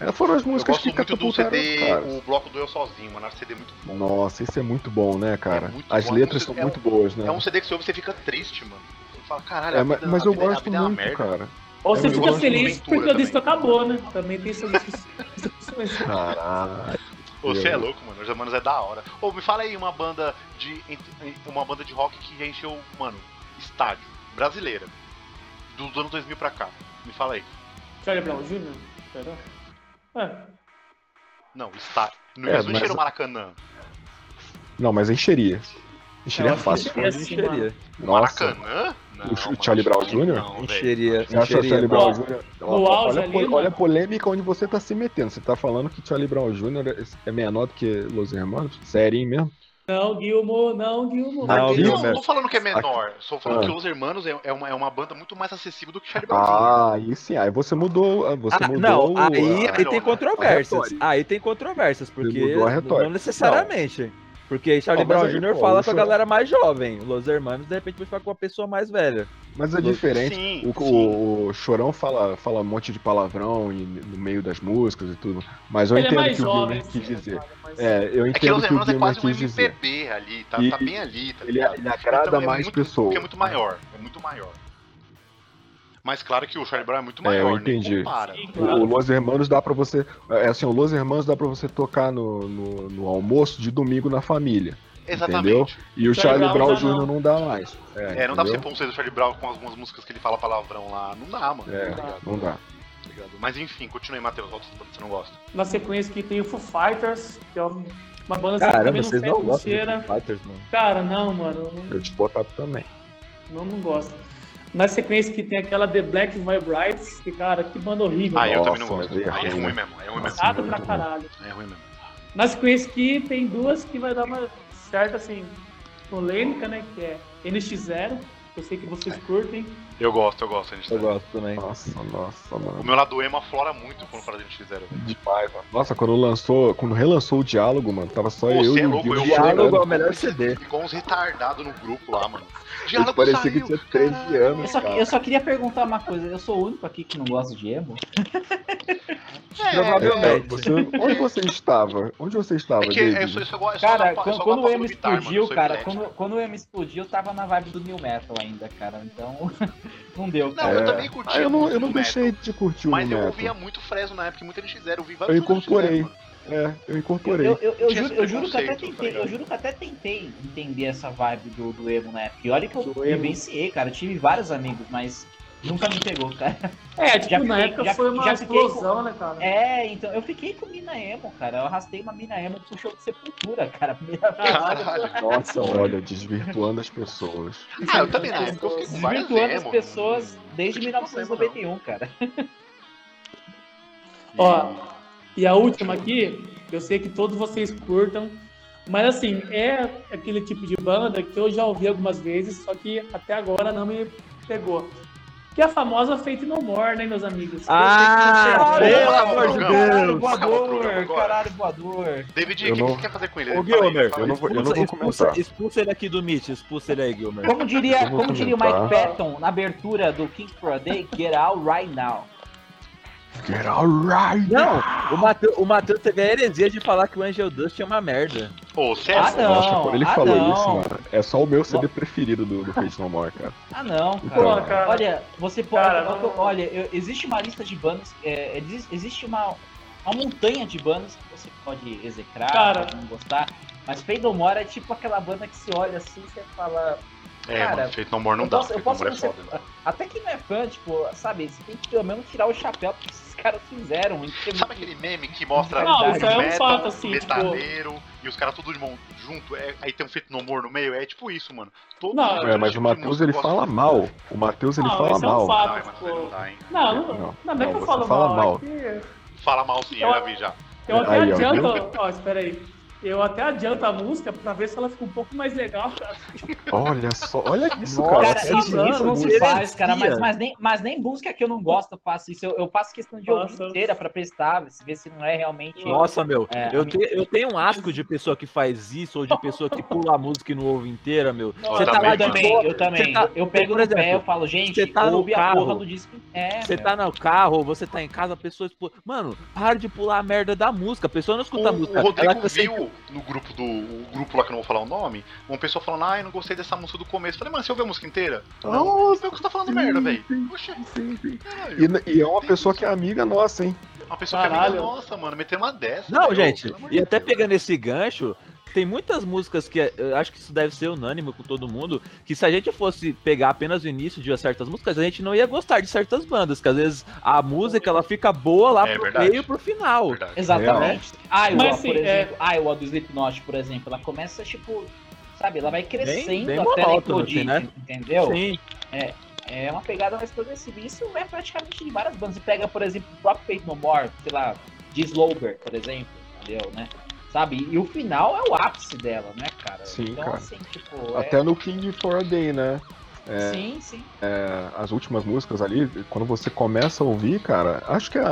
Foram as Eu músicas gosto que muito do catapultaram os CD, caras. o bloco do Eu Sozinho, mano. Acho CD muito bom. Nossa, esse é muito bom, né, cara? É muito As bom. letras são muito boas, né? É um CD que você ouve e você fica triste, mano. Você fala, caralho, a mas vida, mas a eu vida, a gosto vida é uma muito, merda. cara. Ou você eu fica gosto feliz do porque o Ventura disco também. acabou, né? Também tem essas discussões. Caralho. Você é louco, mano. Os Hermanos é da hora. Ô, me fala aí uma banda de rock que já encheu, mano, estádio. Brasileira. Dos anos 2000 pra cá. Me fala aí. Charlie Brown Jr.? Será? Não, estádio. Não, É, eles não mas- encheram o Maracanã. Não, mas encheria. Encheria Eu acho que fácil. encheria. Sim, Encheria. Nossa. Maracanã? Não, O mano, Charlie Brown acho que Jr.? Não, velho. Encheria. Você acha o Charlie Encheria. Brown Ó, Jr. no auge Olha, ali, olha mano. a polêmica onde você tá se metendo. Você tá falando que Charlie Brown Jr. é menor do que Los Hermanos? Sério mesmo? Não, Gilmore, não, Gilmore. Não, Não, Gilmore. não tô falando que é menor. Só falando Ah. que Los Hermanos é uma banda muito mais acessível do que Charlie Brown Jr. Ah, aí sim. Aí você mudou. Não, aí melhor, tem né? controvérsias. A retórica. Aí tem controvérsias, porque mudou a retórica. não necessariamente. Porque Charlie Não, mas Brown aí, Jr. pô, fala o com a Chorão- galera mais jovem. Los Hermanos, de repente, vai ficar com uma pessoa mais velha. Mas é diferente. Sim, O Chorão fala um monte de palavrão no meio das músicas e tudo. Mas eu Ele é entendo mais o que o jovem, Gilmer quis sim, dizer. cara, mas- Eu É que entendo Los o que o Hermanos é Gilmer quase um quis dizer. MPB ali, tá bem ali, tá Ele ligado? agrada Então, mais muito, pessoas. Porque é muito maior, Mas claro que o Charlie Brown é muito eu maior, nem entendi. compara. Sim, O claro. Los Hermanos dá pra você. Assim, o Los Hermanos dá pra você tocar no almoço de domingo na família. Exatamente. E o Charlie Charlie Brown Brown já Jr. não dá mais. Não dá pra você entendeu? pôr um CD do Charlie Brown com algumas músicas que ele fala palavrão lá. Não dá, mano. É, tá ligado? não dá. Tá ligado? Mas enfim, continue aí, Matheus. Outras bandas que você não gosta. Na sequência que tem o Foo Fighters, que é uma banda assim, Caramba, também vocês não não fede, gostam cheira. de Foo Fighters, mano. Cara, não, mano. eu Eu te botar também. Não gosto. Na sequência que tem aquela The Black Vibrites, que, cara, que banda horrível. Ah, eu Nossa, também não gosto. mas é Aí é ruim, ruim né? mesmo. É ruim mesmo. Nada pra caralho. É ruim mesmo. Na sequência que tem duas que vai dar uma certa, assim, polêmica, né? Que é NX0, que eu sei que vocês curtem. Eu gosto, a gente Eu gosto também. Nossa, O mano. meu lado emo aflora muito quando fala de NX0, velho. Demais, mano. Nossa, quando relançou o diálogo, mano, tava só Pô, eu cê e é o louco, Gil eu chorando. Diálogo é o melhor CD. Igual uns retardados no grupo lá, mano. Ele parecia que tinha 13 anos, cara. Eu só queria perguntar uma coisa. Eu sou o único aqui que não gosta de emo? Provavelmente. Onde você estava? Onde você estava, É que eu David? só gosto Cara, eu só quando o gosto emo do Vitar, mano, explodiu, eu sou cara, epilético. quando o emo explodiu, eu tava na vibe do New Metal ainda, cara. Então, não deu, Não, cara. eu também curti. Eu não muito deixei metal, de curtir o Mas eu metal. ouvia muito Fresno na época, e muito NX0. Eu vi Eu vários incorporei. NX0, mano. Eu incorporei. Eu Tinha juro, esse eu juro que até preconceito, tá tentei, ligado? eu juro que até tentei entender essa vibe do emo na época. E olha que eu Do emo. vivenciei, cara. Eu tive vários amigos, mas nunca me pegou, cara. É, tipo, Já na fiquei- época já- foi uma já fiquei explosão, né, cara? É, então, eu fiquei com mina emo, cara. Eu arrastei uma mina emo pro show de Sepultura, cara. A primeira vez. Caralho. Nossa, olha, desvirtuando as pessoas. Ah, eu também não. Porque eu fiquei com várias Desvirtuando as emo, pessoas não- desde não tive problema, 1991, cara. Ó, e a última aqui, eu sei que todos vocês curtam, mas assim, é aquele tipo de banda que eu já ouvi algumas vezes, só que até agora não me pegou. Que é a famosa Fate No More, né, meus amigos? Ah, Eu sei que pelo vocês- amor de Caralho, Deus. voador, caralho, voador. David, Eu o que não- você quer fazer com ele? Ô, Fala aí, Gilmer, fala aí. eu não vou comentar. Expulsa ele aqui do Meet, expulsa ele aí, Gilmer. Como diria Eu vou o Mike comentar. Patton na abertura do Kings for a Day, get out right now. Get alright! Não, o Matheus teve a heresia de falar que o Angel Dust é uma merda. Ô, você Ah, não. Nossa, quando ele falou não. isso, mano, é só o meu CD preferido do Fate No More, cara. Ah, não, cara. Então, Pô, cara. Olha, você pode. Cara, não- Olha, existe uma lista de bandas. Existe uma montanha de bandas que você pode execrar, Cara. pode não gostar. Mas Fate No More é tipo aquela banda que você olha assim e você fala. É, Cara, mano, Fate No More não eu dá. posso, eu Fate No posso More não é ser. foda. né? Até quem não é fã, tipo, sabe, você tem que pelo menos tirar o chapéu porque esses caras fizeram. em termos Sabe de- aquele meme que mostra Não, isso é um metal, fato, assim, metaleiro e os caras tudo de mão junto, aí tem um Fate No More no meio? É tipo isso, mano. Todo Não, todo Mas tipo o de Matheus música ele eu gosto fala muito. mal. O Matheus ele Não, fala esse é um mal. fato. Não, mas tipo, não dá, hein? Não, Não, não é que eu você falo fala mal. mal. É que Fala mal sim, eu já vi já. eu até Aí, ó, adianto. Ó, espera aí. eu até adianto a música pra ver se ela fica um pouco mais legal, cara. Olha só, olha isso, Cara, cara. isso não se faz, cara. Diferencia. Mas nem música que eu não gosto eu faço isso. Eu faço questão de ouvir Nossa. inteira pra prestar, ver se não é realmente. Nossa, meu, É, eu tenho um asco de pessoa que faz isso, ou de pessoa que pula a música e não ouve inteira, meu. Você tá lá de boa, eu também. você tá- Eu pego por no pé, exemplo, eu falo, gente, você tá no ouve a carro, porra do disco. Você tá no carro, ou você tá em casa, a pessoa... Mano, para de pular a merda da música, a pessoa não escuta a música. O Rodrigo ela quer viu no grupo o grupo lá que eu não vou falar o nome, uma pessoa falando, ai, não gostei dessa música do começo. Falei, mano, você ouviu a música inteira? Não, você tá falando merda, velho. Oxi. Caralho. E é uma pessoa que é amiga nossa, hein? Uma pessoa que é Caralho. amiga nossa, mano, metendo uma dessa. Não, velho. gente, Pelo amor e de até Deus. pegando esse gancho, tem muitas músicas que eu acho que isso deve ser unânime com todo mundo, que se a gente fosse pegar apenas o início de certas músicas, a gente não ia gostar de certas bandas, que às vezes a música ela fica boa lá É pro verdade. meio e pro final. Verdade. Exatamente. Iowa, Mas, assim, por exemplo, Iowa do Slipknot, por exemplo, ela começa, tipo, sabe, ela vai crescendo bem até ela monótono, implodir, assim, né? entendeu? Sim. É uma pegada mais progressiva. Isso é praticamente de várias bandas. Você pega, por exemplo, o próprio Faith No More, sei lá, de Slowber, por exemplo, entendeu, né? Sabe? E o final é o ápice dela, né, cara? Sim, então, cara. assim, tipo. Até no King for a Day, né? Sim, sim. As últimas músicas ali, quando você começa a ouvir, cara, acho que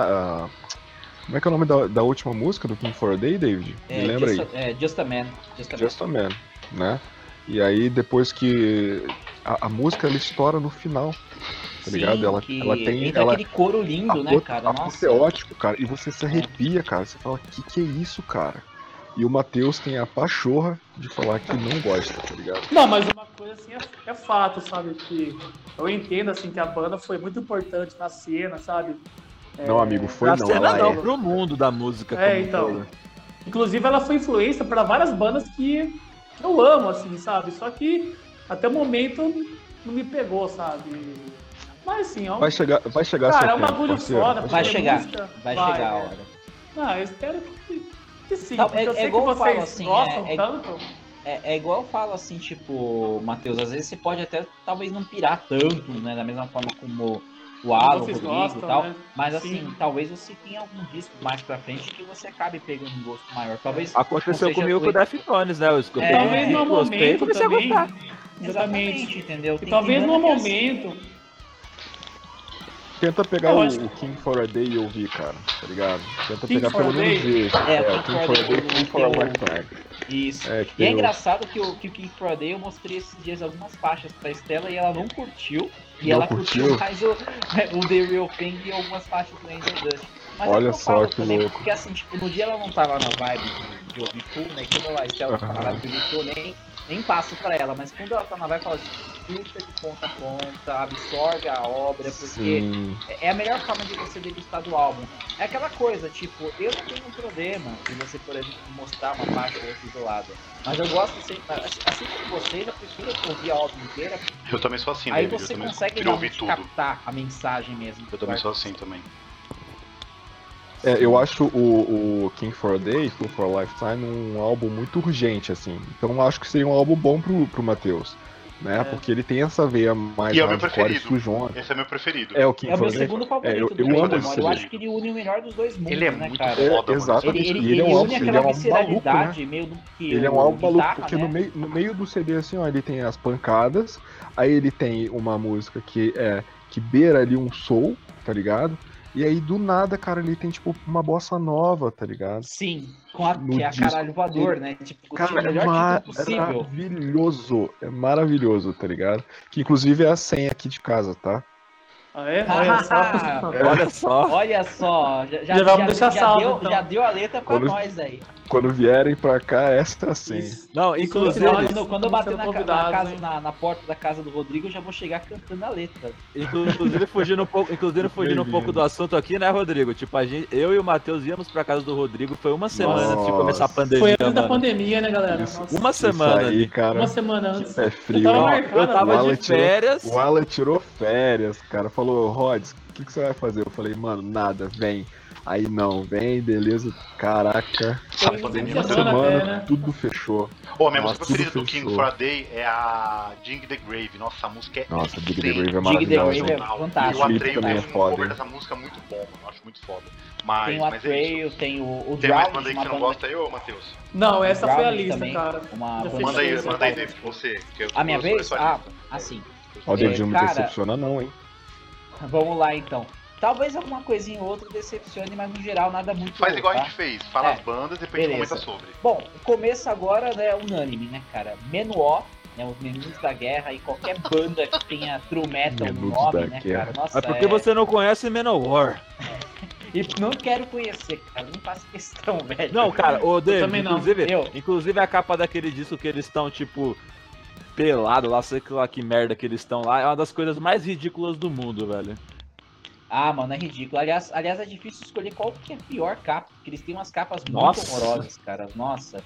como é que é o nome da última música do King for a Day, David? Me lembra aí. Just a Man. Just a Man, né? E aí depois que a música ela estoura no final, tá ligado? Ela tem entra aquele coro lindo, né, cara? Nossa. Apoteótico, cara. E você se arrepia, cara. Você fala, que é isso, cara? E o Matheus tem a pachorra de falar que não gosta, tá ligado? Não, mas uma coisa assim é fato, sabe? Que eu entendo assim que a banda foi muito importante na cena, sabe? Não, amigo, foi Na não. cena Ela não, é. pro mundo da música. como um Então. todo. Inclusive ela foi influência para várias bandas que eu amo, assim, sabe? Só que até o momento não me pegou, sabe? Mas assim, é um... Vai chegar Cara, seu é um tempo, bagulho parceiro. foda. Vai porque chegar. música Vai chegar a né? hora. Ah, eu espero que sim. Não, porque eu sei que igual eu vocês falo, assim, gostam tanto. É igual eu falo assim, tipo, Matheus, às vezes você pode até talvez não pirar tanto, né? Da mesma forma como o Alan, o Vocês Rodrigo gostam, e tal. né? Mas Sim. assim, talvez você tenha algum disco mais pra frente que você acabe pegando um gosto maior. Talvez Aconteceu não seja comigo com o Deftones, né? Eu escutei, Talvez no gostei e momento comecei a também. gostar. Exatamente, entendeu? E talvez no banda que é assim. momento. Tenta pegar Eu o acho King for a Day e ouvir, cara, tá ligado? Tenta King pegar for pelo a menos Day? esse. King King for a for a Day, Day King for a tem o- Lifetime. Isso. Que E é tem o- engraçado que o King for a Day eu mostrei esses dias algumas faixas pra Estela e ela não curtiu. E Não ela curtiu? curtiu mais o The Real Thing e algumas faixas do Angel Dust. Mas Olha é eu só falo que também, louco. porque assim, tipo, no dia ela não tava na vibe de ouvir full, né? Quando a Estela Aham. fala de ouvir full, nem passo pra ela. Mas quando ela tá na vibe, fala assim, curta de ponta a ponta, absorve a obra, porque Sim. é a melhor forma de você degustar do álbum. É aquela coisa, tipo, eu não tenho um problema de você, por exemplo, mostrar uma parte ou outra isolada. Mas eu gosto, assim como vocês, eu prefiro ouvir a obra inteira. Eu também sou assim, Aí David. você Eu também consegue prefiro ouvir realmente tudo. captar a mensagem mesmo. Eu também sou assim também. Eu acho o King for a Day, Full for a Lifetime, um álbum muito urgente, assim. Então eu acho que seria um álbum bom pro Matheus, né? Porque ele tem essa veia mais E é o meu hardcore e preferido. sujona. Esse é meu preferido. É o King É o for meu a Day. segundo favorito eu do amo Demore. esse Eu CD. acho que ele une o melhor dos dois mundos, Ele é né, muito cara? foda, mano. Exatamente. Ele E ele é um álbum, une ele aquela é um maluco, né? visceralidade meio do que Ele é um o álbum maluco, guitarra, porque né? no meio do CD, assim, ó, ele tem as pancadas, aí ele tem uma música que beira ali um soul, tá ligado? E aí, do nada, cara, ele tem, tipo, uma bossa nova, tá ligado? Sim, No que é a disco. caralho voador, né? Tipo, o Cara, melhor título possível. maravilhoso. É maravilhoso, tá ligado? Que, inclusive, é a senha aqui de casa, tá? Ah, é? Olha só. Olha só. Olha só, Já vamos deixar salvo, deu, então. já deu a letra pra Quando- nós aí. Quando vierem pra cá, essa é a senha. Isso. Não, Isso inclusive, não- Quando eu bater Estamos na, convidados, casa, hein? na porta da casa do Rodrigo, eu já vou chegar cantando a letra. inclusive fugindo um pouco do assunto aqui, né, Rodrigo? Tipo, eu e o Matheus íamos pra casa do Rodrigo, foi uma semana antes de começar a pandemia, Foi antes da mano. pandemia, né, galera? Isso. Nossa, Uma semana Isso aí, ali. cara. uma semana antes. É Eu frio. tava Ó, marcado, Eu tava O Alan de férias. O Alan tirou férias, cara. Falou, Rods, o que você vai fazer? Eu falei, mano, nada, vem. Aí não, vem, beleza, caraca. Sabe, Foi pandemia, uma mas semana Semana, até, né? tudo fechou. Pô, a minha Nossa, música preferida tudo do King fechou. for a Day é a Dig the Grave. Nossa, a música é Nossa, Dig the Grave é Dig the maravilhosa. Grave é sensacional. fantástico. E o clipe Atreio também fez é um foda, cover hein? dessa música muito bom, mano. Eu acho muito foda. Tem Mas o é isso. Atreio, tem o Tem mais Drowned, banda aí que uma você não banda... gosta aí, ô Matheus? Não, essa foi a Drowned lista, também, cara. uma Já banda- Manda aí, fechou, David, você. Que A minha eu sou vez? sua Ah, lista. assim. Ó, o David não me cara- decepciona não, hein? Vamos lá, então. Talvez alguma coisinha ou outra decepcione, mas no geral nada muito. Faz igual tá? a gente fez. Fala É, as bandas e depois a gente beleza. comenta sobre. Bom, o começo agora é unânime, né, cara? Menuó, né, os Meninos da Guerra e qualquer banda que tenha true metal no Meninos nome, da né, Guerra. cara? Nossa, É porque você não conhece Manowar. E não quero conhecer, cara. Não faço questão, velho. Não, cara, ô David, também não. inclusive a capa daquele disco que eles estão, tipo, pelado lá, sei lá que merda que eles estão lá, é uma das coisas mais ridículas do mundo, velho. Ah, mano, é ridículo. Aliás, é difícil escolher qual que é a pior capa, porque eles têm umas capas muito Nossa. horrorosas, cara. Nossa.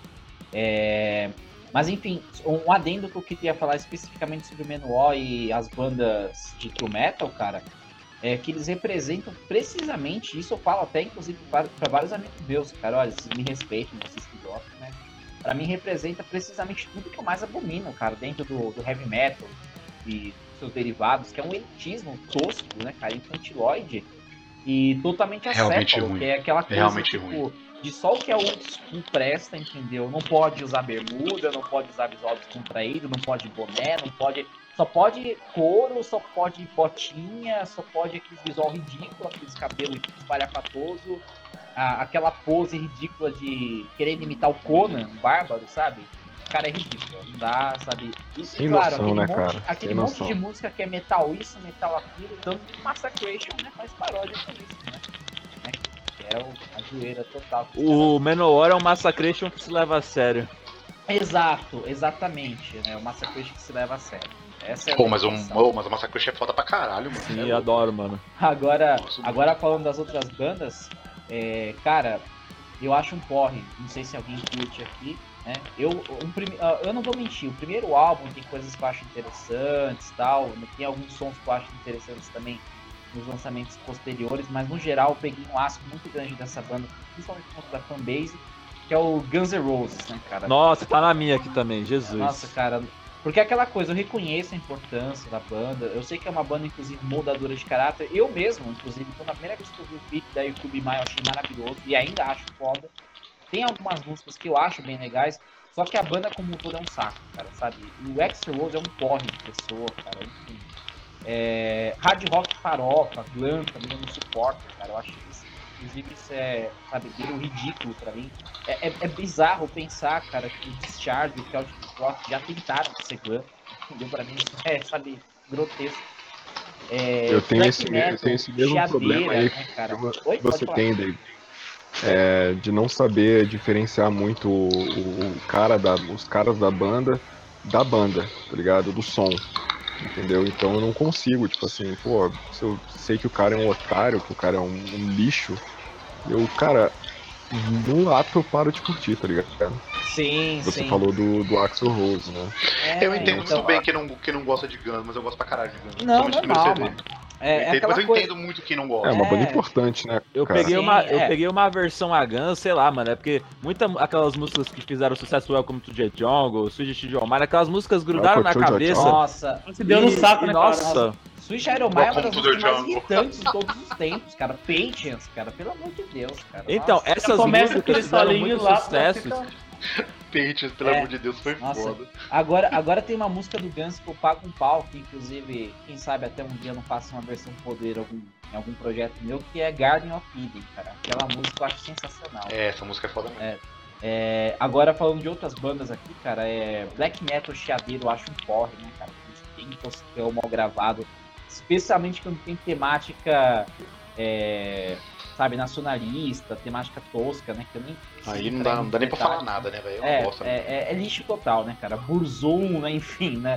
Mas enfim, um adendo que eu queria falar especificamente sobre o Menuó e as bandas de true metal, cara, é que eles representam precisamente isso. Eu falo até, inclusive, para vários amigos meus, cara. Olha, vocês me respeitam, vocês que gostam, né? Pra mim representa precisamente tudo que eu mais abomino, cara, dentro do heavy metal e seus derivados, que é um elitismo tosco, né, cara, infantiloide e totalmente Realmente acéfalo, ruim. que é aquela coisa, Realmente tipo, ruim. de só o que é old school presta, entendeu? Não pode usar bermuda, não pode usar visual descontraído, não pode boné, não pode... Só pode couro, só pode botinha, só pode aquele visual ridículo, aqueles cabelos espalhafatoso, aquela pose ridícula de querendo imitar o Conan, um bárbaro, sabe? Cara, é ridículo, não dá, sabe? E Sem claro, noção, né, cara? aquele Sem monte noção. de música que é metal isso, metal aquilo, tanto que Massacration, né, faz paródia com isso, né? Que é a zoeira total. O Manowar é um Massacration que se leva a sério. Exato, exatamente, né? O Massacration que se leva a sério. Essa é a Pô, mas definição. mas o Massacre é foda pra caralho, mano. Sim, adoro, mano. Agora falando das outras bandas, cara, eu acho um porre. Não sei se alguém curte aqui, né? Eu não vou mentir, o primeiro álbum tem coisas que eu acho interessantes e tal. Tem alguns sons que eu acho interessantes também nos lançamentos posteriores, mas no geral eu peguei um asco muito grande dessa banda, principalmente por conta da fanbase, que é o Guns N' Roses, né, cara? Nossa, tá na minha aqui também, Jesus. Nossa, cara, porque é aquela coisa, eu reconheço a importância da banda, eu sei que é uma banda, inclusive, moldadora de caráter, eu mesmo, inclusive, quando a primeira vez que eu vi o clipe da YouTube Maio, eu achei maravilhoso, e ainda acho foda. Tem algumas músicas que eu acho bem legais, só que a banda como um todo é um saco, cara, sabe? E o Axl Rose é um porre de pessoa, cara, enfim. Hard rock farofa, glam também eu não suporto, cara, eu acho isso, inclusive, isso é, sabe, meio ridículo pra mim. É bizarro pensar, cara, que o Discharge e o Celtic Frost já tentaram ser glam, entendeu? Pra mim isso é, sabe, grotesco. Eu tenho black esse metal, mesmo chiadeira, problema aí né, cara? que Oi, pode você falar. tem, David. De não saber diferenciar muito o cara os caras da banda, tá ligado? Do som, entendeu? Então eu não consigo, tipo assim, pô, se eu sei que o cara é um otário, que o cara é um lixo, cara, no ato eu paro de curtir, tá ligado? Sim, Você sim. falou do Axl Rose, né? Eu entendo então, muito bem quem não gosta de Guns, mas eu gosto pra caralho de Guns. Não, Principalmente o normal, primeiro mano. CD. É aquela Mas eu coisa... entendo muito quem não É gosta. uma banda importante, né? Eu cara? peguei, Sim, peguei uma versão a Guns, sei lá, mano. É porque aquelas músicas que fizeram sucesso, Welcome to the Jungle, Swedish Joe Mine, aquelas músicas grudaram na Welcome to the cabeça. Jungle. Nossa, Se deu no saco, né, cara? Nossa, Switch Iron Man é uma Welcome das to the músicas mais Jungle. irritantes de todos os tempos, cara. Patience, cara, pelo amor de Deus, cara. então, Nossa. essas Começa músicas aquele fizeram solinho muito lá, sucesso. fica- Pages, pelo amor de Deus, foi Nossa. foda. Agora tem uma música do Guns que eu pago um pau, que inclusive, quem sabe até um dia eu não faço uma versão poder em algum projeto meu, que é Garden of Eden, cara. Aquela música eu acho sensacional. Essa música é foda mesmo. Agora falando de outras bandas aqui, cara, Black Metal chiadeiro eu acho um porre, né, cara? Tem que ser mal gravado, especialmente quando tem temática, sabe, nacionalista, temática tosca, né? Que eu nem Aí não dá nem pra falar nada, né, velho? Eu não gosto. é lixo total, né, cara? Burzum, né? Enfim, né?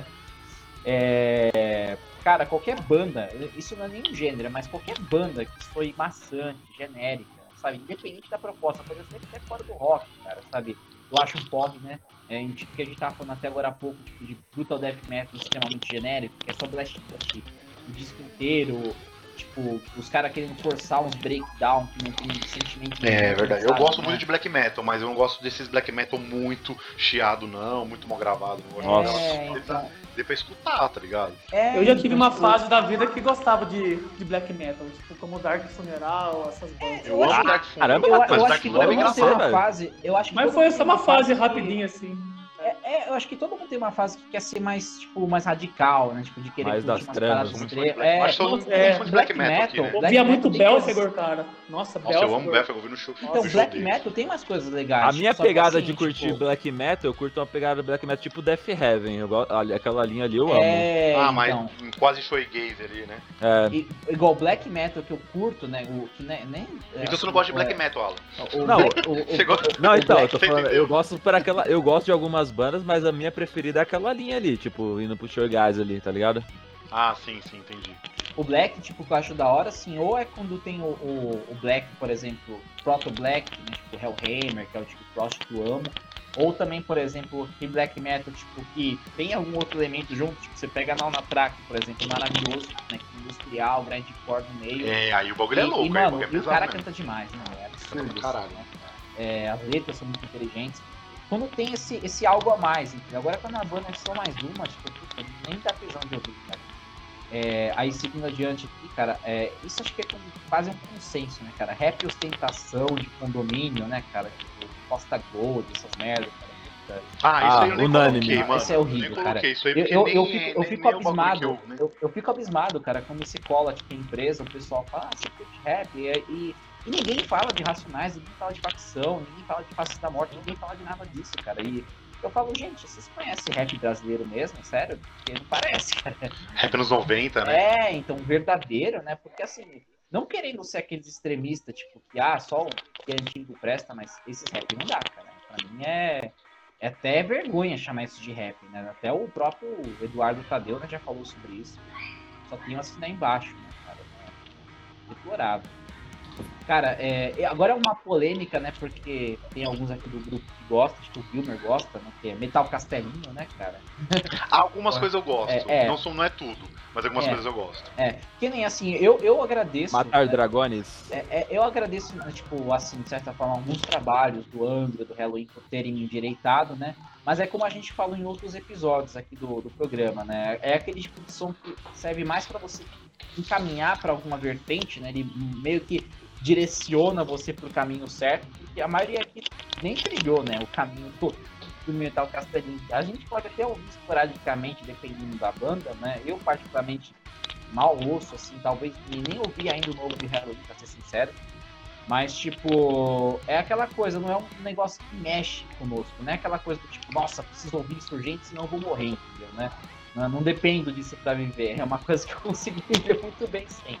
Cara, qualquer banda, isso não é nenhum gênero, mas qualquer banda que foi maçante, genérica, sabe? Independente da proposta, pode ser até fora do rock, cara, sabe? Eu acho um porre, né? Que a gente tava falando até agora há pouco, tipo, de brutal death metal extremamente genérico, que é só blast o disco inteiro, Tipo, os caras querendo forçar uns breakdown que não tem sentimento. É nenhum, verdade. Eu sabe, gosto né? muito de black metal, mas eu não gosto desses black metal muito chiado, não, muito mal gravado. Não gosto. Nossa. Dê pra escutar, tá ligado? Eu já tive uma tipo, fase da vida que gostava de black metal, tipo, como Dark Funeral, essas bandas. Eu amo Dark Funeral. Caramba, Eu mas acho Dark que Funeral todo é mundo tem engraçado. uma velho. fase. Eu acho que Mas todo foi mundo só tem uma fase que- rapidinha, assim. eu acho que todo mundo tem uma fase que quer ser mais, tipo, mais radical, né? Tipo, de querer Mais curtir das umas trevas. paradas Eu sou muito fã de extremas. black. Acho que todo mundo é, é fã de black metal aqui, né? Black Ouvia muito metal tem coisas- Belfegor, cara. Nossa, Nossa, eu amo Belfegor. Belfegor, eu vi no show. Então, no show black deles. metal tem umas coisas legais. A minha só que pegada assim, de curtir tipo, black metal, eu curto uma pegada black metal tipo Death Heaven. Aquela linha ali eu amo. Ah, mas então. quase shoegaze ali, né? Igual black metal que eu curto, né? O que nem Então você não gosta de black metal, Alan. Não, Você gosta? Não, então, eu Black, tô você falando, entendeu? eu gosto de algumas bandas, mas a minha preferida é aquela linha ali, tipo, indo pro Shoegaze ali, tá ligado? Ah, sim, entendi. O black, tipo, que eu acho da hora, assim, ou é quando tem o black, por exemplo, Proto Black, né, tipo Hellhammer, que é o tipo Frost que eu amo, ou também, por exemplo, tem black metal, tipo, que tem algum outro elemento junto, tipo, você pega na Track, por exemplo, maravilhoso, né, que industrial, grindcore no meio. É, aí o bagulho é louco, e, aí o mano, bagulho é e o pesado cara mesmo. canta demais, né, é absurdo, Canta do caralho. assim, né? As letras são muito inteligentes. Quando tem esse algo a mais, entendeu? Agora quando a banda é só mais uma, tipo, puta, nem dá tesão de ouvir, cara. Aí seguindo adiante aqui, cara, isso acho que é quase um consenso, né, cara? Rap e ostentação de condomínio, né, cara? Tipo, Costa Gold, essas merdas, cara. Puta. Isso aí eu nem unânime. coloquei, mano. Esse é horrível, Eu nem cara. coloquei isso aí, porque Eu nem fico é um bagulho que abismado, né? eu fico abismado, cara, quando você cola, tipo, em empresa, o pessoal fala, você curte rap, e ninguém fala de Racionais, ninguém fala de facção, ninguém fala de Face da Morte, ninguém fala de nada disso, cara. E eu falo, gente, vocês conhecem rap brasileiro mesmo? Sério? Porque não parece, cara. Rap nos 90, né? Então, verdadeiro, né? Porque, assim, não querendo ser aqueles extremistas, tipo, que, só o que é antigo presta, mas esses rap não dá, cara. Pra mim é até vergonha chamar isso de rap, né? Até o próprio Eduardo Tadeu, né, já falou sobre isso. Só tem um assinar embaixo, né, cara? É deplorável. Cara, agora é uma polêmica, né? Porque tem alguns aqui do grupo que gostam, acho que o Gilmer gosta, né? Que é Metal Castelinho, né, cara? Algumas coisas eu gosto. Não é tudo, mas algumas É. coisas eu gosto. Que nem assim, eu agradeço. Matar né, Dragones. eu agradeço, né, tipo, assim, de certa forma, alguns trabalhos do Angra, do Halloween por terem me endireitado, né? Mas é como a gente falou em outros episódios aqui do programa, né? É aquele tipo de som que serve mais pra você encaminhar pra alguma vertente, né? Ele meio que direciona você pro caminho certo, porque a maioria aqui nem trilhou, né? O caminho todo do Metal Castelinho. A gente pode até ouvir esporadicamente, dependendo da banda, né? Eu, particularmente, mal ouço, assim, talvez nem ouvi ainda o novo de Halloween, pra ser sincero. Mas, tipo, é aquela coisa, não é um negócio que mexe conosco, não é aquela coisa do tipo, nossa, preciso ouvir isso urgente, senão eu vou morrer, entendeu, né? Não dependo disso pra viver, é uma coisa que eu consigo viver muito bem sem.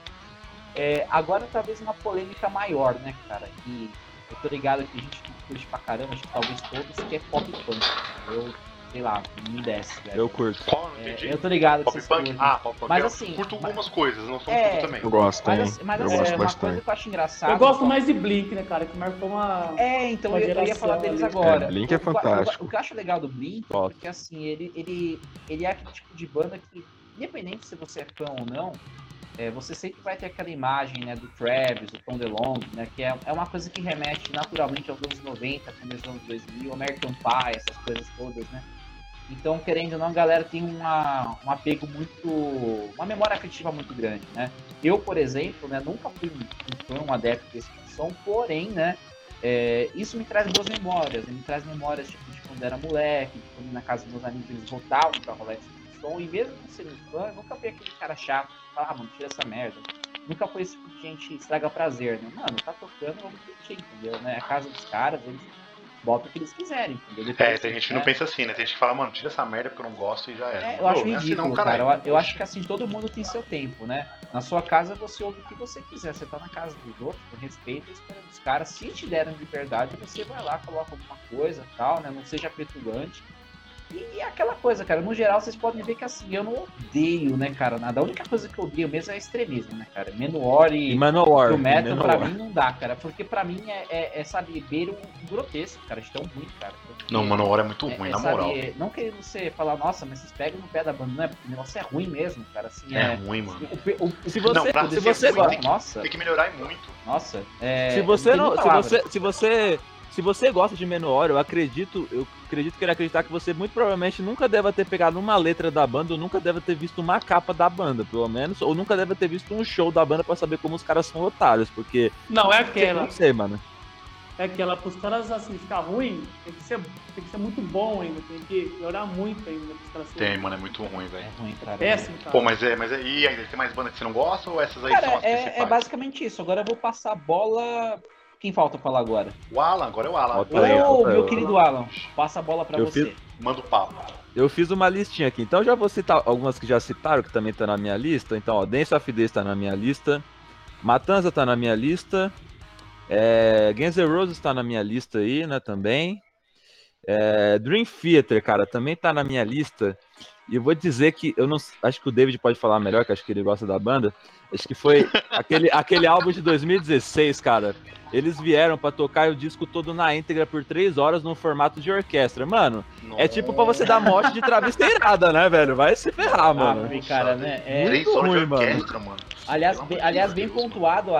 Agora, talvez uma polêmica maior, né, cara? Que eu tô ligado que a gente curte pra caramba, acho que talvez todos, que é pop punk. Eu, sei lá, me desce, velho. Eu curto. Qual? Não entendi. Eu tô ligado que Pop vocês punk? curtem. Pop punk. Mas eu assim, curto mas- algumas coisas, não sou É. tudo também. Eu gosto, hein? Mas eu assim, gosto uma coisa bastante. que eu acho engraçado. Eu gosto mais de Blink, né, cara? Que marcou uma. Então uma eu ia geração falar deles ali. agora. Blink é fantástico. O que eu acho legal do Blink é Gosto. porque assim, ele é aquele tipo de banda que, independente se você é fã ou não, você sempre vai ter aquela imagem, né, do Travis, do Tom DeLonge, né, que é uma coisa que remete naturalmente aos anos 90, começo dos anos 2000, American Pie, essas coisas todas, né. Então, querendo ou não, a galera tem um apego muito... uma memória afetiva muito grande, né. Eu, por exemplo, né, nunca fui um fã, um adepto desse tipo de som, porém, né, isso me traz boas memórias, me traz memórias tipo, de quando era moleque, de quando na casa dos meus amigos eles voltavam pra rolar esse tipo de som, e mesmo não sendo fã, eu nunca fui aquele cara chato que fala, mano, tira essa merda. Nunca foi esse tipo de gente estraga prazer, né? Mano, tá tocando, vamos curtir, entendeu? Né? A casa dos caras, eles botam o que eles quiserem, entendeu? Depois, Tem gente que né? não pensa assim, né? Tem gente que fala, mano, tira essa merda porque eu não gosto e já era. Eu acho Não é assim ridículo, não, cara. caralho. Eu acho que assim, todo mundo tem seu tempo, né? Na sua casa você ouve o que você quiser. Você tá na casa dos outros, com respeito, esperando os caras. Se te deram liberdade, você vai lá, coloca alguma coisa e tal, né? Não seja petulante. E aquela coisa, cara, no geral vocês podem ver que assim, eu não odeio, né, cara, nada. A única coisa que eu odeio mesmo é extremismo, né, cara? Menor E e Manowar. o metal pra Manowar. mim não dá, cara. Porque pra mim sabe, beira um grotesco, cara, de tão ruim, cara. Porque, Não, Manowar é muito ruim, na sabe, moral. não querendo você falar, nossa, mas vocês pegam no pé da banda, não é? Porque o negócio é ruim mesmo, cara, assim, É ruim, mano. Se você- você, Não, se pra você ser ruim, gosta, nossa, Tem que melhorar muito. nossa, Se você tem não, nem se palavras. você, se você gosta de Manowar, eu acredito querer acreditar que você muito provavelmente nunca deve ter pegado uma letra da banda, ou nunca deve ter visto uma capa da banda, pelo menos, ou nunca deve ter visto um show da banda pra saber como os caras são otários, porque Não, é eu aquela. não sei, mano. É aquela, pros caras assim, ficar ruim, tem que ser muito bom ainda, tem que melhorar muito ainda pros caras serem Tem, mano, é muito ruim, velho. É ruim, cara. péssimo, cara. Pô, mas e ainda tem mais banda que você não gosta ou essas aí são Cara, as principais? é basicamente isso. Agora eu vou passar a bola. Quem falta falar agora? O Alan, agora é o Alan. Falta eu, Ô, falta meu eu. querido Alan, passa a bola pra Eu você. Manda o papo. Eu fiz uma listinha aqui, então já vou citar algumas que já citaram, que também tá na minha lista. Então, ó, Dance of Days tá na minha lista, Matanza tá na minha lista, Guns N' Roses tá na minha lista aí, né, também. Dream Theater, cara, também tá na minha lista. E eu vou dizer que eu não acho que o David pode falar melhor, que acho que ele gosta da banda. Acho que foi aquele álbum de 2016, cara. Eles vieram pra tocar o disco todo na íntegra por 3 horas num formato de orquestra. Mano, é tipo pra você dar morte de travesteirada, né, velho? Vai se ferrar, mano. Cara, né? É, 3 muito horas de ruim, mano. orquestra, mano. aliás, Pelo amor de aliás, bem Deus, pontuado,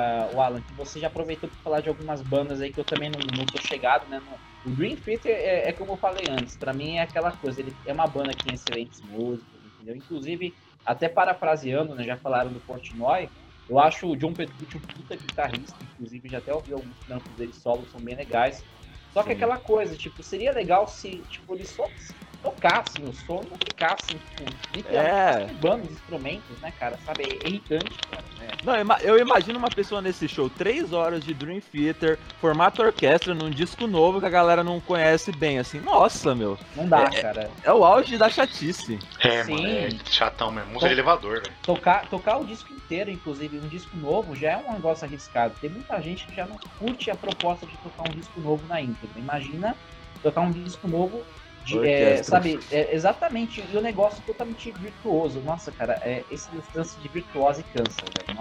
o Alan, que você já aproveitou pra falar de algumas bandas aí que eu também não sou chegado, né? O Dream Theater é como eu falei antes, pra mim é aquela coisa, ele é uma banda que tem excelentes músicas, entendeu? Inclusive, até parafraseando, né? Já falaram do Portnoy. Eu acho o John Petrucci um puta guitarrista, inclusive já até ouvi alguns trampos dele solo, são bem legais. Só que aquela coisa, tipo, seria legal se, tipo, eles só tocassem o som e não ficassem, tipo, literalmente estudando os instrumentos, né, cara? Sabe? É irritante, cara, né? Não, eu imagino uma pessoa nesse show, 3 horas de Dream Theater, formato orquestra, num disco novo que a galera não conhece bem, assim. Nossa, meu. Não dá, cara. É o auge da chatice. Sim. mano, é chatão mesmo. Música de elevador, velho. Tocar o disco inteiro, inclusive, um disco novo, já é um negócio arriscado. Tem muita gente que já não curte a proposta de tocar um disco novo na íntegra. Imagina tocar um disco novo de, sabe, exatamente, e o negócio totalmente virtuoso. Nossa, cara, esse lance de virtuoso e cansa, velho.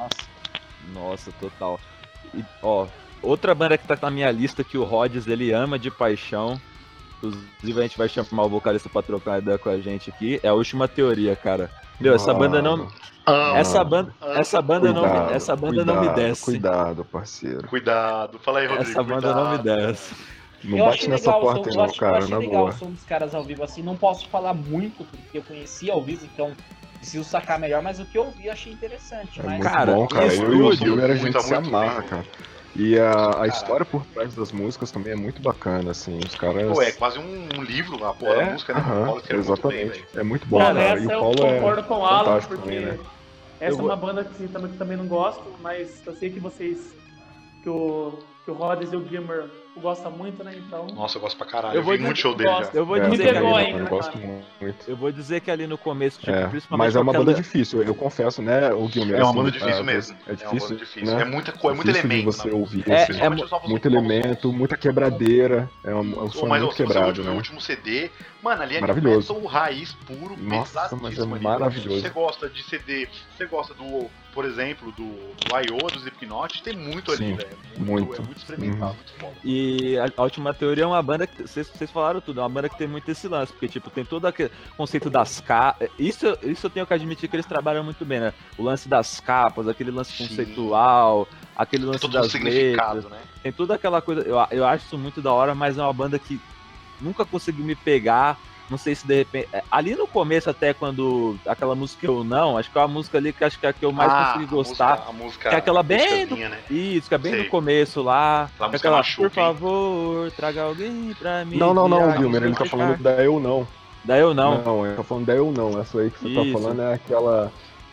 Nossa, total. E, ó, outra banda que tá na minha lista que o Rhodes, ele ama de paixão. Inclusive a gente vai chamar o vocalista pra trocar uma ideia com a gente aqui. É a Última Teoria, cara. Meu, essa banda não... Essa banda não me desce. Cuidado, parceiro. Cuidado. Fala aí, Rodrigo. Essa banda não me desce. Não Eu bate achei nessa legal porta aí eu não, cara, achei na legal boa. o som dos caras ao vivo assim. Não posso falar muito porque eu conheci ao vivo, então preciso sacar melhor, mas o que eu ouvi eu achei interessante. É Mas... muito Cara, bom, cara. isso Eu e o tudo, Gilmer, a muito, gente se muito amarra, bem, cara. E a história por trás das músicas também é muito bacana, assim. Os caras. Pô, é quase um livro, a porra da música, né? O Paulo escreveu muito bem, exatamente. velho. É muito bom, Cara, cara. E essa o eu Paulo concordo com o Alan, fantástico porque também, né? essa é uma banda que também não gosto, mas eu sei que vocês, que o Rhodes e o Gilmer gostam muito, né? Então. Nossa, eu gosto pra caralho. Eu Eu vou vi muito show dele já. Eu vou Me dizer que pegou ali, ainda, Eu gosto cara. muito. eu vou dizer que ali no começo, tipo, principalmente Mas é uma com banda aquela- difícil, eu confesso, né, o Gilmer? É uma assim, banda difícil mesmo. É É uma difícil, banda difícil. né? É muito Difícil de elemento. você na- ouvir, principalmente assim. os novos Muito novos elemento, sons. muita quebradeira. É um som Mas muito se você quebrado, ouvir o né? último CD, mano, ali é Maravilhoso. metal raiz puro, Nossa, pesadíssimo mas é ali. maravilhoso. Se você gosta de CD, se você gosta do, por exemplo, do I.O., do Slipknot, tem muito ali, Sim, velho. muito. É muito experimental, muito foda. E a Última Teoria é uma banda que, vocês falaram tudo, é uma banda que tem muito esse lance, porque, tipo, tem todo aquele conceito das capas, isso eu tenho que admitir que eles trabalham muito bem, né? O lance das capas, aquele lance Sim. conceitual, aquele lance Todo um das significado, letras, né? tem toda aquela coisa, eu acho isso muito da hora, mas é uma banda que nunca conseguiu me pegar, não sei se de repente, ali no começo até quando, aquela música Eu Não, acho que é uma música ali que acho que é a que eu mais consegui gostar, A música, que é aquela bem músicazinha, né? isso, que é bem Sei. no começo lá, Aquela música aquela, machuca, por hein? favor, traga alguém pra mim. Não, guiar, Gilmer, ele tá ficar. falando da Eu Não. Daí eu não. Não, ele tá falando da Eu Não. Essa aí que você Isso. tá falando é aquela.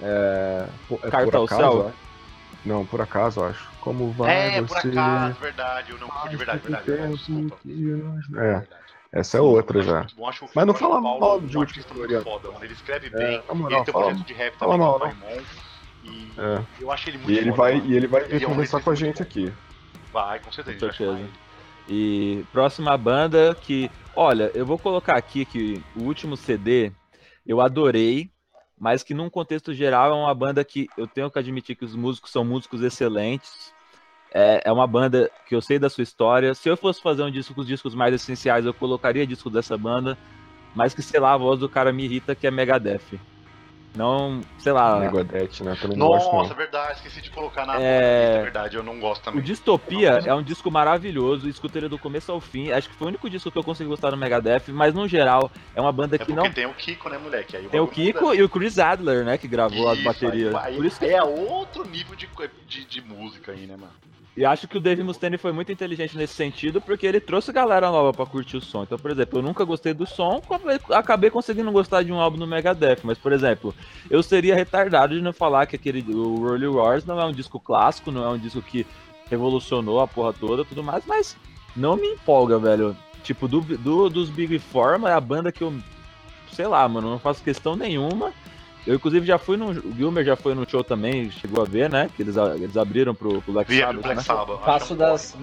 Carta por ao acaso, Céu? eu acho. Não, por acaso, eu acho. Como vai Por você? acaso, verdade. Eu não de verdade, desculpa. É, essa é outra já. Muito bom, acho Mas não o fala Paulo mal um de Última artista Teoria. muito foda, mano. Ele escreve bem, na moral, ele tem um fala- projeto de rap fala também mal, com o não. Paimon. E É. eu acho ele muito E ele foda, vai, mano. e ele vai Ele vir é um conversar artista com a muito gente bom. aqui. Vai, com certeza. Com certeza. Vai. E próxima banda que... Olha, eu vou colocar aqui que o último CD eu adorei, mas que num contexto geral é uma banda que eu tenho que admitir que os músicos são músicos excelentes. É uma banda que eu sei da sua história. Se eu fosse fazer um disco com os discos mais essenciais, eu colocaria disco dessa banda, mas que, sei lá, a voz do cara me irrita, que é Megadeth. Não, sei lá. Megadeth, né? Também não gosto, Nossa, não. verdade, esqueci de colocar na é verdade, eu não gosto O também. Dystopia é um disco maravilhoso, escuto ele do começo ao fim. Acho que foi o único disco que eu consegui gostar do Megadeth, mas no geral é uma banda que porque não. tem o Kiko, né, moleque? Aí Tem o bagulho Kiko muda. e o Chris Adler, né, que gravou as baterias. Aí, Por isso que é outro nível de música aí, né, mano? E acho que o Dave Mustaine foi muito inteligente nesse sentido, porque ele trouxe galera nova pra curtir o som. Então, por exemplo, eu nunca gostei do som, acabei conseguindo gostar de um álbum do Megadeth. Mas, por exemplo, eu seria retardado de não falar que o Roller Wars não é um disco clássico, não é um disco que revolucionou a porra toda e tudo mais, mas não me empolga, velho. Tipo, dos Big Four é a banda que eu, sei lá, mano, não faço questão nenhuma. Eu, inclusive, o Gilmer já foi no show também, chegou a ver, né? Que eles abriram pro Black Via Sabbath, Black né? Sabbath. Faço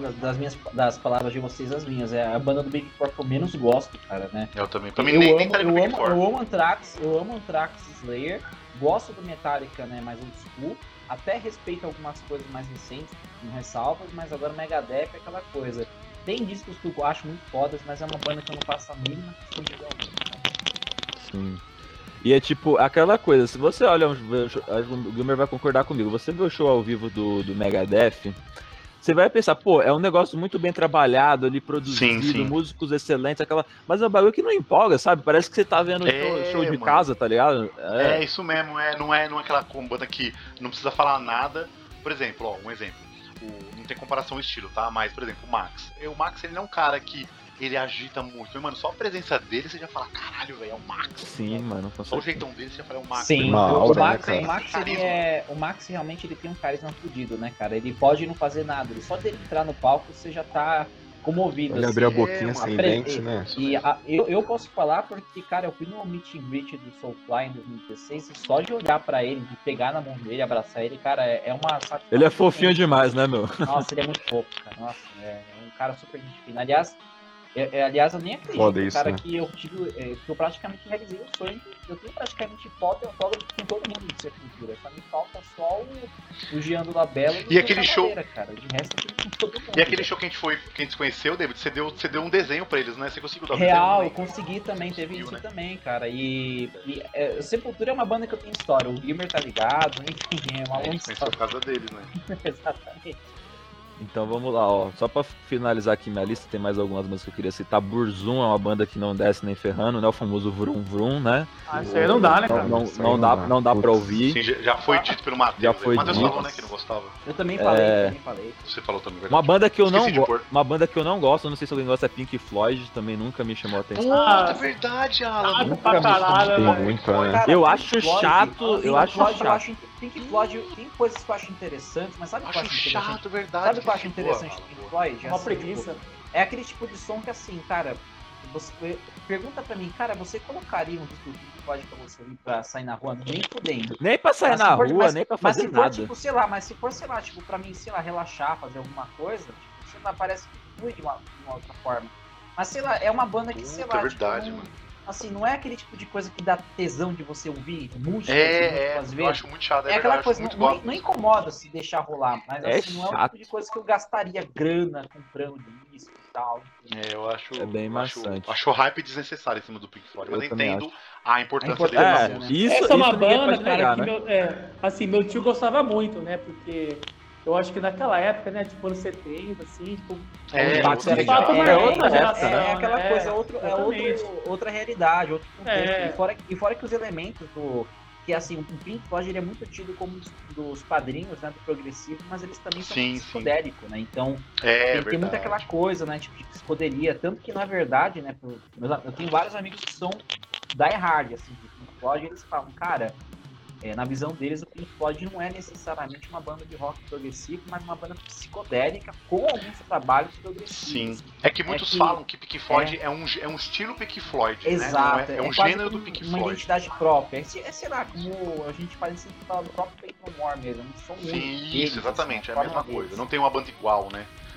das palavras de vocês as minhas. É a banda do Big Four que eu menos gosto, cara, né? Eu também. Pra mim, nem tá no Big Four. Eu amo Anthrax e Slayer. Gosto do Metallica, né? Mais old school. Até respeito algumas coisas mais recentes, com ressalvas, mas agora Megadeth é aquela coisa. Tem discos que eu acho muito fodas, mas é uma banda que eu não faço a mínima questão de ouvir. Sim. E é tipo, aquela coisa, se você olha, o Gilmer vai concordar comigo, você vê o show ao vivo do Megadeth, você vai pensar, pô, é um negócio muito bem trabalhado ali, produzido, Sim. músicos excelentes, mas é um bagulho que não empolga, sabe? Parece que você tá vendo show de mano. casa, tá ligado? É isso mesmo, não é aquela banda que não precisa falar nada. Por exemplo, ó, um exemplo. Não tem comparação ao estilo, tá? Mas, por exemplo, o Max. O Max, ele não é um cara que ele agita muito. Mas, mano, só a presença dele, você já fala, caralho, velho, é o Max. Sim, mano. Só o jeitão dele, você já fala, é o Max. Sim, O Max realmente ele tem um carisma fodido, né, cara? Ele pode não fazer nada. Só dele entrar no palco, você já tá comovido. Ele assim. abrir a boquinha sem dente, né? E eu posso falar porque, cara, eu fui no meet and greet do Soulfly em 2016 e só de olhar pra ele, de pegar na mão dele, abraçar ele, cara, é uma satisfação. Ele é fofinho demais, né, meu? Nossa, ele é muito fofo, cara. Nossa, é um cara super gente fina. Aliás, eu nem acredito, foda isso, cara, né? que eu praticamente realizei o sonho. Eu tenho praticamente foto com todo mundo de Sepultura. Só me falta só o Jean do Labella e aquele show, cara. De resto, eu tenho com todo mundo. E aquele show que a gente se conheceu, David, você deu um desenho pra eles, né? Você conseguiu dar um Real, desenho? eu consegui também, teve isso né? também, cara. Sepultura é uma banda que eu tenho história. O Gilmer tá ligado, enfim, é uma longa conheceu história. por causa deles, né? Exatamente. Então vamos lá, ó. Só pra finalizar aqui minha lista, tem mais algumas músicas que eu queria citar. Burzum é uma banda que não desce nem ferrando, né? O famoso Vrum Vrum, né? Isso aí não dá, né, cara? Não dá pra ouvir. Sim, já foi dito pelo Matheus. Já foi O Matheus dito. falou, né, que não gostava. Eu também falei. Você falou também, verdade. Uma banda que eu não Esqueci de pôr. uma banda que eu não gosto, não sei se alguém gosta, é Pink Floyd, também nunca me chamou a atenção. Puta, é verdade, Alan. Chato pra caralho, Tem velho. muita, né? Cara, Eu Pink acho Floyd, chato, Pink eu acho Floyd, chato. Pink Floyd tem coisas que eu acho interessantes, mas sabe o que eu Acho acho interessante? chato, verdade. Sabe o que eu acho Tipo, interessante do Pink Floyd? Uma Assim, preguiça. tipo, é aquele tipo de som que assim, cara, você pergunta pra mim, cara, você colocaria um disco do Pink Floyd pra você ir pra sair na rua? Nem fudendo. Nem pra sair Mas na se for- rua, mas- nem pra Mas fazer se for, nada. tipo, se for, tipo, pra mim, sei lá, relaxar, fazer alguma coisa, tipo, sei lá, parece que flui de uma outra forma. Mas, sei lá, é uma banda que, sei Puta, lá, é verdade, tipo, mano. assim, não é aquele tipo de coisa que dá tesão de você ouvir múltiplas Eu vezes. acho muito chato, É aquela coisa, não incomoda se deixar rolar, mas É assim, não é o chato. tipo de coisa que eu gastaria grana comprando disco e tal. Enfim. Eu acho. É bem eu acho maçante. o hype desnecessário em cima do Pink Floyd, mas Eu eu também entendo a importância A dele na importância, música. né? Isso, Essa é uma isso ninguém banda, pode cara, negar, que né? meu tio gostava muito, né? Porque eu acho que naquela época, né? Tipo, anos 70, assim, tipo. Impacto de era fato, diferente. é outra geração. É aquela né? coisa, Exatamente. outra realidade, outro contexto. É. E fora que os elementos do. Que assim, o Pink Floyd ele é muito tido como um dos padrinhos, né, do progressivo, mas eles também são Sim, muito sim. psicodélico, né? Então tem muita aquela verdade. coisa, né, tipo de psicodelia, tanto que na verdade, né, eu tenho vários amigos que são die hard, assim, de Pink Floyd, e eles falam, cara, na visão deles o Pink Floyd não é necessariamente uma banda de rock progressivo, mas uma banda psicodélica com alguns trabalhos progressivos. Sim. É que muitos falam que Pink Floyd é um estilo Pink Floyd, Exato, né? Não é um quase gênero do como Pink uma Floyd. identidade própria. Sei lá, como a gente parece sempre falar do próprio Faith No More mesmo, um som único Sim, deles, isso, exatamente, assim, é a mesma forma coisa. deles. Não tem uma banda igual, né?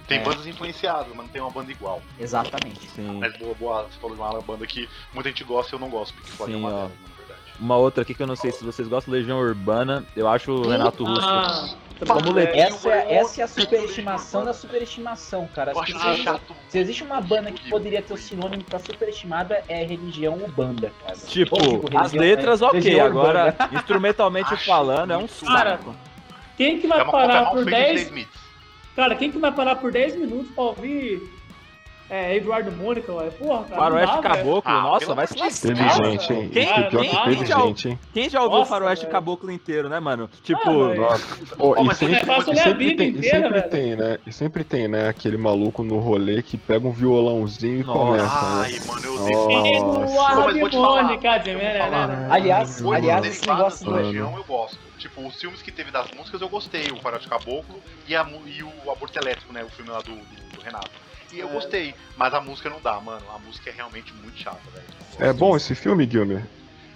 Tem bandas influenciadas, mas não tem uma banda igual. Exatamente. Sim. Mas boa, você falou de uma banda que muita gente gosta e eu não gosto, Pink Floyd é uma Sim, ó. delas, na verdade. Uma outra aqui que eu não sei se vocês gostam, Legião Urbana. Eu acho o Renato Russo. Como Essa é a superestimação da superestimação, cara. Eu acho isso chato. Se existe uma banda que poderia ter o sinônimo pra superestimada, é religião ou banda, cara. Tipo, Ou, as letras ok, religião agora, urbana. instrumentalmente Acho falando, é um muito Cara, saco. Quem que É vai uma cópia parar mal por feita de 10... The Smiths. Cara, quem que vai parar por 10 minutos pra ouvir Eduardo Mônica, ué? Porra, cara. Faroeste não dá, velho. Caboclo, Ah, nossa, pelo vai amor se de Deus. lascar. Teve gente, hein? Quem- Isso, pior quem- que teve quem- gente, hein? Quem já ouviu Nossa, Faroeste velho. Caboclo inteiro, né, mano? Tipo, velho. Ô, mas e eu sempre, faço e minha sempre vida tem, inteira, e sempre velho. tem, né? E sempre tem, né? Aquele maluco no rolê que pega um violãozinho e Nossa. começa, Ai, né? mano, eu Nossa. odeio. Eduardo vou te falar, Mônica, eu vou falar. Aliás, Coisas esse derivadas negócio do do... Legião eu gosto. Tipo, os filmes que teve das músicas eu gostei. O Faroeste Caboclo e o Aborto Elétrico, né? O filme lá do Renato. E eu gostei. Mas a música não dá, mano. A música é realmente muito chata, velho. É bom esse filme, Gilmer?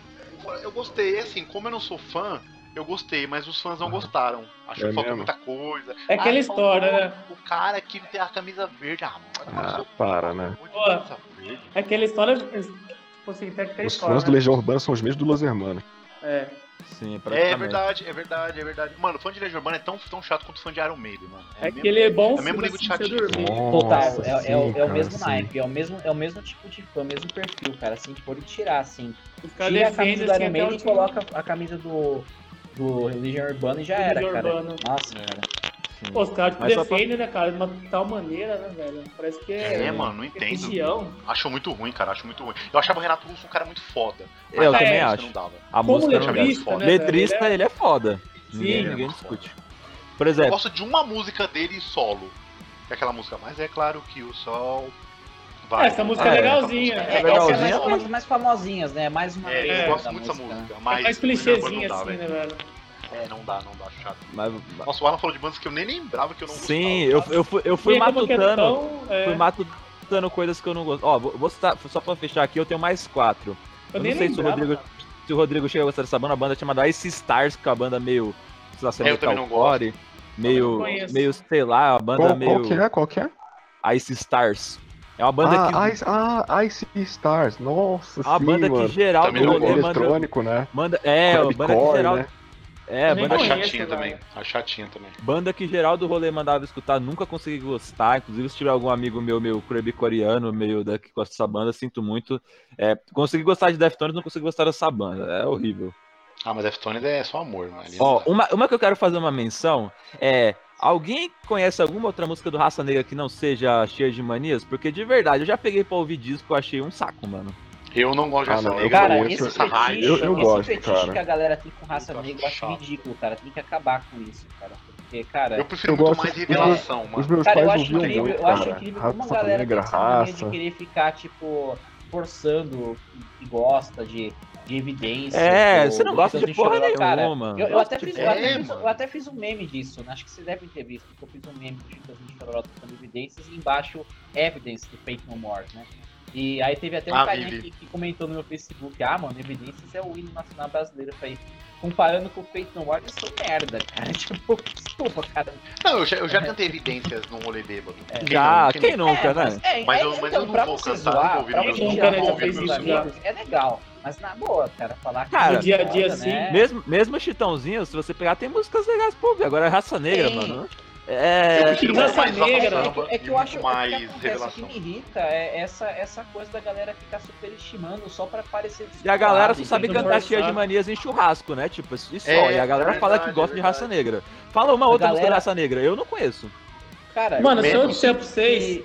Eu gostei, assim, como eu não sou fã, eu gostei, mas os fãs não gostaram. Acho É que faltou mesmo? muita coisa. É aquela Ai, história, faltou né? O cara que tem a camisa verde. Ah, mano, eu sou para, né? muito Pô. camisa verde. É aquela história. Tipo assim, tem aquela Os história. fãs do né? Legião Urbana são os mesmos do Los Hermanos. É. sim, É praticamente. verdade, é verdade. Mano, fã de Legião Urbana é tão chato quanto fã de Iron Maiden, mano. É que ele é bom é mesmo nível de pra você chatinho. dormir. Total, Nossa, é sim, o cara, mesmo sim. naipe, é o mesmo tipo de fã, mesmo perfil, cara, assim, que pode tirar, assim. Os caras Tira a defendem camisa do assim Iron até o Maiden e último- coloca a camisa do Legião Urbana e já Do era, Legião cara. Urbana. Nossa, cara. Sim. Pô, os caras Mas só pra- defendem, né, cara? De uma tal maneira, né, velho? Parece que É, mano, não é entendo. religião. Acho muito ruim, cara, acho muito ruim. Eu achava o Renato Russo um cara muito foda. Eu a também música acho. Não dava. A Como música não letrista, deve. né, Letrista, velho? ele é foda. Sim, Ninguém ele é muito discute. Por Eu exemplo, gosto de uma música dele solo. Que é aquela música, mas é claro que o sol Essa música é legalzinha. essa É, música essa legalzinha, é mais, uma das mais famosinhas, né? Mais uma É, vez eu gosto da muito dessa música. É Mas mais o Legião Urbana clichêzinha não dá, assim, né, velho. velho? É, não dá, acho chato. mas- Nossa, o Alan falou de bandas que eu nem lembrava que eu não sim, gostava. eu fui E como que é matutando. tão, Fui matutando coisas que eu não gosto. Ó, vou citar, só pra fechar aqui, eu tenho mais 4. Eu nem não sei se o lembrava, Rodrigo, cara. se o Rodrigo chega a gostar dessa banda, a banda é chamada Ice Stars, que é uma banda meio, sei lá, se Eu também não metalcore, meio, não conheço. meio, sei lá, uma banda meio Qual que é? Ice Stars. É uma banda que Ice Stars, nossa, a sim, banda mano. que geral Também do não rolê gosto. manda, Eletrônico, né? manda é, a banda que Crabcore, geral né? é, Eu nem banda A que, conheço, chatinha velho. também. A chatinha também. banda que geral do rolê mandava escutar, nunca consegui gostar. Inclusive, se tiver algum amigo meu crab coreano, meio que gosta dessa banda, sinto muito. Consegui gostar de Deftones, não consegui gostar dessa banda. É horrível. Ah, mas Deftones é só amor, mano. Ali não Ó, dá. uma que eu quero fazer uma menção é. Alguém conhece alguma outra música do Raça Negra que não seja cheia de manias? Porque de verdade, eu já peguei pra ouvir disco, eu achei um saco, mano. Eu não gosto de Raça não, eu Negra. Cara, conheço, esse essa raiva. fetiche, eu esse gosto, fetiche cara. que a galera tem com raça Eu acho negra, eu acho chato. ridículo, cara. Tem que acabar com isso, cara. Porque, cara, Eu prefiro Eu muito gosto- mais revelação, Os mano. meus cara, eu pais acho ouviam incrível, muito, eu acho cara. incrível como a Raça galera Negra, tem essa mania de raça. querer ficar, tipo, forçando que gosta de evidência. Você não gosta de Chitãozinho porra Chororó, cara. nenhuma. Eu Gosta até de fiz, porra eu até fiz um meme disso, né? Acho que vocês devem ter visto, porque eu fiz um meme do Chitãozinho Chororó tocando evidências e embaixo Evidence do Faith No More, né? E aí teve até um carinha vi. que comentou no meu Facebook, mano, Evidências é o hino nacional brasileiro. Eu falei, comparando com o Faith No More, eu sou merda, cara. Tipo, desculpa, cara. Não, eu já cantei evidências num rolê bêbado. Quem nunca, né? Mas eu não pra vou você cantar, zoar, não vou pra ouvir você meu- tirar nunca com fez seus isso, já. amigos, é legal. Mas na boa, cara, falar que Cara, No dia a dia, foda, assim, né? Mesmo Chitãozinho, se você pegar, tem músicas legais pra ouvir. Agora é Raça Negra, Tem. mano. Eu prefiro muito Raça mais Negra, samba É que e eu acho muito que mais o que acontece, o que revelação. me irrita é essa coisa da galera ficar superestimando só pra parecer E a galera só descolado, sabe entendeu? cantar cheia de manias em churrasco, né? Tipo, e só. É, E a galera é fala verdade, que gosta é de Raça verdade. Negra. Fala uma outra música galera- da Raça Negra. Eu não conheço. Cara, Mano, se eu menos disser pra vocês.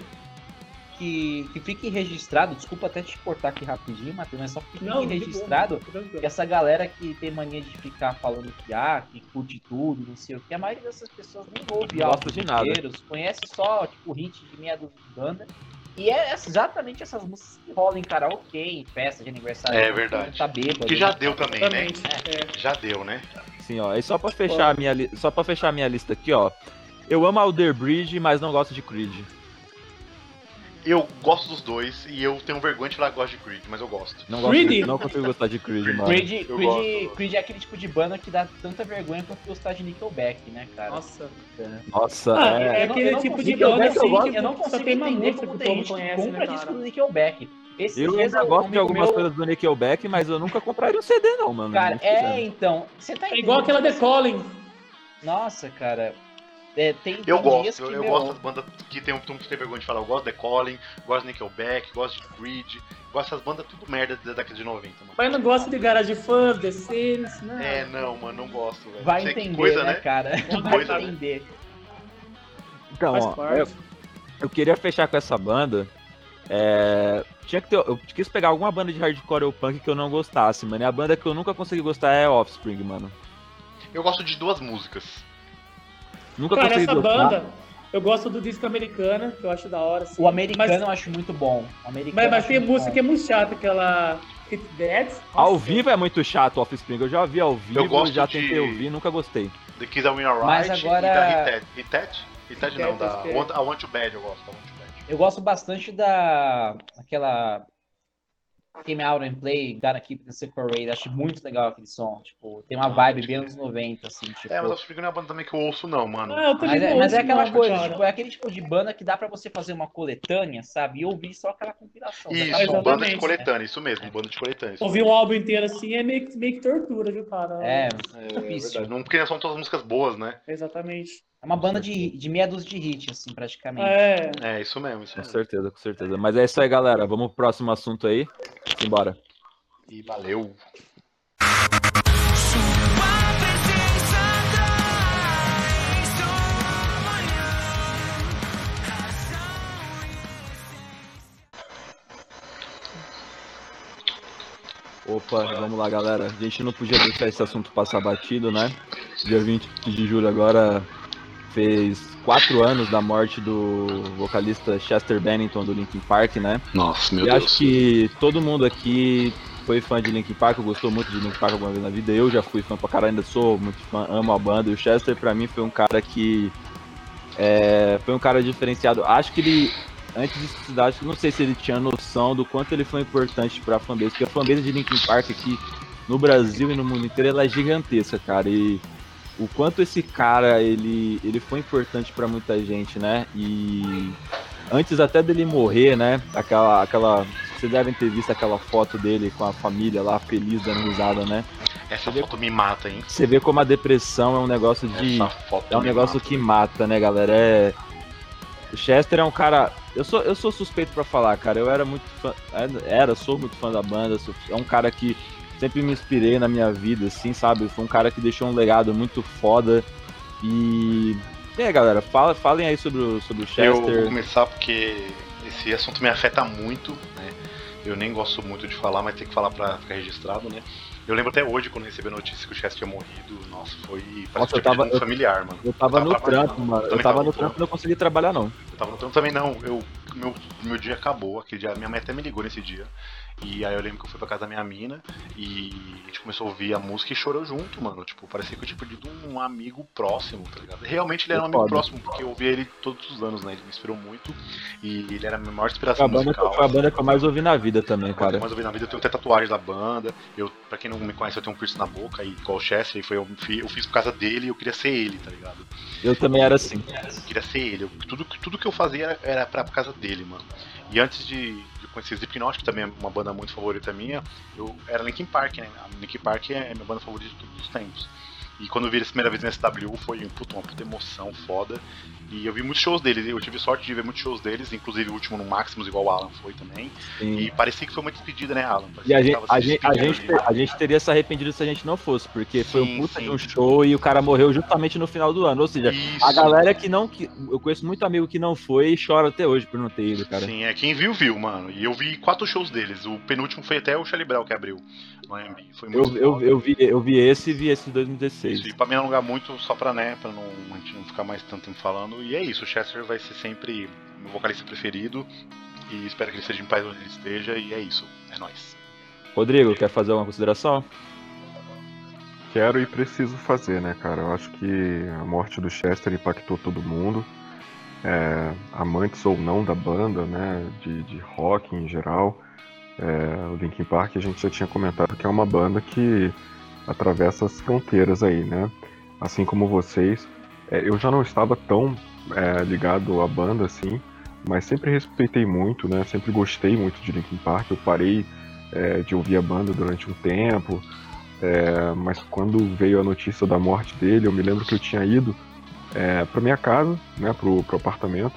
que fique registrado, desculpa até te cortar aqui rapidinho, Matheus, mas só que fique Não, de boa, registrado tranquilo. que essa galera que tem mania de ficar falando que curte tudo, não sei o que, a maioria dessas pessoas nem ouve Não gosta álbuns de nada. inteiros, conhece só, tipo, hit de meia dúzia de banda. E é exatamente essas músicas que rolam em karaokê, em festa de aniversário. É quando verdade. Tá bêbado. Que já né? deu também, né? Exatamente. É. Já deu, né? Sim, ó. E só pra fechar a minha lista aqui, ó. Eu amo Alder Bridge, mas não gosto de Creed. Eu gosto dos dois e eu tenho vergonha de falar que gosto de Creed, mas eu gosto. Não consigo gostar de Creed, mano. Creed é aquele tipo de banda que dá tanta vergonha quanto gostar de Nickelback, né, cara? Nossa, é aquele tipo de banda assim que eu não só consigo tem uma entender música como que o tem povo gente que conhece, compra né, disco cara? do Nickelback. Eu ainda gosto de algumas coisas do Nickelback, mas eu nunca compraria um CD não, mano. Cara, Muito sincero. então, você tá É igual aquela The Calling. Nossa, cara, tem Eu dias gosto, que, eu gosto das bandas que tem todo mundo que tem vergonha de falar. Eu gosto de The Calling, gosto de Nickelback, gosto de Creed, gosto dessas bandas tudo merda daquele de 90, mano. Mas não gosta de Garage Fãs, The Sims, né? Não, mano, não gosto, velho. vai Sei que entender, coisa, né, cara? Que Vai coisa, né? entender. Então, Faz ó, parte. eu queria fechar com essa banda. Eu quis pegar alguma banda de hardcore ou punk que eu não gostasse, mano. E a banda que eu nunca consegui gostar é Offspring, mano. Eu gosto de duas músicas. Nunca Cara, consegui essa gostar. banda, eu gosto do disco americano, que eu acho da hora. Assim. O americano Mas- eu acho muito bom. O americano Mas eu tem acho música muito que é muito chata, aquela Hit Dead. Ao vivo é muito chato o Offspring. Eu já ouvi ao vivo, gosto já de- tentei ouvir, nunca gostei. The Kids Are Winning Alright Mas agora- e da Hitet? Hitet não, da acho que é. I Want You Bad eu gosto, I Want You Bad. Eu gosto bastante aquela Came Out and Play, Gotta Keep the Separate. Acho muito legal aquele som. Tipo, tem uma vibe bem anos 90, assim, tipo. Mas Offspring não é uma banda também que eu ouço não, mano. Ah, eu também não Mas é ouço aquela muito, coisa, cara. tipo, é aquele tipo de banda que dá pra você fazer uma coletânea, sabe? E ouvir só aquela compilação. Isso, Já tá bom. banda de exatamente. coletânea, isso mesmo, banda de coletânea. Isso Ouvir um álbum inteiro assim é meio que tortura, viu, cara? É, é vício. verdade. Não, porque são todas músicas boas, né? Exatamente. É uma banda de meia dúzia de hit, assim, praticamente. É. Isso mesmo, isso Com mesmo. certeza, com certeza. Mas é isso aí, galera. Vamos pro próximo assunto aí. Simbora. E valeu. Opa, vamos lá, galera. A gente não podia deixar esse assunto passar batido, né? Dia 20 de julho agora fez 4 anos da morte do vocalista Chester Bennington do Linkin Park, né? Nossa, meu E Deus. acho que todo mundo aqui foi fã de Linkin Park, gostou muito de Linkin Park alguma vez na vida. Eu já fui fã pra caralho, ainda sou muito fã, amo a banda. E o Chester, pra mim, foi um cara que... foi um cara diferenciado. Acho que ele, antes de estudar, acho que não sei se ele tinha noção do quanto ele foi importante pra fanbase. Porque a fanbase de Linkin Park aqui no Brasil e no mundo inteiro, ela é gigantesca, cara. E o quanto esse cara, ele foi importante pra muita gente, né? E antes até dele morrer, né? Aquela vocês devem ter visto aquela foto dele com a família lá, feliz, dando risada, né? Essa foto me mata, hein? Você vê como a depressão é um negócio de... Essa foto É um me negócio mata. que mata, né, galera? O Chester é um cara... Eu sou suspeito pra falar, cara. Eu era muito fã... Sou muito fã da banda. É um cara que sempre me inspirei na minha vida, assim, sabe? Foi um cara que deixou um legado muito foda. E aí, galera, falem aí sobre o Eu Chester. vou começar porque esse assunto me afeta muito, né? Eu nem gosto muito de falar, mas tem que falar pra ficar registrado, né? Eu lembro até hoje, quando eu recebi a notícia que o Chester tinha morrido, nossa, foi... Nossa, Parece que tinha perdido um familiar, mano. Eu tava no trabalhando. trampo, mano. Eu Também tava tava no trampo e não consegui trabalhar, não. Eu tava no trampo também não. Meu dia acabou, aquele dia, minha mãe até me ligou nesse dia. E aí eu lembro que eu fui pra casa da minha mina e a gente começou a ouvir a música e chorou junto, mano. Tipo, parecia que eu tinha perdido um amigo próximo, tá ligado? Realmente ele era um amigo Foda. próximo, porque eu ouvia ele todos os anos, né? Ele me inspirou muito e ele era a minha maior Foi inspiração a banda, musical. foi a banda que eu mais ouvi na vida também, cara. Mas eu vi na vida, eu tenho até tatuagens da banda. Pra quem não me conhece, eu tenho um piercing na boca, e igual o Chester, eu fiz por causa dele e eu queria ser ele, tá ligado? Eu também era assim. Eu queria ser ele. Tudo que eu fazia era por causa dele, mano. E antes de conhecer Slipknot, que também é uma banda muito favorita minha, eu era Linkin Park, né? A Linkin Park é minha banda favorita de todos os tempos. E quando eu vi eles a primeira vez no SW, foi uma puta emoção foda. E eu vi muitos shows deles, eu tive sorte de ver muitos shows deles, inclusive o último no Maximus, igual o Alan foi também. Sim. E parecia que foi uma despedida, né, Alan? E Parecia que tava se despedindo a gente teria se arrependido se a gente não fosse, porque foi um Sim, puta sim. de um show e o cara morreu justamente no final do ano. Ou seja, Isso. a galera eu conheço muito amigo que não foi e chora até hoje por não ter ido, cara. Sim, quem viu, mano. E eu vi 4 shows deles. O penúltimo foi até o Charlie Brown que abriu no AMB. Foi muito foda. Eu vi esse e vi esse de 2016. Isso, e pra me alongar muito, só pra, né, pra a gente não ficar mais tanto tempo falando. E é isso, o Chester vai ser sempre meu vocalista preferido. E espero que ele seja em paz onde ele esteja. E é isso, é nóis. Rodrigo, quer fazer alguma consideração? Quero e preciso fazer, né, cara? Eu acho que a morte do Chester impactou todo mundo. amantes ou não da banda, né, de rock em geral, o Linkin Park a gente já tinha comentado que é uma banda que atravessa as fronteiras aí, né? Assim como vocês, eu já não estava tão ligado à banda assim, mas sempre respeitei muito, né? Sempre gostei muito de Linkin Park. Eu parei de ouvir a banda durante um tempo, mas quando veio a notícia da morte dele, eu me lembro que eu tinha ido para minha casa, né? Pro apartamento.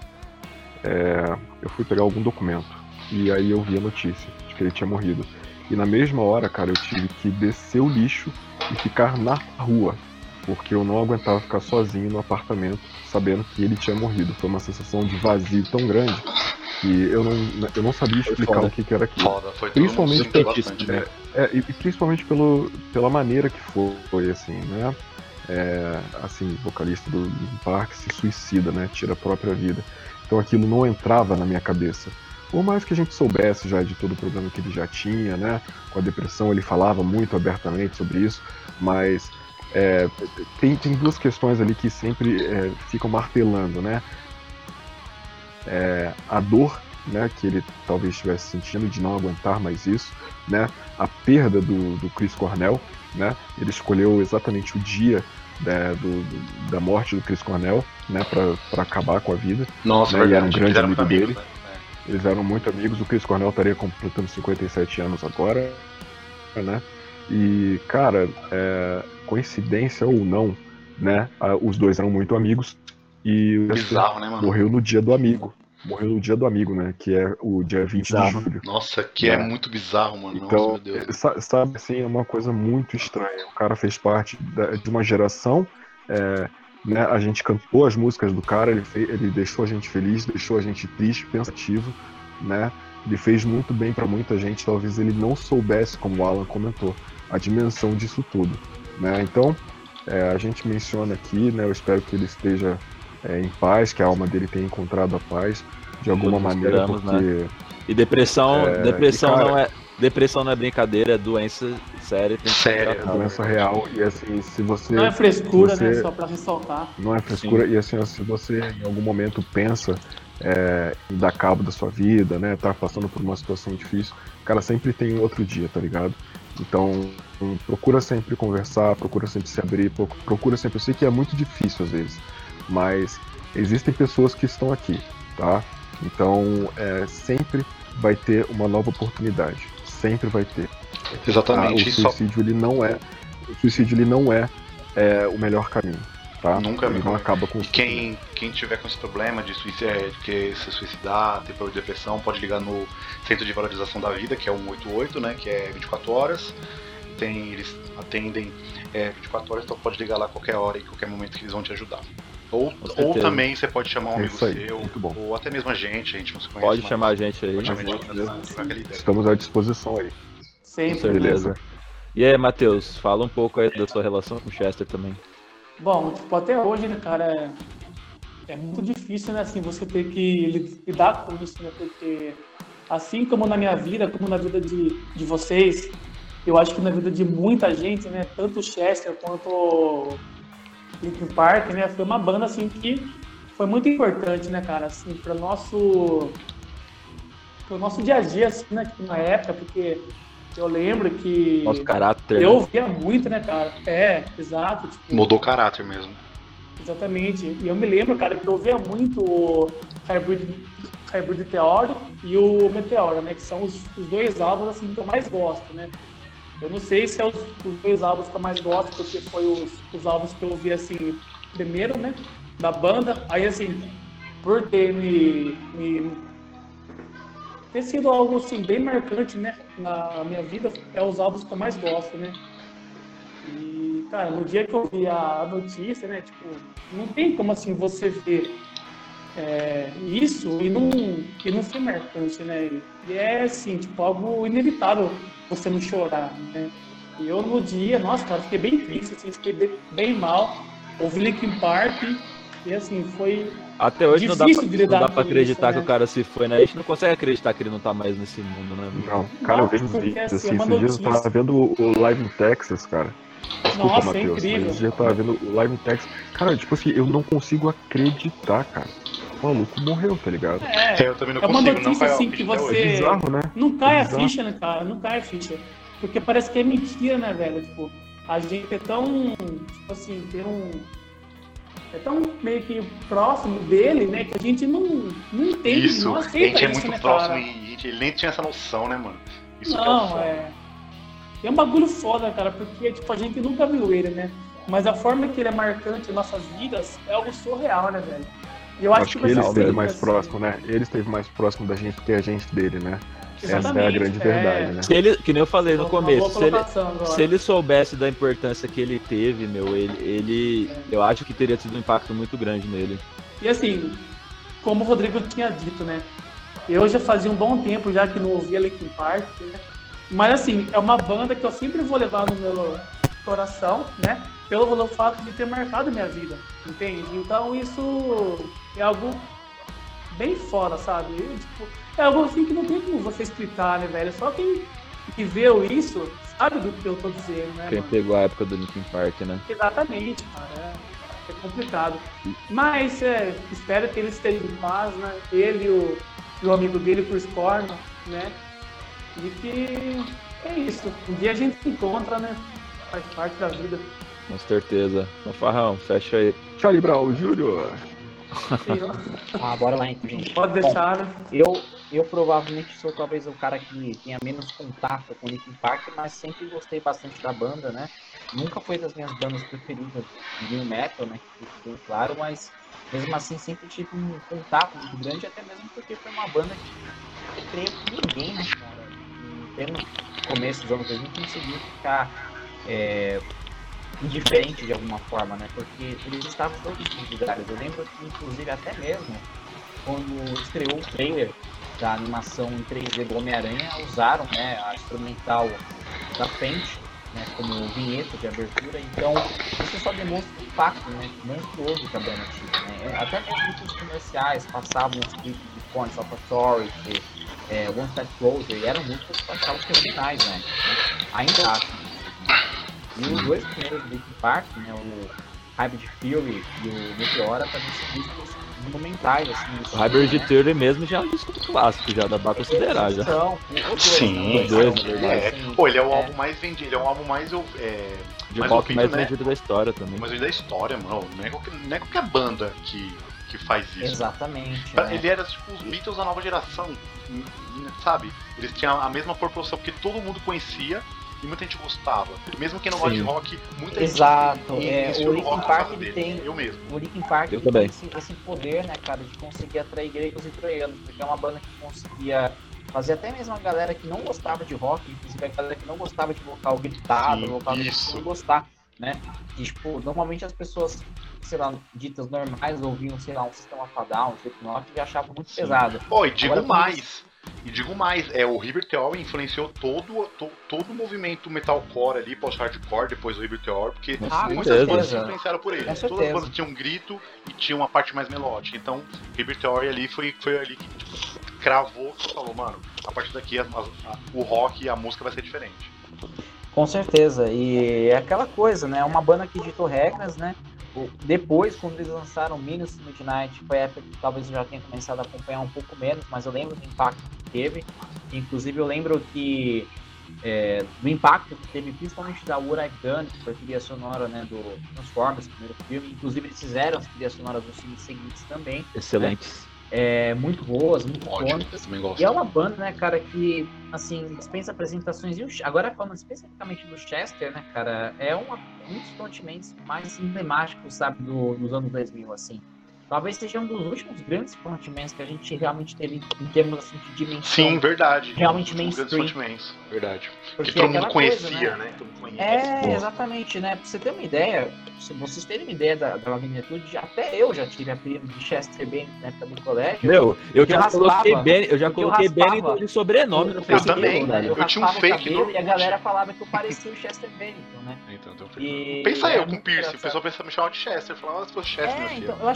Eu fui pegar algum documento e aí eu vi a notícia de que ele tinha morrido. E na mesma hora, cara, eu tive que descer o lixo e ficar na rua, porque eu não aguentava ficar sozinho no apartamento sabendo que ele tinha morrido. Foi uma sensação de vazio tão grande que eu não sabia explicar o que era aquilo. Foda, foi Principalmente, bastante, né? e principalmente pela maneira que foi, assim, né? Assim, o vocalista do Linkin Park se suicida, né? Tira a própria vida. Então aquilo não entrava na minha cabeça. Por mais que a gente soubesse já de todo o problema que ele já tinha, né? Com a depressão, ele falava muito abertamente sobre isso, mas tem duas questões ali que sempre ficam martelando, né? A dor, né, que ele talvez estivesse sentindo de não aguentar mais isso, né? A perda do Chris Cornell, né? Ele escolheu exatamente o dia da morte do Chris Cornell, né, para acabar com a vida. Nossa, né? verdade. E era um grande amigo amigos, dele. né? Eles eram muito amigos. O Chris Cornell estaria completando 57 anos agora, né? E, cara, coincidência ou não, né? Os dois eram muito amigos e o Bizarro, né, mano? morreu no dia do amigo. Morreu no dia do amigo, né? Que é o dia 20 de Bizarro. julho. Nossa, que é Né? muito bizarro, mano. Nossa, Então, meu Deus. sabe assim, é uma coisa muito estranha. O cara fez parte de uma geração, né? A gente cantou as músicas do cara, ele deixou a gente feliz, deixou a gente triste, pensativo, né? Ele fez muito bem pra muita gente, talvez ele não soubesse, como o Alan comentou, a dimensão disso tudo, né? Então, a gente menciona aqui, né? Eu espero que ele esteja em paz, que a alma dele tenha encontrado a paz de alguma Todos maneira, esperamos, porque né? E depressão cara, depressão não é brincadeira, é doença séria, tem que ser Séria. é tratada. doença real. E assim, se você Não é frescura, você- né? Só pra ressaltar. não é frescura, e assim, ó, se você em algum momento pensa em dar cabo da sua vida, né, tá passando por uma situação difícil, cara, sempre tem um outro dia, tá ligado? Então, procura sempre conversar, procura sempre se abrir, procura sempre, eu sei que é muito difícil às vezes, mas existem pessoas que estão aqui, tá? Então, sempre vai ter uma nova oportunidade, sempre vai ter. Exatamente. O suicídio, ele não é o melhor caminho, tá? Nunca ele me não acaba com o E quem tiver com esse problema de que se suicidar, ter problema de depressão, pode ligar no Centro de Valorização da Vida, que é o 188, né? Que é 24 horas. Eles atendem 24 horas, então pode ligar lá a qualquer hora e qualquer momento que eles vão te ajudar. Ou certeza. também você pode chamar um amigo isso aí, seu, muito bom. ou até mesmo a gente não se conhece. Pode mas chamar a gente aí. pode chamar a gente pra trocar aquela ideia. Estamos à disposição aí. Sempre. Beleza. E aí, Matheus, fala um pouco aí da sua relação com o Chester também. Bom, tipo, até hoje, né, cara, é muito difícil, né, assim, você ter que lidar com isso, né, porque assim como na minha vida, como na vida de vocês, eu acho que na vida de muita gente, né, tanto o Chester quanto o Linkin Park, né, foi uma banda, assim, que foi muito importante, né, cara, assim, pro nosso dia a dia, assim, né, tipo, na época, porque eu lembro que Nosso caráter. eu né? ouvia muito, né, cara, exato, tipo, Mudou o caráter mesmo. exatamente. E eu me lembro, cara, que eu ouvia muito o Hybrid Theory e o Meteora, né? Que são os dois álbuns, assim, que eu mais gosto, né? Eu não sei se é os dois álbuns que eu mais gosto, porque foi os álbuns que eu ouvi, assim, primeiro, né? Da banda. Aí, assim, por ter ter sido algo, assim, bem marcante, né? Na minha vida, é os álbuns que eu mais gosto, né? E, cara, no dia que eu vi a notícia, né, tipo, não tem como, assim, você ver isso e não ser marcante, né? E é, assim, tipo, algo inevitável você não chorar, né? E eu, no dia, nossa, cara, fiquei bem triste, assim, fiquei bem mal. Ouvi Linkin Park e, assim, foi... Até hoje não dá difícil de lidar pra com acreditar isso, que né? o cara se foi, né? A gente não consegue acreditar que ele não tá mais nesse mundo, né? Não, cara, eu vejo os porque, vídeos assim, assim, é uma esses dias eu tava notícia. vendo o Live no Texas, cara. Desculpa, Nossa, é Matheus, incrível. mas esses dias eu tava vendo o Live no Texas. Cara, tipo assim, eu não consigo acreditar, cara. O maluco morreu, tá ligado? Eu também não É uma consigo, não notícia cai assim a que ficha até você. hoje. É bizarro, né? Não cai a Bizarro. ficha, né, cara? Não cai a ficha. Porque parece que é mentira, né, velho? Tipo, a gente é tão. Tipo assim, é tão meio que próximo dele, né? Que a gente não entende, Isso, não a aceita gente é isso, muito né, próximo cara? e ele nem tinha essa noção, né, mano? Isso que é o Não, foda. é um bagulho foda, cara, porque tipo, a gente nunca viu ele, né? Mas a forma que ele é marcante em nossas vidas é algo surreal, né, velho? E eu acho que vai ele ser esteve sempre mais assim. próximo, né? Ele esteve mais próximo da gente que a gente dele, né? Essa é a Exatamente, grande verdade, né? Se ele, que nem eu falei no Uma boa começo, colocação agora. se ele soubesse da importância que ele teve, eu acho que teria tido um impacto muito grande nele. E assim, como o Rodrigo tinha dito, né? Eu já fazia um bom tempo já que não ouvia Linkin Park, né? Mas assim, é uma banda que eu sempre vou levar no meu coração, né? Pelo fato de ter marcado minha vida, entende? Então isso é algo bem fora, sabe? Tipo, é algo assim que não tem como você explicar, né, velho? Só quem viveu isso sabe do que eu tô dizendo, né? Quem mano? pegou a época do Linkin Park, né? Exatamente, cara. É complicado. Mas espero que ele esteja em paz, né? Ele e o amigo dele, Chris Cornell, né? E que é isso. Um dia a gente se encontra, né? Faz parte da vida. Com certeza. Então, Farrão, fecha aí. Charlie Brown Jr. Bora lá então, gente. Pode Bom, deixar, né? eu provavelmente sou talvez o cara que tenha menos contato com Linkin Park, mas sempre gostei bastante da banda, né? Nunca foi das minhas bandas preferidas de new metal, né? Que fique bem claro, mas mesmo assim sempre tive um contato muito grande, até mesmo porque foi uma banda que eu creio que ninguém, né, cara, em pleno começo dos anos 2000 conseguiu ficar indiferente de alguma forma, né? Porque eles estavam em todos os lugares. Eu lembro que, inclusive, até mesmo quando estreou o trailer da animação em 3D do Homem-Aranha, usaram, né, a instrumental da Paint, né, como vinheta de abertura. Então, isso só demonstra o impacto, né, monstruoso que a banda tinha, né? Até mesmo os comerciais passavam os clipes de Points of Authority, One Step Closer, e eram músicas que passavam fenomenais, né? Ainda acho. E os dois primeiros do Linkin Park, né, o Hybrid Theory e o Meteora, também são discos monumentais, assim. O Hybrid né? Theory mesmo já é um disco clássico, já dá pra considerar, já. São, Sim, os dois, são, na verdade. assim, Pô, ele é o álbum mais vendido, ele é o álbum mais De mais rock ouvido, mais né? vendido da história também. Mais vendido da história, mano. Não é qualquer banda que faz isso. Exatamente. Né? Ele era tipo os Beatles da nova geração, sabe? Eles tinham a mesma proporção, porque todo mundo conhecia e muita gente gostava. Mesmo quem não gosta de rock, muita Exato. gente O Linkin rock Park por causa ele dele. tem. Eu mesmo. O Linkin Park Eu ele também. tem esse poder, né, cara, de conseguir atrair gregos e troianos, porque é uma banda que conseguia fazer até mesmo a galera que não gostava de rock, inclusive a galera que não gostava de vocal gritado, Sim, vocal isso. de gostar, né? E, tipo, normalmente as pessoas, sei lá, ditas normais ouviam, sei lá, um System of a Down, um Slipknot e achavam muito pesado. Pô, e digo Agora, mais. O River Theory influenciou todo o movimento metalcore ali, post-hardcore, depois do River Theory, porque muitas certeza. bandas se influenciaram por ele. Com Todas as certeza. bandas tinham um grito e tinha uma parte mais melódica. Então, River Theory ali foi ali que tipo, cravou, que falou, mano, a partir daqui o rock e a música vai ser diferente. Com certeza, e é aquela coisa, né? Uma banda que ditou regras, né? Depois, quando eles lançaram Minus Midnight, foi a época que talvez eu já tenha começado a acompanhar um pouco menos, mas eu lembro do impacto que teve. Inclusive, eu lembro que do impacto que teve, principalmente da What I've Done, que foi a trilha sonora, né, do Transformers, primeiro filme. Inclusive, eles fizeram as trilhas sonoras dos filmes seguintes também. Excelentes. Muito boas, muito Ótimo, icônicas. também gosto. E é uma banda, né, cara, que, assim, dispensa apresentações. E agora, falando especificamente do Chester, né, cara, um dos frontmans mais emblemáticos, sabe, dos anos 2000, assim. Talvez seja um dos últimos grandes frontmans que a gente realmente teve em termos, assim, de dimensão. Sim, verdade. Realmente Um dos grandes mainstream. frontmans, verdade. Porque Que todo mundo aquela conhecia, coisa, né? Todo mundo conhece. Exatamente, né? Pra você ter uma ideia, se vocês terem uma ideia da magnitude, até eu já tive apelido de Chester Bennett na época do colégio. Meu, eu já coloquei raspava. Bennett de sobrenome no Eu Facebook. também, velho. eu tinha um raspava o fake cabelo do e a galera falava que eu parecia o Chester Bennington, né? Então, E pensa é eu com muito piercing, o engraçado. pessoal pensa me chamar de Chester. Eu falava, se fosse Chester, meu filho. Então, eu acho que todo Tava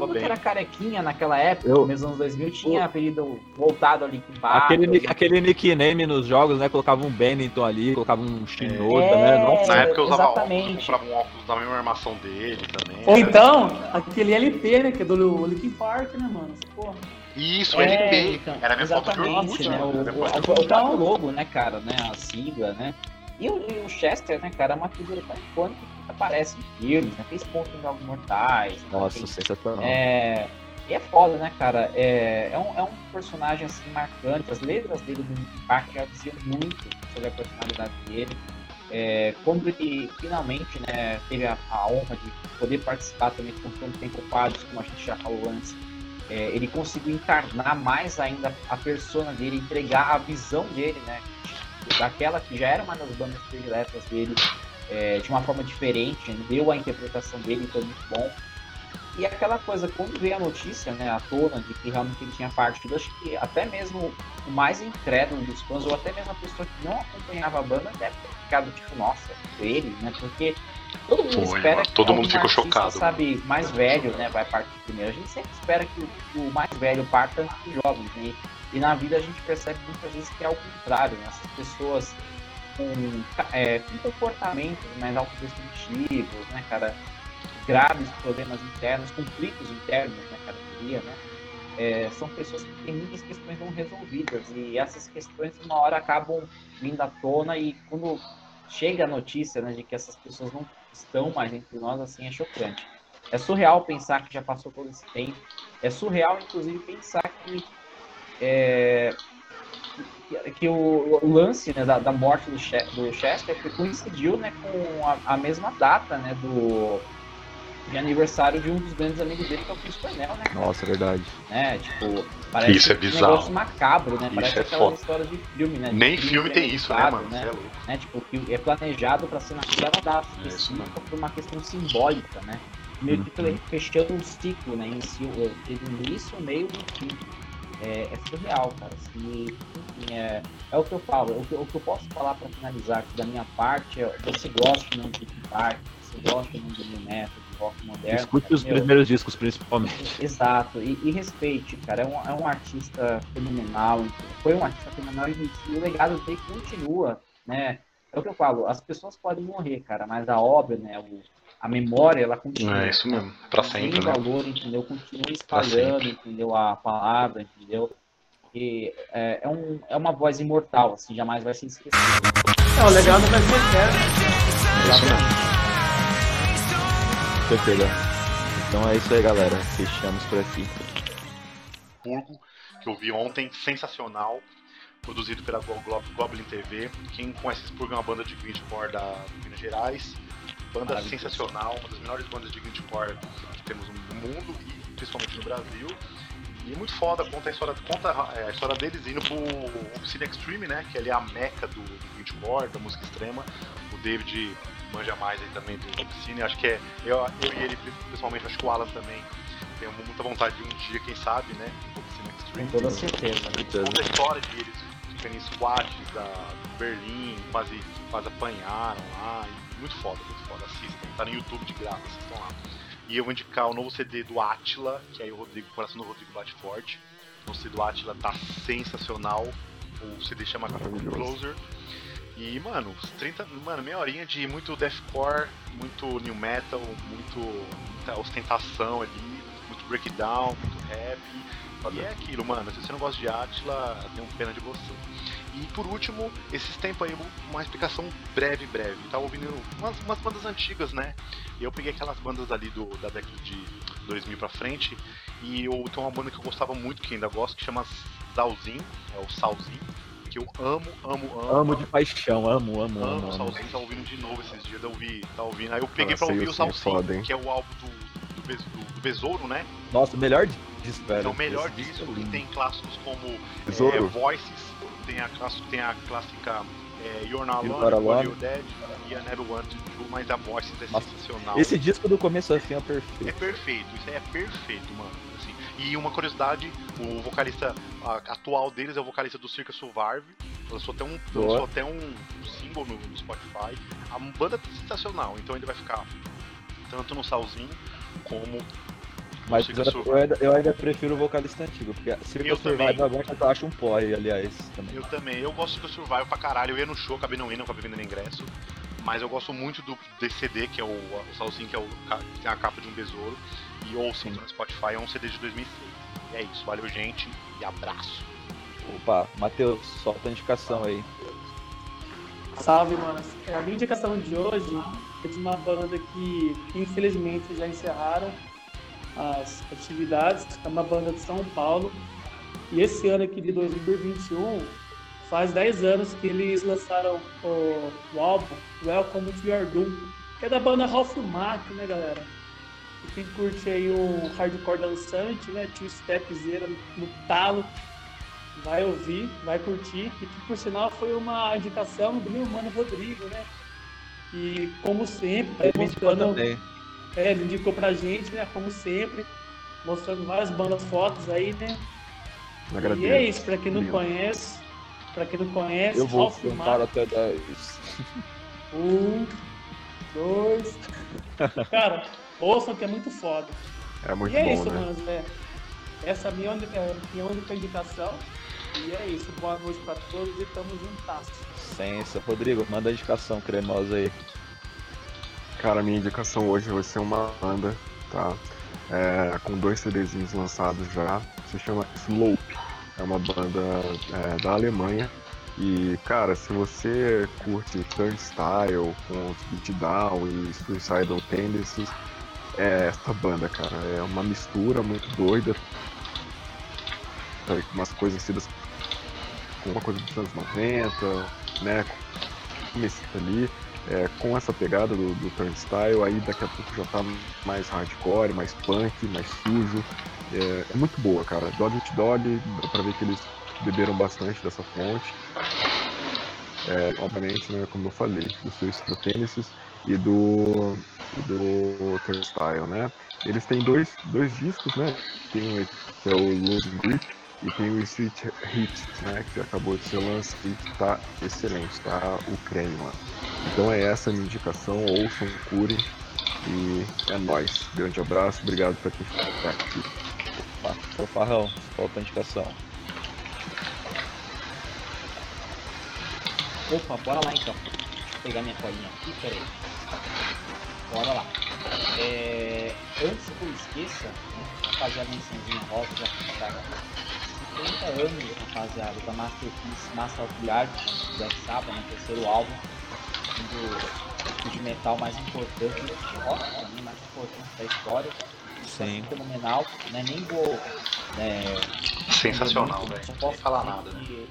mundo que bem. era carequinha naquela época, Eu- nos anos 2000, tinha apelido voltado ali com Park. Aquele nickname nos jogos, né? Colocava um Bennington ali, colocava um Shinoda, É, né? Nossa, Na época eu usava exatamente. óculos, comprava um óculos da mesma armação dele também. Ou então, aquele LP, né? Que é do Linkin Park, né, mano? Porra. Isso, LP. Então, Era minha foto de exatamente, Orkut, né? mano. Era minha foto de O Orkut. próprio logo, né, cara, né? A sigla, né? E o Chester, né, cara, é uma figura tão icônica que aparece em filmes, né? Fez ponto em Jogos Mortais. né? nossa, Tem- sensacional. E é foda, né, cara? É um personagem, assim, marcante. As letras dele do Linkin Park já diziam muito sobre a personalidade dele. Quando ele finalmente, né, teve a honra de poder participar também com o Tempo Quadros, como a gente já falou antes, ele conseguiu encarnar mais ainda a persona dele, entregar a visão dele, né, daquela que já era uma das bandas prediletas dele, de uma forma diferente, né, deu a interpretação dele, foi muito bom. E aquela coisa, quando veio a notícia, né, à tona de que realmente ele tinha partido, acho que até mesmo o mais incrédulo dos fãs, ou até mesmo a pessoa que não acompanhava a banda, deve ter ficado tipo, nossa, ele, né, porque todo mundo Foi, espera mano, que todo algum mundo ficou artista, chocado. sabe, mais velho, né, vai partir primeiro. A gente sempre espera que o mais velho parta antes dos jovens, né, e na vida a gente percebe muitas vezes que é ao contrário, né, essas pessoas com comportamentos mais autodestrutivos, né, cara, graves problemas internos, conflitos internos, né, cara, eu diria, né, são pessoas que têm muitas questões não resolvidas e essas questões uma hora acabam vindo à tona e quando chega a notícia, né, de que essas pessoas não estão mais entre nós, assim, é chocante. É surreal pensar que já passou todo esse tempo, é surreal, inclusive, pensar que o lance, né, da morte do Chester coincidiu, né, com a mesma data, né, de aniversário de um dos grandes amigos dele, que é o Chris Cornell, né, cara? Nossa, verdade. Né, tipo, parece Isso é um bizarro. negócio macabro, né? Isso Parece é aquelas foda. histórias de filme, né? de Nem crime filme tem isso, né, premeditado, mano? Você é louco. né? Tipo, que é planejado pra ser naquela data É isso específica por uma questão simbólica, né? Meio que fechando um ciclo, né? Em si, teve um início, meio e um fim. É surreal, cara. Assim, enfim, é o que eu falo. O que eu posso falar pra finalizar aqui da minha parte é: você gosta muito de Linkin Park, você gosta muito de new metal, de rock moderno. Escute cara, os meu, primeiros discos, principalmente. exato, e respeite, cara. É um artista fenomenal, foi um artista fenomenal e o legado dele continua, né? É o que eu falo, as pessoas podem morrer, cara, mas a obra, né? A memória, ela continua. É isso né? mesmo, pra Tem sempre, né? valor, entendeu? Continua Pra espalhando, sempre. entendeu? A palavra, entendeu? E é uma voz imortal, assim, jamais vai ser esquecida. O legado vai ser eterno. É isso mesmo. Perfeito. Então é isso aí, galera. Fechamos por aqui. Burgo, que eu vi ontem, sensacional, produzido pela Goblin TV. Quem conhece Spurgo é uma banda de grindcore da Minas Gerais. Banda Maravilhoso. sensacional, uma das melhores bandas de grindcore que temos no mundo e principalmente no Brasil. E muito foda, conta a história deles indo pro Obsidian Extreme, né? Que ali é a meca do grindcore, da música extrema. O David manja mais aí também do Obsidian. Acho que eu e ele, pessoalmente, acho que o Alan também tem muita vontade de um dia, quem sabe, né? Obsidian Com Extreme. toda certeza. Conta a história de eles ficarem em squats do Berlim, quase apanharam lá. E muito foda, assistam. Tá no YouTube de graça, assistam lá. E eu vou indicar o novo CD do Átila, que aí o coração do Rodrigo bate forte. O CD do Átila tá sensacional. O CD chama Closer. E, mano, meia horinha de muito deathcore, muito new metal, muita ostentação ali, muito breakdown, muito rap. E é aquilo, mano, se você não gosta de Átila, tenho pena de você. E por último, esses tempos aí, uma explicação breve. Tava ouvindo umas bandas antigas, né? E eu peguei aquelas bandas ali da década de 2000 pra frente. E eu tenho uma banda que eu gostava muito, que ainda gosto, que chama Salzinho, é o Salzinho. Que eu amo. Amo de paixão, amo. O Salzinho, tava ouvindo de novo esses dias, tava ouvindo. Aí eu peguei Nossa, pra ouvir o sim, é Salzinho, foda, hein? que é o álbum do Besouro, né? Nossa, o melhor disco, velho. É o melhor Esse disco, é que lindo. tem clássicos como Besouro? Voices, tem a clássica You're Not You're Alone, Not Alone. You're Dead e a Never Want to Do, mas a Voices é Nossa, sensacional. Esse disco do começo ao fim é É perfeito. perfeito, isso aí é perfeito, mano. Assim. E uma curiosidade, o vocalista atual deles é o vocalista do Circa Survive. Lançou até um single no Spotify. A banda tá sensacional, então ele vai ficar tanto no Salzinho como Mas Circle Survival. eu ainda prefiro o vocalista antigo, porque Circle Eu Survival também. eu acho um porre, aliás, também. Eu também, eu gosto do Survival pra caralho. Eu ia no show, acabei não indo, acabei vendendo ingresso. Mas eu gosto muito do CD, que é o Salsinho, que que tem a capa de um besouro. E ouçam no Spotify, é um CD de 2006. E é isso, valeu gente e abraço. Opa, Matheus, solta a indicação aí. Salve, mano. A minha indicação de hoje é de uma banda que infelizmente já encerraram as atividades. É uma banda de São Paulo. E esse ano aqui de 2021, faz 10 anos que eles lançaram o álbum Welcome to Your Doom, que é da banda Half Mac, né, galera? E quem curte aí um hardcore dançante, né, two stepzera no talo, vai ouvir, vai curtir. E que, por sinal, foi uma indicação do meu mano Rodrigo, né? E, como sempre, Ele me indicou também. ele indicou pra gente, né? Como sempre, mostrando várias bandas, fotos aí, né? Agradeço. E é isso, pra quem não Lindo. conhece, Eu vou Half contar Mac, até 10. 1, 2. Cara, ouçam que é muito foda. É muito E é bom, isso, né? mano. Essa é a minha única indicação. E é isso. Boa noite pra todos e tamo juntas. Sensa. Rodrigo, manda a indicação cremosa aí. Cara, minha indicação hoje vai ser uma banda, tá? Com 2 CDzinhos lançados já. Se chama Slope. É uma banda da Alemanha. E, cara, se você curte Turnstile com os Beatdown e Suicidal Tendencies, é essa banda, cara. É uma mistura muito doida. Umas coisas sidas com uma coisa dos anos 90, né? Começo ali. Com essa pegada do Turnstile, aí daqui a pouco já tá mais hardcore, mais punk, mais sujo. É muito boa, cara. Dog Eat Dog, dá pra ver que eles beberam bastante dessa fonte. Obviamente, né, como eu falei, do Suicidal Tendencies e do Turnstile, né? Eles têm dois discos, né? Tem um que é o Losing Grip e tem o Street Hit, né? Que acabou de ser lançado e que tá excelente, tá? O creme, mano. Então é essa a minha indicação, ouçam, curem e é nóis. Grande abraço, obrigado por quem ficou aqui. Ô Farrão, solta a indicação. Opa, bora lá então. Deixa eu pegar minha colinha aqui, peraí. Bora lá. Antes que eu esqueça, né, vou fazer a mençãozinha rosa já que tá 50 anos, rapaziada, da Masterpiece Master of the Art do Black Sabbath, né, terceiro álbum, um dos de metal mais importante, de rock também, mais importante da história. Sim. Fenomenal, né? Nem vou. Sensacional, muito, velho. só Não posso nem falar dizer nada, né?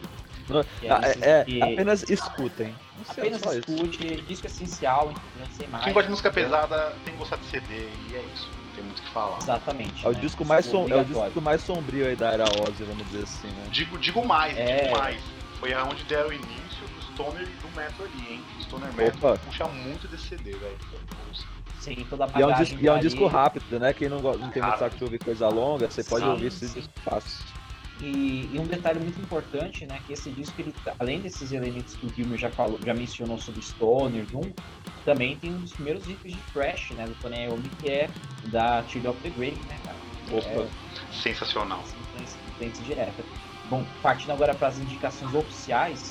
Apenas escutem. Não sei, Apenas só isso. escute, disco essencial, entendeu? Sem mais. Quem gosta de música pesada tem que gostar de CD e é isso. Não tem muito o que falar. Exatamente. É o né? disco mais Obrigatório. é o disco mais sombrio aí da era Ozzy, vamos dizer assim, né? Digo mais. Foi aonde deram o início do Stoner e do Metal ali, hein? O Stoner Metal puxa muito desse CD, velho. Sim, toda a E é bagagem um disco ali. rápido, né? Quem não tem muito saco de ouvir coisa longa, você pode Sim, ouvir esse sim. disco fácil. E um detalhe muito importante, né, que esse disco, ele, além desses elementos que o Gilmer já mencionou sobre Stoner, Doom, também tem um dos primeiros riffs de thrash, né, do Tony Iommi, que é da Children of the Grave, né, cara? Opa, sensacional. Influência direta. Bom, partindo agora para as indicações oficiais,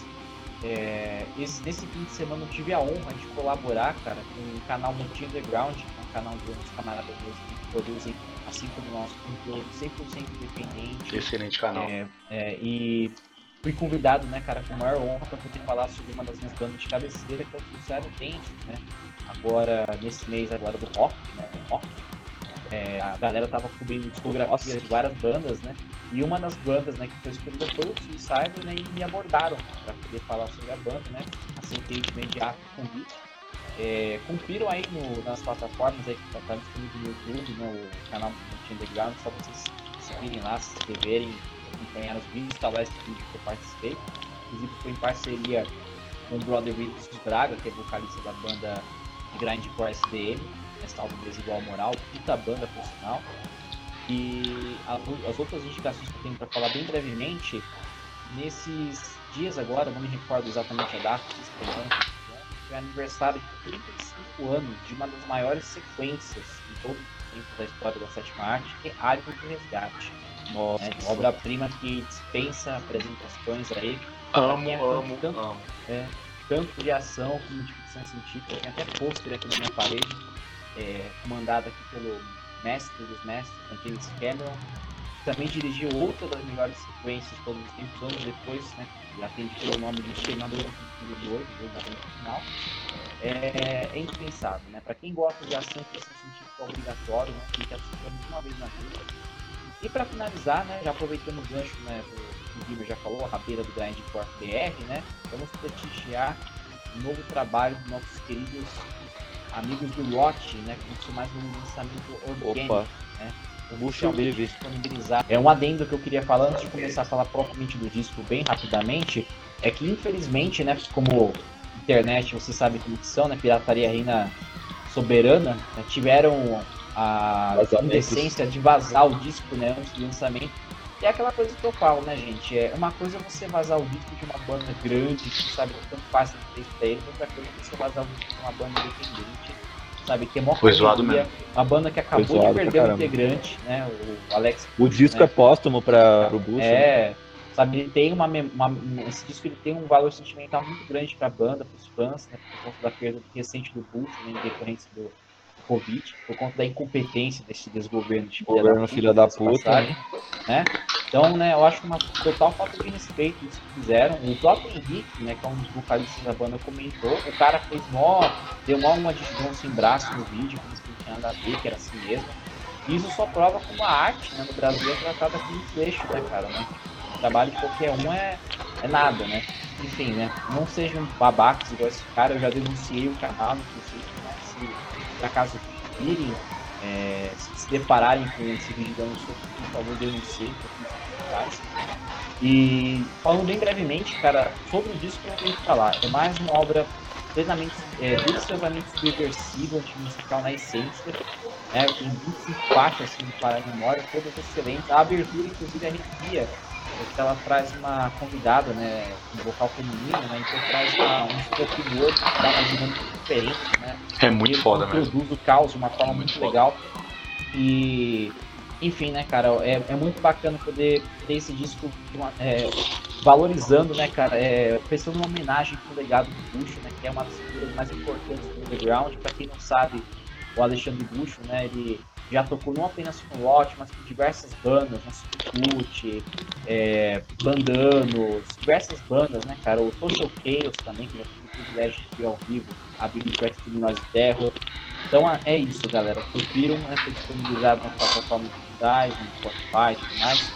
nesse fim de semana eu tive a honra de colaborar, cara, com o canal Multi Underground, que é um canal de uns camaradas meus que produzem, assim como nós, conteúdo 100% independente. Excelente canal. E fui convidado, né, cara, com a maior honra para poder falar sobre uma das minhas bandas de cabeceira, que é o Suicidal Tendencies, né? Agora, nesse mês agora do rock, né, a galera tava cobrindo discografias de várias bandas, né? E uma das bandas, né, que foi escolhida foi o Suicidal, né, e me abordaram para poder falar sobre a banda, né? Aceitei de imediato o convite. Cumpriram aí nas plataformas aí que tá disponível no YouTube, né, o canal do Underground, só vocês seguirem lá, se inscreverem, acompanhar os vídeos, tá lá esse vídeo que eu participei. Inclusive foi em parceria com o brother Vinícius Braga, que é vocalista da banda de grindcore SDM, Restauro Desigual Moral, puta banda por sinal. E as outras indicações que eu tenho para falar bem brevemente, nesses dias agora, não me recordo exatamente a data, foi aniversário de 35 anos de uma das maiores sequências de todo o tempo da história da sétima arte, que é Alien do Resgate. Nossa, Uma obra-prima que dispensa apresentações aí. Amo, Pra quem é amo, tanto, amo. tanto de ação como de ficção científica. Tem até pôster aqui na minha parede, comandado aqui pelo mestre dos mestres, James Cameron. Também dirigiu outra das melhores sequências de todos os tempos, anos depois, né? Já tem pelo nome de Exterminador do Futuro 2, no final. É indispensável, né? Para quem gosta de ação e ficção científica obrigatório, né? Tem que assistir uma vez na vida. E para finalizar, né? Já aproveitando o gancho, né? O Guilherme já falou, a rabeira do Grindcore BR, né? Vamos prestigiar o novo trabalho dos nossos queridos amigos do Watch, né? Que são mais um lançamento orgânico, Opa. né? Bucha livre. Disponibilizar. É um adendo que eu queria falar antes de começar a falar propriamente do disco bem rapidamente, é que infelizmente, né, como internet, você sabe como que são, né, pirataria reina soberana, né, tiveram a Vazamentos. indecência de vazar o disco, né, antes do lançamento. E é aquela coisa que eu falo, né, gente, uma coisa é você vazar o disco de uma banda grande, que sabe que tanto faz no texto dele, outra coisa é você vazar o disco de uma banda independente, sabe, que é mó Foi zoado correria, mesmo. uma banda que acabou Foi zoado de pra perder um caramba. integrante, né, o Alex O Bush, disco né, é póstumo para o Bush. né? sabe, ele tem esse disco ele tem um valor sentimental muito grande para a banda, para os fãs, né, por conta da perda recente do Bush, né, em decorrência do Covid, por conta da incompetência desse desgoverno de Governo filha da diga-se de puta. passagem, né? Então, né, eu acho uma total falta de respeito isso que fizeram. O próprio Henrique, né, que é um dos vocalistas da banda, comentou, o cara deu uma de João sem braço no vídeo, que não tinha nada a ver, que era assim mesmo. E isso só prova como a arte, né, no Brasil é tratada como um fleixo, né, cara, né? O trabalho de qualquer um é nada, né? Enfim, né? Não sejam babacas igual esse cara, eu já denunciei o canal, inclusive, né? Se por acaso virem, se depararem com esse vídeo dando soco, por favor, denunciem, que eu fiz atrás. E falando bem brevemente, cara, sobre o disco que eu tenho que falar, é mais uma obra plenamente, deliciosamente subversiva, musical na essência, né? Tem 25 faixas assim, para a memória, todas excelentes. A abertura, inclusive, arrepia, porque ela traz uma convidada, né, um vocal feminino, né, então traz um spoken word que dá uma dinâmica diferente, né. É muito foda mesmo. Produz o caos de uma forma muito legal. E, enfim, né, cara, é muito bacana poder ter esse disco valorizando, né, cara, prestando uma homenagem pro legado do Bucho, né, que é uma das figuras mais importantes do underground. Pra quem não sabe, o Alexandre Bucho, né, ele já tocou não apenas com o Watch, mas com diversas bandas, né, Subcut, Bandanos, diversas bandas, né, cara, o Social Chaos também, que eu tive o privilégio de ver ao vivo, abrindo o track de Noise Terror. Então é isso, galera, confiram, né, foi disponibilizado nas plataformas digitais, no Spotify e tudo mais.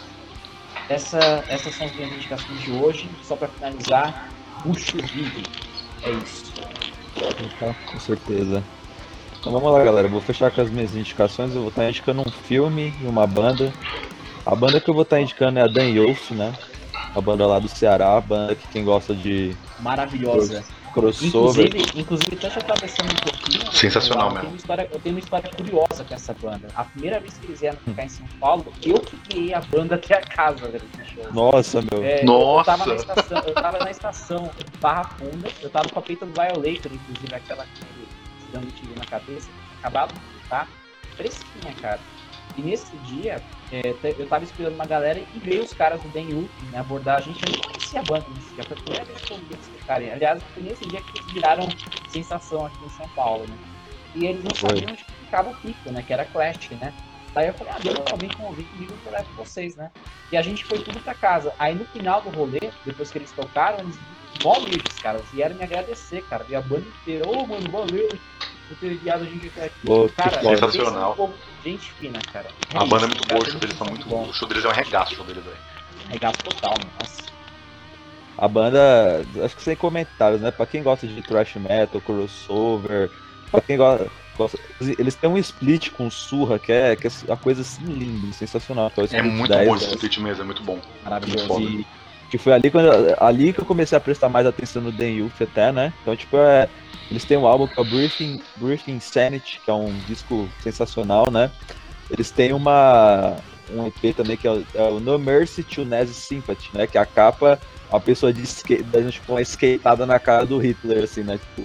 Essas são as minhas indicações de hoje. Só para finalizar, Bucho Vive. É isso. Com certeza. Então vamos lá, galera. Eu vou fechar com as minhas indicações. Eu vou estar indicando um filme e uma banda. A banda que eu vou estar indicando é a Dan Youth, né? A banda lá do Ceará, a banda que quem gosta de Maravilhosa. crossover. Inclusive, até já atravessando um pouquinho. Sensacional eu mesmo. tenho uma história curiosa com essa banda. A primeira vez que eles vieram tocar em São Paulo, eu que guiei a banda até a casa, velho, no show. Nossa, meu. Nossa! Eu tava na estação Barra Funda, eu tava com a peita do Violator, inclusive aquela que ele dando um tiro na cabeça, acabado de tá? Fresquinha, cara. E nesse dia, eu tava esperando uma galera e veio os caras do Dan Youth, né, abordar a gente. Eu não conhecia a banda nesse dia, foi a primeira vez que eu vi eles tocarem. Aliás, foi nesse dia que eles viraram sensação aqui em São Paulo, né? E eles não sabiam onde ficava o pico, né, que era Clash, né? Daí eu falei, demorou, vem comigo que eu levo vocês, né? E a gente foi tudo pra casa. Aí no final do rolê, depois que eles tocaram, eles mó livres, cara, eles vieram me agradecer, cara. Vi a banda inteira, mano, valeu por ter guiado a gente até aqui. Pô, cara, sensacional. Gente fina, cara. A banda é muito boa, o show deles tá muito bom. O show deles é um regaço, o show deles, velho. Regaço total, nossa. A banda, acho que sem comentários, né? Pra quem gosta de thrash metal, crossover, pra quem gosta, eles têm um split com surra que é uma coisa assim linda, sensacional. Que é o É split muito 10, bom esse split mesmo, é muito bom. Maravilhoso. E que foi ali que eu comecei a prestar mais atenção no Dan Youth até, né? Então, tipo, eles têm um álbum que é o Breathing Insanity, que é um disco sensacional, né? Eles têm um EP também que é o No Mercy to Nazi Sympathy, né? Que a capa, uma pessoa dando tipo uma skateada na cara do Hitler, assim, né? Tipo,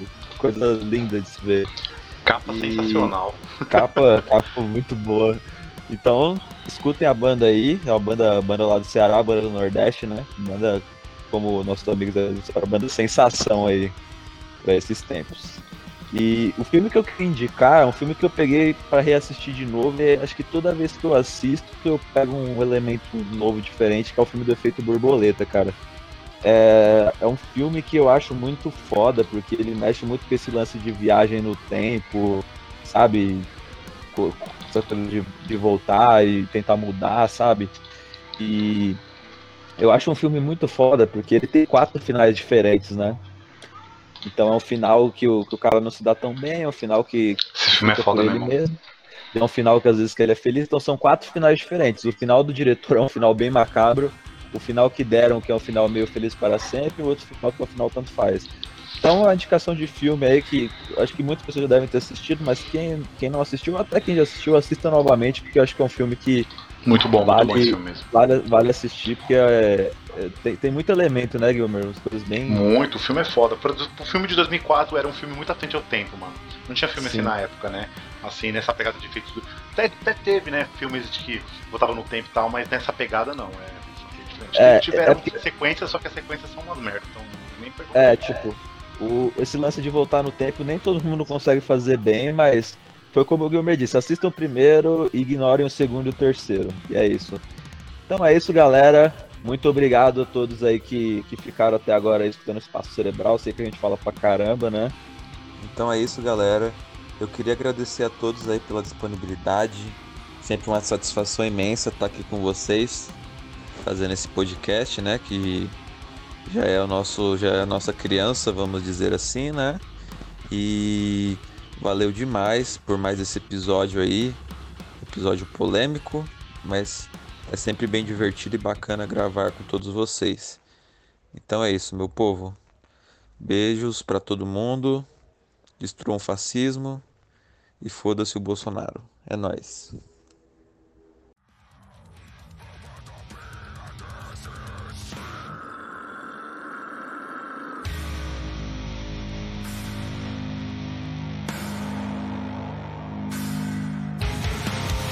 coisa linda de se ver. Capa sensacional. Capa muito boa. Então, escutem a banda aí, é uma banda lá do Ceará, a banda do Nordeste, né? Banda, como nossos amigos da a banda sensação aí pra esses tempos. E o filme que eu queria indicar é um filme que eu peguei pra reassistir de novo, e acho que toda vez que eu assisto eu pego um elemento novo, diferente, que é o filme do Efeito Borboleta, cara. É um filme que eu acho muito foda, porque ele mexe muito com esse lance de viagem no tempo, sabe? Com essa coisa de voltar e tentar mudar, sabe? E eu acho um filme muito foda, porque ele tem 4 finais diferentes, né? Então é um final que o cara não se dá tão bem, é um final que Esse filme é fica foda por ele mesmo. mesmo. É um final que às vezes que ele é feliz, então são 4 finais diferentes. O final do diretor é um final bem macabro, o final que deram, que é um final meio feliz para sempre, e o outro final que é um final tanto faz. Então é uma indicação de filme aí que acho que muitas pessoas já devem ter assistido, mas quem não assistiu, até quem já assistiu, assista novamente, porque eu acho que é um filme que Muito bom esse filme mesmo. vale assistir, porque tem muito elemento, né, Gilmer? As coisas bem... Muito, o filme é foda. O filme de 2004 era um filme muito à frente ao tempo, mano. Não tinha filme Sim. assim na época, né? Assim, nessa pegada de efeitos. Até teve, né? Filmes de que botavam no tempo e tal, mas nessa pegada não. Tiveram sequências, só que as sequências são umas merdas. Então, nem tipo, esse lance de voltar no tempo nem todo mundo consegue fazer bem, mas foi como o Gilmer disse, assistam o primeiro e ignorem o segundo e o terceiro. E é isso. Então é isso, galera. Muito obrigado a todos aí que ficaram até agora aí escutando Espaço Cerebral. Sei que a gente fala pra caramba, né? Então é isso, galera. Eu queria agradecer a todos aí pela disponibilidade. Sempre uma satisfação imensa estar aqui com vocês, fazendo esse podcast, né? Que já é a nossa criança, vamos dizer assim, né? E valeu demais por mais esse episódio aí. Episódio polêmico, mas é sempre bem divertido e bacana gravar com todos vocês. Então é isso, meu povo. Beijos pra todo mundo. Destruam o fascismo e foda-se o Bolsonaro. É nóis.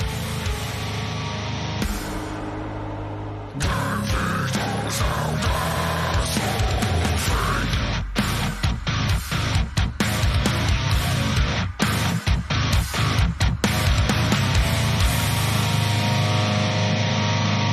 Saudade.